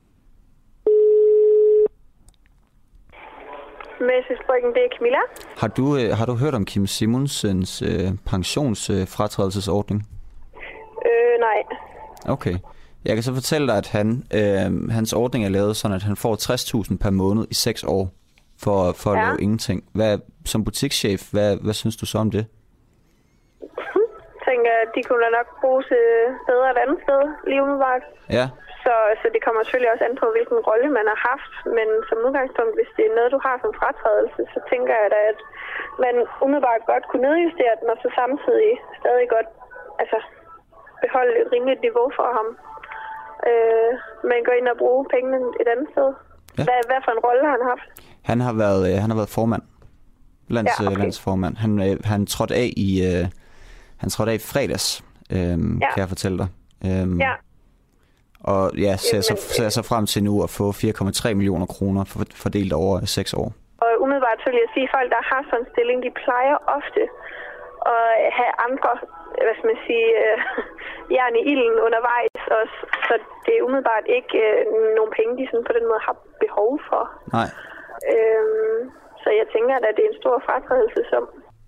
Mrs. Bryggen, det er Camilla. Har du, øh, har du hørt om Kim Simonsens øh, pensionsfratrædelsesordning? Øh, nej. Okay. Jeg kan så fortælle dig, at han, øh, hans ordning er lavet sådan, at han får tres tusind per måned i seks år for, for at ja. lave ingenting. Hvad, som butikschef, hvad, hvad synes du så om det? Jeg tænker, at de kunne da nok bruges bedre et andet sted, lige umiddelbart. Ja. Så, så det kommer selvfølgelig også an på, hvilken rolle man har haft. Men som udgangspunkt, hvis det er noget, du har som fratrædelse, så tænker jeg da, at man umiddelbart godt kunne nedjustere den, og så samtidig stadig godt altså, beholde et rimeligt niveau for ham. Øh, man går ind og bruger pengene et andet sted. Ja. Hvad, hvad for en rolle har han haft? Han har været, øh, han har været formand. Lands, ja, okay. Landsformand. Han, øh, han trådte af i øh, han trådte af i fredags, øh, ja. kan jeg fortælle dig. Øh, ja. Og ja, ser så, ser så frem til nu at få fire komma tre millioner kroner fordelt over seks år. Og umiddelbart så vil jeg sige, at folk, der har sådan en stilling, de plejer ofte at have andre, hvad skal man sige, øh, jern i ilden undervejs også. Så det er umiddelbart ikke øh, nogen penge, de sådan på den måde har behov for. Nej. Øhm, så jeg tænker, at det er en stor fratrædelse som.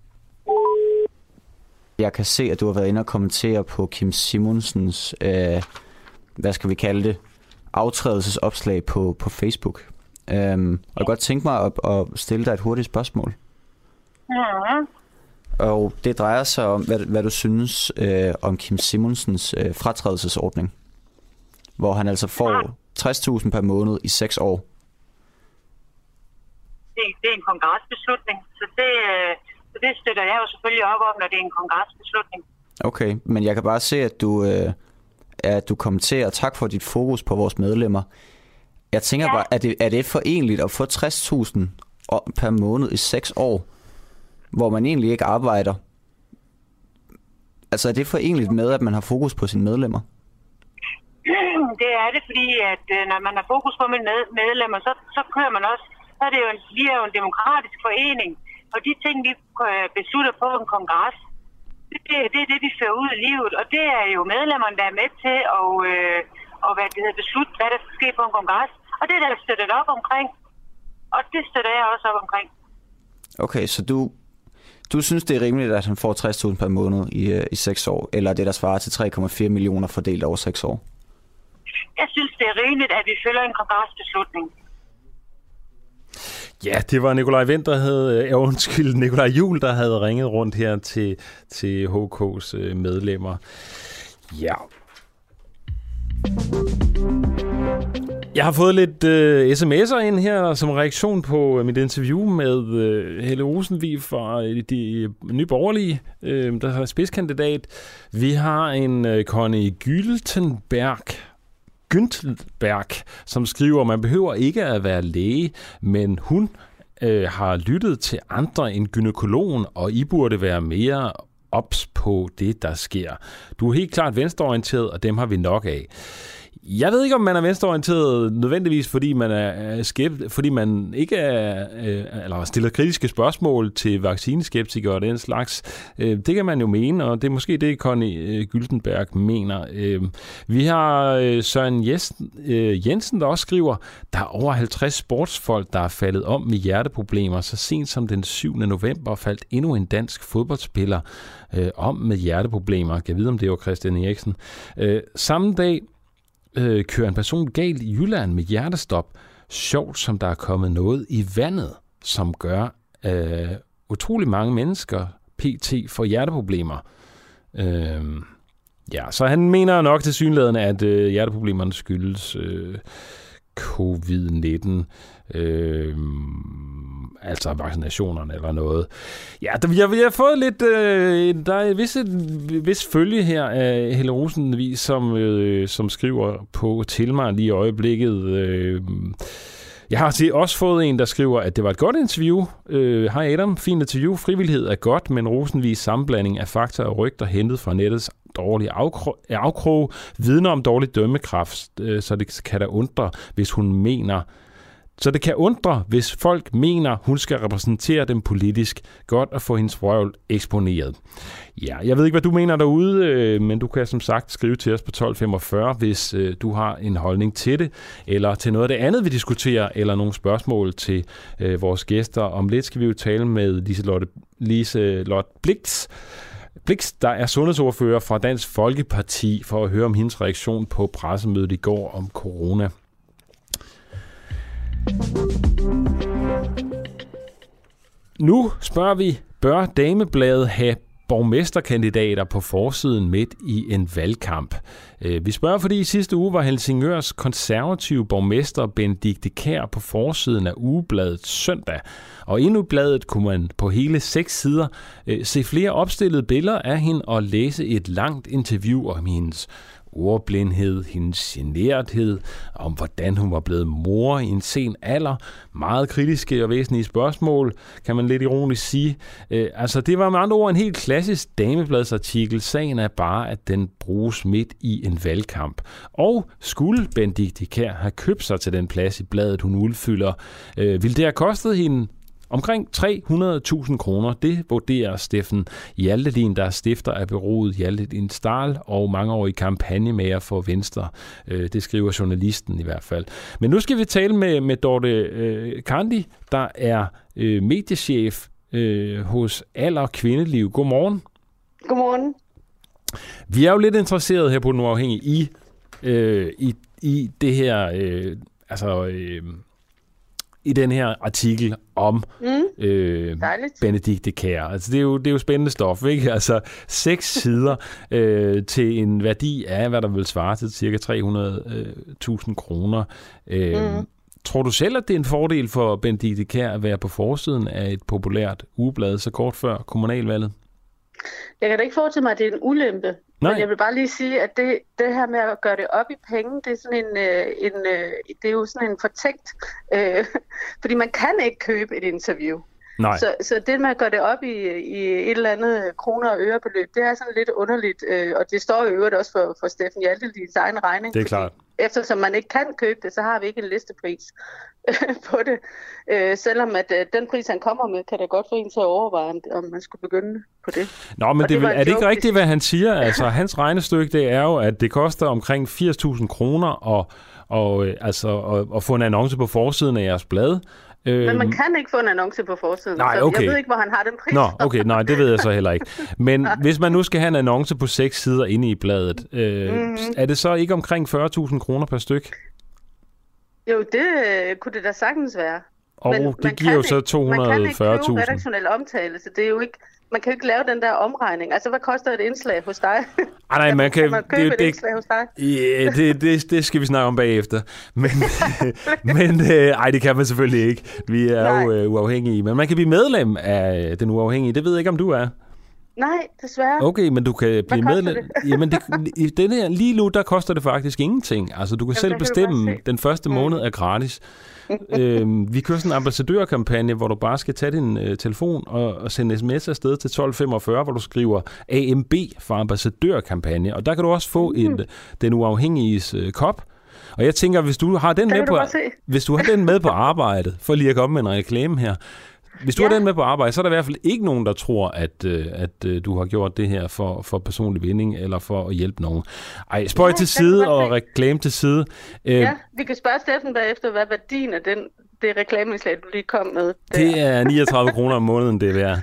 Jeg kan se, at du har været inde og kommentere på Kim Simonsens øh, hvad skal vi kalde det, aftrædelsesopslag på, på Facebook. Øhm, og jeg kan godt tænke mig at, at stille dig et hurtigt spørgsmål. Ja. Og det drejer sig om, hvad, hvad du synes øh, om Kim Simonsens øh, fratrædelsesordning, hvor han altså får tres tusind per måned i seks år. Det, det er en kongresbeslutning, så det, så det støtter jeg jo selvfølgelig op om, når det er en kongresbeslutning. Okay, men jeg kan bare se, at du... Øh, at du kommenterer, og tak for dit fokus på vores medlemmer. Jeg tænker ja. bare, er det, er det forenligt at få tres tusind per måned i seks år, hvor man egentlig ikke arbejder? Altså er det forenligt med, at man har fokus på sine medlemmer? Det er det, fordi at når man har fokus på mine medlemmer, så, så kører man også, så er det jo en, vi er jo en demokratisk forening, og de ting, vi beslutter på en kongres, det, det er det, vi fører ud i livet, og det er jo medlemmerne, der er med til at, øh, og hvad det hedder, beslutte, hvad der skal ske på en kongres. Og det er der støttet op omkring, og det støtter jeg også op omkring. Okay, så du, du synes, det er rimeligt, at han får tres tusind per måned i, i seks år, eller det, der svarer til tre komma fire millioner fordelt over seks år? Jeg synes, det er rimeligt, at vi følger en kongresbeslutning. Ja, det var Nikolaj Wendt, der havde, øh, undskyld, Nikolaj Juhl, der havde ringet rundt her til, til H K's øh, medlemmer. Ja. Jeg har fået lidt øh, sms'er ind her som reaktion på øh, mit interview med øh, Helle Rosenvig fra øh, de Nye Borgerlige, øh, der er spidskandidat. Vi har en øh, Connie Gyltenberg, Gyltenberg, som skriver, at man behøver ikke at være læge, men hun øh, har lyttet til andre end gynækologen, og I burde være mere ops på det, der sker. Du er helt klart venstreorienteret, og dem har vi nok af. Jeg ved ikke, om man er venstreorienteret nødvendigvis, fordi man er skeptisk, fordi man ikke er, eller stiller kritiske spørgsmål til vaccineskeptikere og den slags. Det kan man jo mene, og det er måske det, Connie Gyltenberg mener. Vi har Søren Jensen, der også skriver, der er over halvtreds sportsfolk, der er faldet om med hjerteproblemer. Så sent som den syvende november faldt endnu en dansk fodboldspiller om med hjerteproblemer. Jeg ved, om det var Christian Eriksen. Samme dag Øh, kører en person galt i Jylland med hjertestop. Sjovt, som der er kommet noget i vandet, som gør øh, utrolig mange mennesker pt. For hjerteproblemer. Øh, ja, så han mener nok til synligheden, at øh, hjerteproblemerne skyldes øh, covid nitten. Øh, altså vaccinationerne eller noget. Ja, der, vi, har, vi har fået lidt... Øh, der er vist et vis følge her af Helle Rosenvig, som, øh, som skriver på til mig lige i øjeblikket. Øh, jeg har til også fået en, der skriver, at det var et godt interview. Øh, Hej Adam, fint interview. Frivillighed er godt, men Rosenvigs sammenblanding af fakta og rygter hentet fra nettets dårlige afkrog, afkrog vidner om dårlig dømmekraft, øh, så det kan da undre, hvis hun mener... Så det kan undre, hvis folk mener, hun skal repræsentere dem politisk. Godt at få hendes vrøvl eksponeret. Ja, jeg ved ikke, hvad du mener derude, men du kan som sagt skrive til os på tolv femogfyrre, hvis du har en holdning til det, eller til noget af det andet, vi diskuterer, eller nogle spørgsmål til vores gæster. Om lidt skal vi jo tale med Liselotte, Liselotte Blix, Blix, der er sundhedsordfører fra Dansk Folkeparti, for at høre om hendes reaktion på pressemødet i går om corona. Nu spørger vi, bør Damebladet have borgmesterkandidater på forsiden midt i en valgkamp? Vi spørger, fordi i sidste uge var Helsingørs konservative borgmester Benedikte Kjær på forsiden af ugebladet Søndag. Og inde i bladet kunne man på hele seks sider se flere opstillede billeder af hende og læse et langt interview om hendes ordblindhed, hendes generthed, om hvordan hun var blevet mor i en sen alder. Meget kritiske og væsentlige spørgsmål, kan man lidt ironisk sige. Øh, altså, det var med andre ord en helt klassisk damebladsartikel. Sagen er bare, at den bruges midt i en valgkamp. Og skulle Benedikte Kjær have købt sig til den plads i bladet, hun udfylder, øh, ville det have kostet hende omkring tre hundrede tusind kroner. Det vurderer Steffen Hjaltelin, der er stifter af bureauet Hjaltelin Stahl og mangeårig kampagnemager for Venstre. Det skriver journalisten i hvert fald. Men nu skal vi tale med, med Dorte øh, Kandi, der er øh, mediechef øh, hos Aller Kvindeliv. Godmorgen. Godmorgen. Vi er jo lidt interesseret her på Den Uafhængige i, øh, i, i det her... Øh, altså... Øh, i den her artikel om mm. øh, Benedikte Kjær. Altså, det er jo, det er jo spændende stof, ikke? Altså, seks sider øh, til en værdi af, hvad der vil svare til cirka tre hundrede tusind kroner. Øh, mm. Tror du selv, at det er en fordel for Benedikte Kjær at være på forsiden af et populært ugeblad så kort før kommunalvalget? Jeg kan da ikke forestille mig, at det er en ulempe. Nej. Men jeg vil bare lige sige, at det, det her med at gøre det op i penge, det er, sådan en, en, en, det er jo sådan en fortænkt, øh, fordi man kan ikke købe et interview. Nej. Så, så det med at gøre det op i, i et eller andet kroner- og ørebeløb, det er sådan lidt underligt, øh, og det står jo øvrigt også for, for Steffen Hjaltelins egen regning. Det er klart. Eftersom man ikke kan købe det, så har vi ikke en listepris på det. Øh, selvom at øh, den pris, han kommer med, kan da godt få en til at overveje, om man skulle begynde på det. Nå, men det, det er det ikke rigtigt, hvad han siger? Altså, hans regnestykke, det er jo, at det koster omkring firs tusind kroner og, og, altså, at, at få en annonce på forsiden af jeres blad. Men man kan ikke få en annonce på forsiden, nej, så okay. jeg ved ikke, hvor han har den pris. Nå, okay, nej, det ved jeg så heller ikke. Men hvis man nu skal have en annonce på seks sider inde i bladet, øh, mm-hmm. er det så ikke omkring fyrre tusind kroner per styk? Jo, det øh, kunne det da sagtens være. Og men det giver jo så to hundrede og fyrre tusind. Man kan ikke købe redaktionel omtale, så det er jo ikke... Man kan jo ikke lave den der omregning. Altså, hvad koster et indslag hos dig? Ej, nej, man kan... kan man købe det, et det, indslag hos dig? Ja, det, det, det skal vi snakke om bagefter. Men, men øh, ej, det kan man selvfølgelig ikke. Vi er nej. jo øh, uafhængige. Men man kan blive medlem af Den Uafhængige. Det ved jeg ikke, om du er. Nej, desværre. Okay, men du kan blive medlem. Det? Jamen, det, i denne her, lige nu, der koster det faktisk ingenting. Altså, du kan Jamen, selv bestemme, kan den første mm. måned er gratis. øhm, vi kører sådan en ambassadørkampagne, hvor du bare skal tage din øh, telefon og, og sende sms afsted til tolv femogfyrre, hvor du skriver A M B for ambassadørkampagne. Og der kan du også få mm. en, Den Uafhængiges øh, kop. Og jeg tænker, hvis du har den med på, hvis du har den med på arbejdet, for lige at komme med en reklame her, hvis du ja. har den med på arbejde, så er der i hvert fald ikke nogen, der tror, at, at, at du har gjort det her for, for personlig vinding, eller for at hjælpe nogen. Ej, spøj ja, til side og reklame til side. Ja, vi kan spørge Steffen bagefter, hvad værdien af den, det reklameindslag, du lige kom med. Der. Det er niogtredive kroner om måneden, det er værd.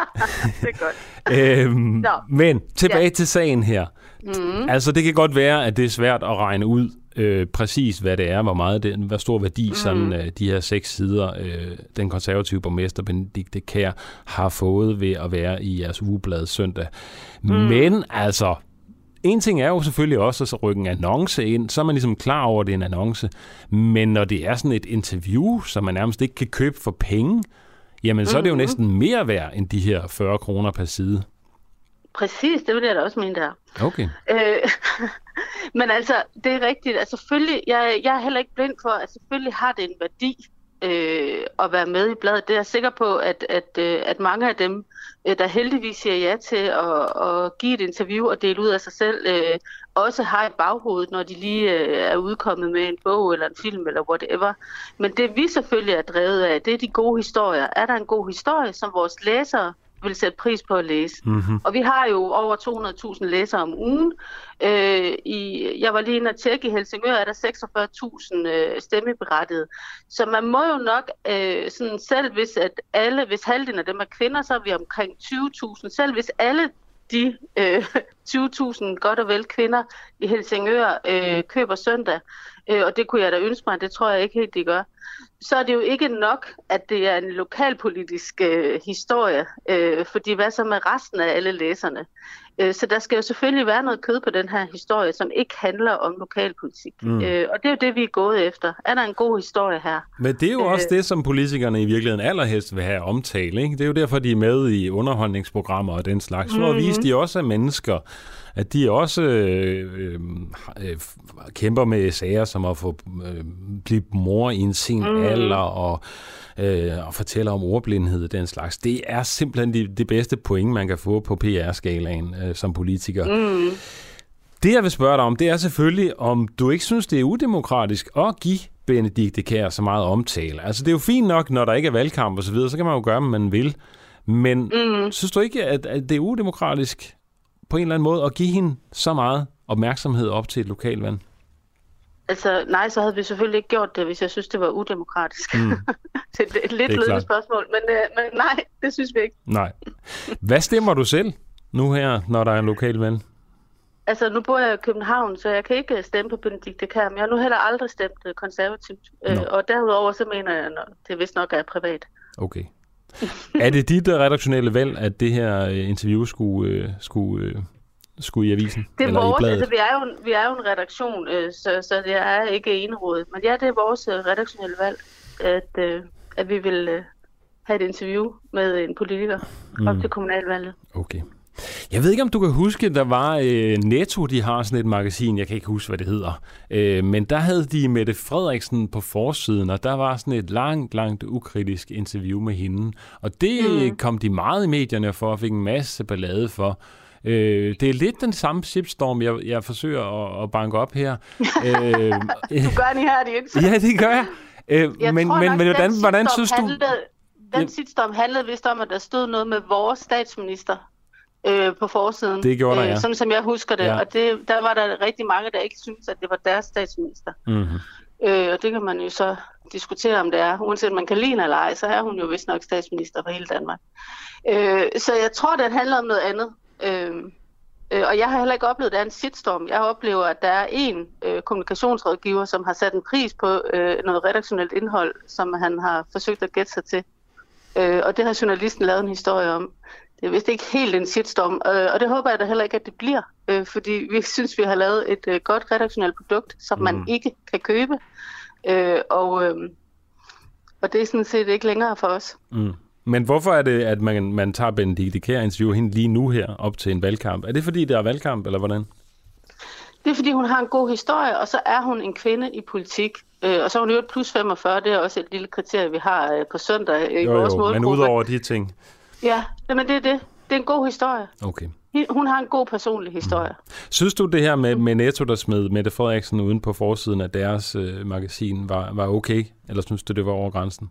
Det er godt. øhm, men tilbage ja. til sagen her. Mm. Altså, det kan godt være, at det er svært at regne ud, Øh, præcis hvad det er, hvor meget det, hvor stor værdi mm. sådan øh, de her seks sider, øh, den konservative borgmester Benedikte Kiær har fået ved at være i jeres ugeblad søndag. Mm. Men altså, en ting er jo selvfølgelig også at rykke en annonce ind, så er man ligesom klar over, at det er en annonce. Men når det er sådan et interview, som man nærmest ikke kan købe for penge, jamen så er det jo næsten mere værd end de her fyrre kroner per side. Præcis, det vil jeg da også mene, der. Okay. Øh, men altså, det er rigtigt. Altså, selvfølgelig, jeg, jeg er heller ikke blind for, at selvfølgelig har det en værdi øh, at være med i bladet. Det er jeg sikker på, at, at, at mange af dem, der heldigvis siger ja til at, at give et interview og dele ud af sig selv, øh, også har i baghovedet, når de lige øh, er udkommet med en bog eller en film eller whatever. Men det vi selvfølgelig er drevet af, det er de gode historier. Er der en god historie, som vores læsere vil sætte pris på at læse. Mm-hmm. Og vi har jo over to hundrede tusind læsere om ugen. Øh, i, jeg var lige inde og tjekke, i Helsingør er der seksogfyrre tusind øh, stemmeberettigede. Så man må jo nok, øh, sådan, selv hvis, at alle, hvis halvdelen af dem er kvinder, så er vi omkring tyve tusind. Selv hvis alle de øh, tyve tusind godt og vel kvinder i Helsingør øh, køber søndag, øh, og det kunne jeg da ønske mig, det tror jeg ikke helt, de gør, så er det jo ikke nok, at det er en lokalpolitisk øh, historie, øh, fordi hvad så med resten af alle læserne? Øh, så der skal jo selvfølgelig være noget kød på den her historie, som ikke handler om lokalpolitik. Mm. Øh, og det er jo det, vi er gået efter. Er der en god historie her? Men det er jo øh, også det, som politikerne i virkeligheden allerhelst vil have omtale, ikke? Det er jo derfor, de er med i underholdningsprogrammer og den slags. For at vise de også af mennesker, at de også øh, øh, kæmper med sager, som at få øh, blive mor i en sen mm. alder og, øh, og fortæller om ordblindhed og den slags. Det er simpelthen det de bedste point, man kan få på P R-skalaen øh, som politiker. Mm. Det, jeg vil spørge dig om, det er selvfølgelig, om du ikke synes, det er udemokratisk at give Benedikte Kiær så meget omtale. Altså, det er jo fint nok, når der ikke er valgkamp og så videre, så kan man jo gøre, hvad man vil. Men mm. synes du ikke, at, at det er udemokratisk på en eller anden måde at give hende så meget opmærksomhed op til et lokalvalg? Altså, nej, så havde vi selvfølgelig ikke gjort det, hvis jeg synes, det var udemokratisk. Mm. Det er et lidt ledende spørgsmål, men, øh, men nej, det synes vi ikke. Nej. Hvad stemmer du selv nu her, når der er en lokalvalg? Altså, nu bor jeg i København, så jeg kan ikke stemme på Benedikte Kiær, men jeg har nu heller aldrig stemt konservativt. Øh, og derudover så mener jeg, at det vist nok er privat. Okay. Er det dit redaktionelle valg, at det her interview skulle, skulle, skulle i avisen? Det er eller vores, i bladet? altså vi er, jo, vi er jo en redaktion, så, så det er ikke enrådet. Men ja, det er vores redaktionelle valg, at, at vi vil have et interview med en politiker mm. op til kommunalvalget. Okay. Jeg ved ikke, om du kan huske, der var øh, Netto, de har sådan et magasin, jeg kan ikke huske, hvad det hedder, øh, men der havde de Mette Frederiksen på forsiden, og der var sådan et langt, langt ukritisk interview med hende, og det mm. kom de meget i medierne for, og fik en masse ballade for. Øh, det er lidt den samme shitstorm, jeg, jeg forsøger at, at banke op her. øh, du gør den her, det ikke? Ja, det gør jeg. Øh, jeg men tror men, nok, men hvordan, hvordan synes du... Handlede, den shitstorm handlede vist om, at der stod noget med vores statsminister øh, på forsiden. Det gjorde der, ja. Øh, sådan som jeg husker det. Ja. Og det, der var der rigtig mange, der ikke syntes, at det var deres statsminister. Mm-hmm. Øh, og det kan man jo så diskutere, om det er. Uanset om man kan lide hende eller ej, så er hun jo vist nok statsminister for hele Danmark. Øh, så jeg tror, det handler om noget andet. Øh, øh, og jeg har heller ikke oplevet, at der er en shitstorm. Jeg oplever, at der er en øh, kommunikationsrådgiver, som har sat en pris på øh, noget redaktionelt indhold, som han har forsøgt at gætte sig til. Øh, og det har journalisten lavet en historie om. Det er vist ikke helt en shitstorm, øh, og det håber jeg da heller ikke, at det bliver. Øh, fordi vi synes, vi har lavet et øh, godt redaktionelt produkt, som mm. man ikke kan købe. Øh, og, øh, og det er sådan set ikke længere for os. Mm. Men hvorfor er det, at man, man tager Benedikte Kiær og interviewer hende lige nu her op til en valgkamp? Er det fordi, det er valgkamp, eller hvordan? Det er fordi, hun har en god historie, og så er hun en kvinde i politik. Øh, og så er hun jo et plus femogfyrre, det er også et lille kriterie, vi har øh, på søndag i jo, vores jo, målgruppe. Men udover de ting? Ja, men det er det. Det er en god historie. Okay. Hun har en god personlig historie. Mm. Synes du, det her med, med Netto, der smed Mette Frederiksen uden på forsiden af deres øh, magasin, var, var okay? Eller synes du, det var over grænsen?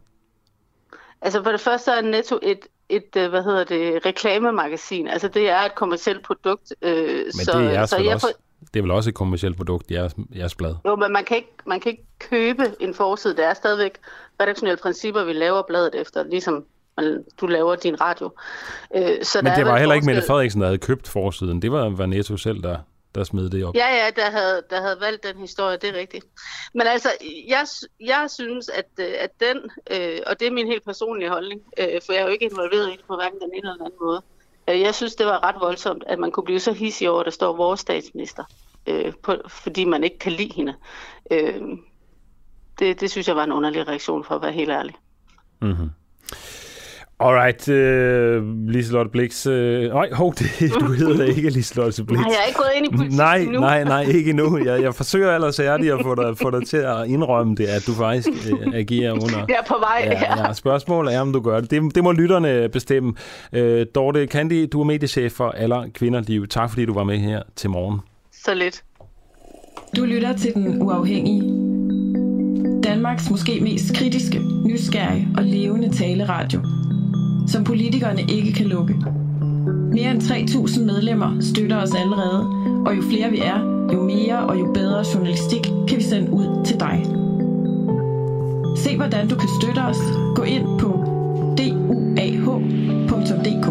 Altså for det første er Netto et, et hvad hedder det, reklamemagasin. Altså det er et kommercielt produkt. Øh, men så, det er jeres så vel jeg også. Det er vel også et kommercielt produkt, jeres, jeres blad? Jo, men man kan, ikke, man kan ikke købe en forside. Der er stadigvæk redaktionelle principper, vi laver bladet efter, ligesom du laver din radio. Øh, så men der det var heller ikke forskel... Mette Frederiksen, der havde købt forsiden. Det var, var Netto selv, der, der smed det op. Ja, ja, der havde, der havde valgt den historie, det er rigtigt. Men altså, jeg, jeg synes, at, at den, øh, og det er min helt personlige holdning, øh, for jeg er jo ikke involveret i det på hverken den ene eller den anden måde. Jeg synes, det var ret voldsomt, at man kunne blive så hissig over, at der står vores statsminister, øh, på, fordi man ikke kan lide hende. Øh, det, det synes jeg var en underlig reaktion, for at være helt ærlig. Mm-hmm. Alright, uh, Liselotte Blix. Uh, nej, hov, det, du hedder ikke Liselotte Blix. Nej, jeg er ikke gået ind i politik nej, nu. Nej, nej, ikke endnu. Jeg, jeg forsøger ellers ærligt at få dig, få dig til at indrømme det, at du faktisk uh, agerer under... Jeg er på vej, ja. ja. Spørgsmålet er, om du gør det. Det, det må lytterne bestemme. Uh, Dorte Kandi, du er mediechef for Aller Kvinderliv. Tak fordi du var med her til morgen. Så lidt. Du lytter til Den Uafhængige. Danmarks måske mest kritiske, nysgerrige og levende taleradio, som politikerne ikke kan lukke. Mere end tre tusind medlemmer støtter os allerede, og jo flere vi er, jo mere og jo bedre journalistik kan vi sende ud til dig. Se hvordan du kan støtte os. Gå ind på d u a h punktum d k.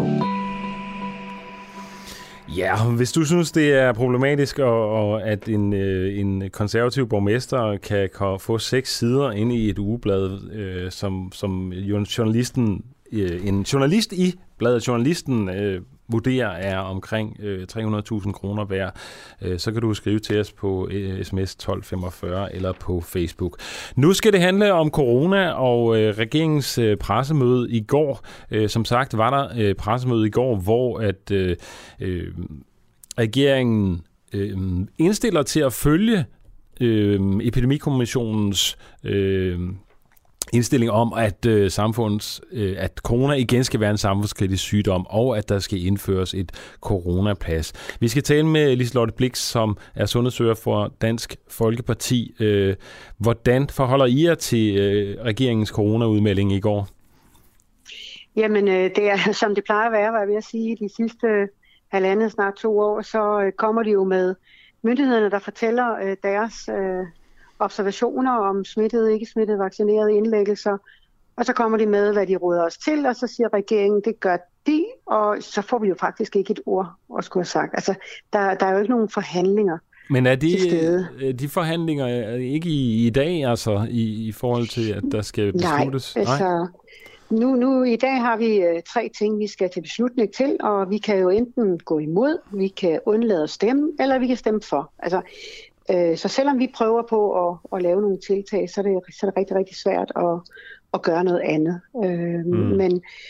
Ja, hvis du synes, det er problematisk, og, og at en, øh, en konservativ borgmester kan, kan få seks sider inde i et ugeblad, øh, som, som journalisten, øh, en journalist i bladet Journalisten øh, vurderer er omkring øh, tre hundrede tusind kroner værd, øh, så kan du skrive til os på øh, sms tolv femogfyrre eller på Facebook. Nu skal det handle om corona og øh, regeringens øh, pressemøde i går. Øh, som sagt var der øh, pressemøde i går, hvor at øh, øh, regeringen øh, indstiller til at følge øh, Epidemikommissionens øh, indstilling om, at øh, samfunds, øh, at corona igen skal være en samfundskritisk sygdom, og at der skal indføres et coronapas. Vi skal tale med Liselotte Blix, som er sundhedsordfører for Dansk Folkeparti. Øh, hvordan forholder I jer til øh, regeringens coronaudmelding i går? Jamen, øh, det er, som det plejer at være, var jeg ved at sige, de sidste halvandet, snart to år, så øh, kommer de jo med myndighederne, der fortæller øh, deres øh, observationer om smittede, ikke smittede, vaccinerede indlæggelser, og så kommer de med, hvad de råder os til, og så siger regeringen, det gør de, og så får vi jo faktisk ikke et ord at skulle have sagt. Altså, der, der er jo ikke nogen forhandlinger. Men er de, de forhandlinger er ikke i, i dag, altså, i, i forhold til, at der skal besluttes? Nej, altså, nu, nu i dag har vi uh, tre ting, vi skal til beslutning til, og vi kan jo enten gå imod, vi kan undlade at stemme, eller vi kan stemme for. Altså, Så selvom vi prøver på at, at lave nogle tiltag, så er, det, så er det rigtig, rigtig svært at, at gøre noget andet. Mm. Men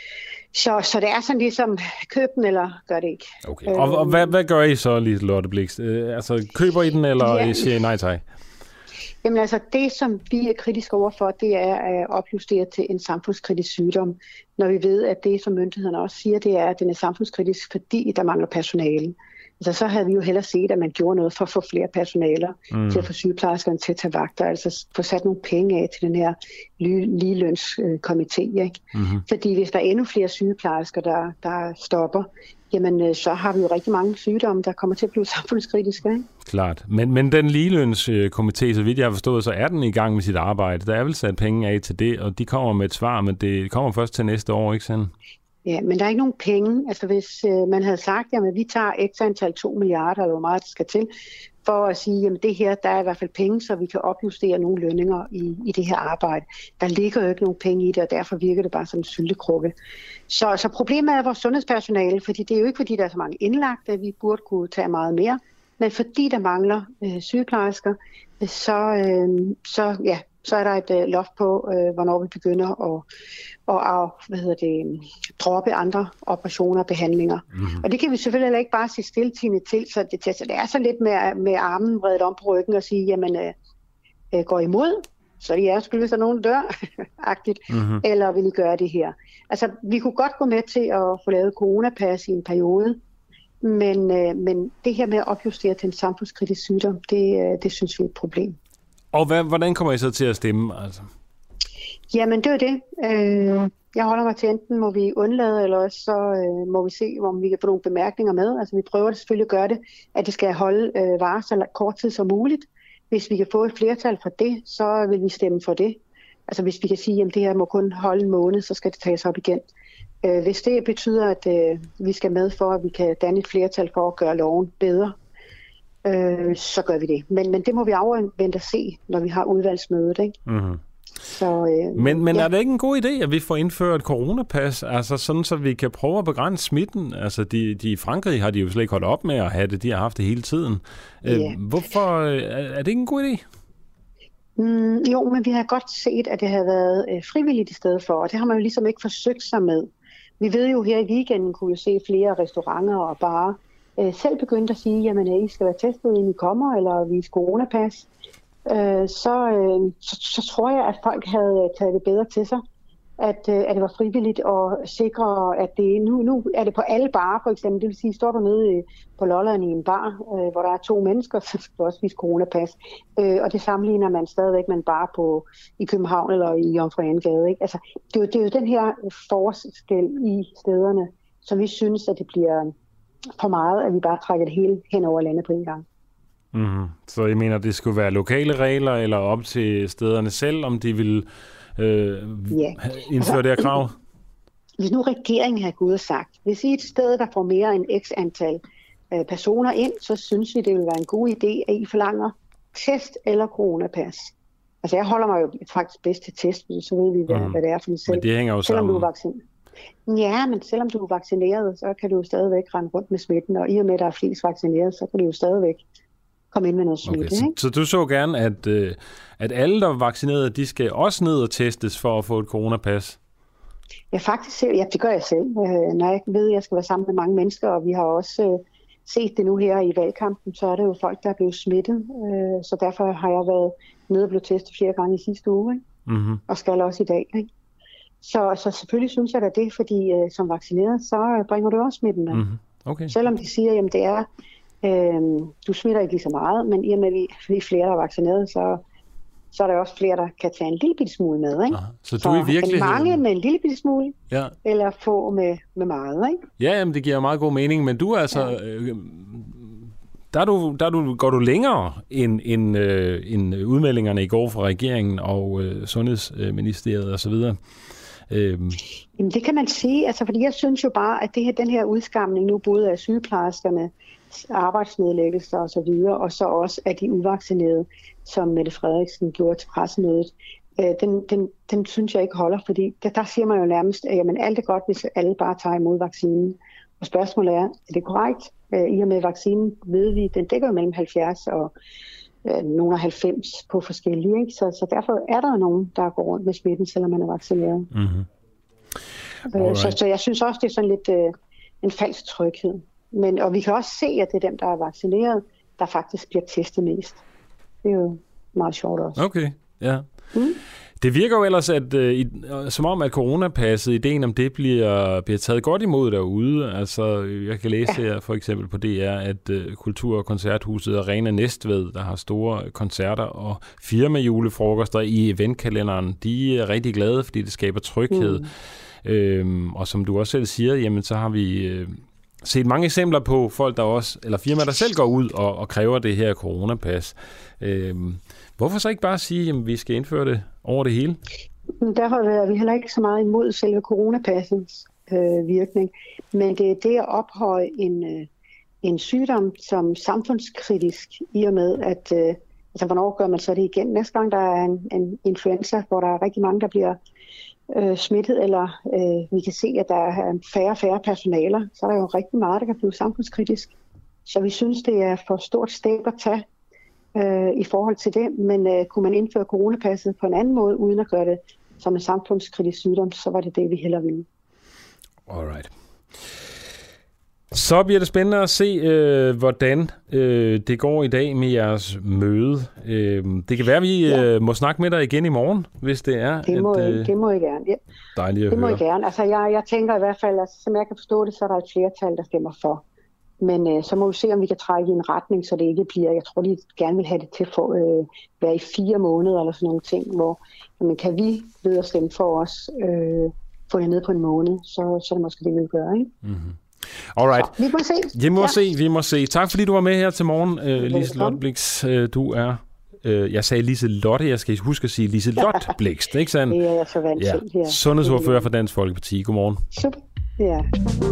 Så, så det er sådan ligesom, køb den, eller gør det ikke. Okay. Og, og hvad, hvad gør I så, Lise Lotte Blixt? Øh, altså, køber I den, eller ja. siger I nej tak? Jamen altså, det som vi er kritiske overfor, det er at opjustere til en samfundskritisk sygdom, når vi ved, at det, som myndighederne også siger, det er, at den er samfundskritisk, fordi der mangler personale. Altså, så havde vi jo hellere set, at man gjorde noget for at få flere personaler, mm. til at få sygeplejerskerne til at tage vagter, altså få sat nogle penge af til den her ligelønskomité, ikke? Mm-hmm. Fordi hvis der er endnu flere sygeplejersker, der, der stopper, jamen så har vi jo rigtig mange sygdomme, der kommer til at blive samfundskritiske, ikke? Klart. Men, men den ligelønskomité, så vidt jeg har forstået, så er den i gang med sit arbejde. Der er vel sat penge af til det, og de kommer med et svar, men det kommer først til næste år, ikke sandt? Ja, men der er ikke nogen penge. Altså hvis øh, man havde sagt, at vi tager ekstra antal to milliarder, eller hvor meget det skal til, for at sige, at det her, der er i hvert fald penge, så vi kan opjustere nogle lønninger i, i det her arbejde. Der ligger jo ikke nogen penge i det, og derfor virker det bare som en syltekrukke. Så, så problemet er vores sundhedspersonale, fordi det er jo ikke, fordi der er så mange indlagte, at vi burde kunne tage meget mere, men fordi der mangler øh, sygeplejersker, så, øh, så, ja, så er der et øh, loft på, øh, hvornår vi begynder at, at, at hvad hedder det, droppe andre operationer og behandlinger. Mm-hmm. Og det kan vi selvfølgelig ikke bare sige stiltigende til, så det, så det er så lidt med, med armen vredet om på ryggen og sige, jamen, øh, øh, går imod, så I er skyld, hvis der er nogen dør-agtigt, mm-hmm. eller vil I gøre det her? Altså, vi kunne godt gå med til at få lavet coronapas i en periode, men, øh, men det her med at opjustere til en samfundskritisk sygdom, det, øh, det synes vi er et problem. Og hvad, hvordan kommer I så til at stemme? Altså? Jamen, det er det. Øh, jeg holder mig til, enten må vi undlade, eller også så øh, må vi se, om vi kan få nogle bemærkninger med. Altså, vi prøver det selvfølgelig at gøre det, at det skal holde øh, varer så kort tid som muligt. Hvis vi kan få et flertal for det, så vil vi stemme for det. Altså, hvis vi kan sige, at det her må kun holde en måned, så skal det tages op igen. Øh, hvis det betyder, at øh, vi skal med for, at vi kan danne et flertal for at gøre loven bedre, Øh, så gør vi det. Men, men det må vi afvente at se, når vi har udvalgsmødet, ikke? Mm-hmm. Så, øh, men men ja. Er det ikke en god idé, at vi får indført et coronapas, altså sådan, så vi kan prøve at begrænse smitten? Altså, de, de i Frankrig har de jo slet ikke holdt op med at have det. De har haft det hele tiden. Øh, ja. Hvorfor er, er det ikke en god idé? Mm, jo, men vi har godt set, at det har været øh, frivilligt i stedet for, og det har man jo ligesom ikke forsøgt sig med. Vi ved jo her i weekenden, kunne vi se flere restauranter og barer, selv begyndte at sige, at I skal være testet, inden I kommer, eller vise coronapas, øh, så, øh, så, så tror jeg, at folk havde taget det bedre til sig, at, øh, at det var frivilligt og sikre, at det nu, nu er det på alle barer, for eksempel. Det vil sige, står du nede på Lolland i en bar, øh, hvor der er to mennesker, så skal du også vise coronapas. Øh, og det sammenligner man stadigvæk med en bar på, i København eller i Jomfru Ane Gade, ikke? Altså, det, er jo, det er jo den her forskel i stederne, som vi synes, at det bliver for meget, at vi bare trækker det hele hen over landet på en gang. Mm-hmm. Så jeg mener, det skulle være lokale regler, eller op til stederne selv, om de vil øh, ja. indføre altså, det her krav? Hvis nu regeringen har gået og sagt, hvis I et sted, der får mere end x antal øh, personer ind, så synes vi, det vil være en god idé, at I forlanger test eller coronapas. Altså jeg holder mig jo faktisk bedst til test, så ved vi, hvad, mm. hvad det er for en selv. Men det hænger jo selvom sammen. Du er vaccineret. Ja, men selvom du er vaccineret, så kan du jo stadigvæk rende rundt med smitten, og i og med, at der er flest vaccineret, så kan du jo stadigvæk komme ind med noget smitte. Okay, så, så du så gerne, at, øh, at alle, der er vaccineret, de skal også ned og testes for at få et coronapas? Ja, faktisk, ja, det gør jeg selv. Øh, når jeg ved, at jeg skal være sammen med mange mennesker, og vi har også øh, set det nu her i valgkampen, så er det jo folk, der er blevet smittet. Øh, så derfor har jeg været nede og blevet testet flere gange i sidste uge, ikke? Mm-hmm. Og skal også i dag, ikke? Så, så selvfølgelig synes jeg da det, fordi øh, som vaccineret, så bringer du også smitten med. Mm-hmm. Okay. Selvom de siger, at det er, øh, du smitter ikke lige så meget, men i og med, at vi er flere, der er vaccineret, så, så er der også flere, der kan tage en lille bitte smule med. Ikke? Så, så du i virkeligheden... mange med en lille bitte smule, ja. Eller få med, med meget. Ikke? Ja, jamen, det giver meget god mening, men du er altså... Ja. Øh, Der, er du, der er du, går du længere end, end, øh, end udmeldingerne i går fra regeringen og øh, Sundhedsministeriet osv.? Øhm. Jamen, det kan man sige, altså, fordi jeg synes jo bare, at det her, den her udskamning nu både af sygeplejerskerne, arbejdsnedlæggelser og så videre, og så også af de uvaccinerede, som Mette Frederiksen gjorde til pressemødet, øh, den, den, den synes jeg ikke holder, fordi der, der siger man jo nærmest, at jamen, alt er godt, hvis alle bare tager imod vaccinen. Og spørgsmålet er, er det korrekt? I og med vaccinen ved vi, den dækker jo mellem halvfjerds og øh, nogle af halvfems på forskellige. Ikke? Så, så derfor er der jo nogen, der går rundt med smitten, selvom man er vaccineret. Mm-hmm. Øh, så, så jeg synes også, det er sådan lidt øh, en falsk tryghed. Men, og vi kan også se, at det er dem, der er vaccineret, der faktisk bliver testet mest. Det er jo meget sjovt også. Okay, ja. Mm. Det virker jo ellers, at, øh, som om, at coronapasset, ideen om det bliver, bliver taget godt imod derude. Altså, jeg kan læse ja. her for eksempel på D R, at øh, Kultur- og Koncerthuset Arena Næstved, der har store koncerter og firmajulefrokoster i eventkalenderen, de er rigtig glade, fordi det skaber tryghed. Mm. Øhm, og som du også selv siger, jamen, så har vi øh, set mange eksempler på folk, der også, eller firmaer, der selv går ud og, og kræver det her coronapas. Øhm, Hvorfor så ikke bare sige, at vi skal indføre det over det hele? Derfor er vi heller ikke så meget imod selve coronapassens øh, virkning. Men det er det at ophøje en, øh, en sygdom som samfundskritisk, i og med, at øh, altså, hvornår gør man så det igen? Næste gang der er en, en influenza, hvor der er rigtig mange, der bliver øh, smittet, eller øh, vi kan se, at der er færre og færre personaler, så er der jo rigtig meget, der kan blive samfundskritisk. Så vi synes, det er for stort step at tage Øh, i forhold til det, men øh, kunne man indføre coronapasset på en anden måde, uden at gøre det som en samfundskritisk sygdom, så var det det, vi hellere ville. Alright. Så bliver det spændende at se, øh, hvordan øh, det går i dag med jeres møde. Øh, det kan være, at vi ja. øh, må snakke med dig igen i morgen, hvis det er. Det må, at, øh, det må jeg gerne, ja. Dejligt at det høre. må jeg gerne. Altså, jeg, jeg tænker i hvert fald, at som jeg kan forstå det, så er der et flertal, der stemmer for. Men øh, så må vi se, om vi kan trække i en retning, så det ikke bliver, jeg tror, de gerne vil have det til for øh, være i fire måneder eller sådan nogle ting, hvor jamen, kan vi ved at stemme for os øh, få det ned på en måned, så, så er det måske det, vi vil gøre, ikke? Mm-hmm. Alright. Så, vi må se. Vi må ja. se, vi må se. Tak fordi du var med her til morgen, uh, Liselotte Blixt. Uh, du er, uh, jeg sagde Liselotte, jeg skal huske at sige Liselotte Blixt, ikke sandt? Det er jeg så vant ja. til. Ja. Sundhedsordfører for Dansk Folkeparti. Godmorgen. Super. Ja.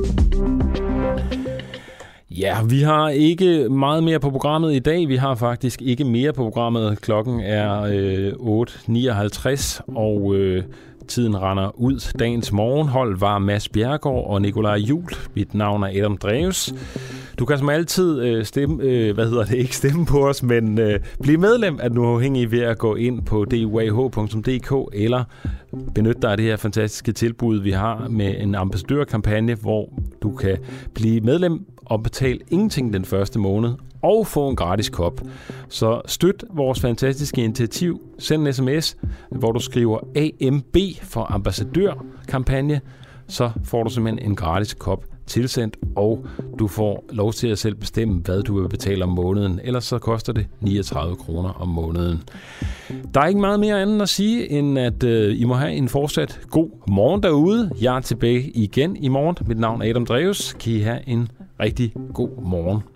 Ja, vi har ikke meget mere på programmet i dag. Vi har faktisk ikke mere på programmet. Klokken er øh, otte nioghalvtreds, og øh, tiden render ud. Dagens morgenhold var Mads Bjerregaard og Nikolaj Juhl. Mit navn er Adam Dreves. Du kan som altid øh, stemme, øh, hvad hedder det, ikke stemme på os, men øh, blive medlem af Den Uafhængige ved at gå ind på d u a h punktum d k eller benytte dig af det her fantastiske tilbud, vi har med en ambassadørkampagne, hvor du kan blive medlem og betale ingenting den første måned og få en gratis kop. Så støt vores fantastiske initiativ. Send en sms, hvor du skriver A M B for ambassadørkampagne. Så får du simpelthen en gratis kop tilsendt, og du får lov til at selv bestemme, hvad du vil betale om måneden. Ellers så koster det niogtredive kroner om måneden. Der er ikke meget mere andet at sige, end at øh, I må have en fortsat god morgen derude. Jeg er tilbage igen i morgen. Mit navn er Adam Dreves. Kan I have en rigtig god morgen.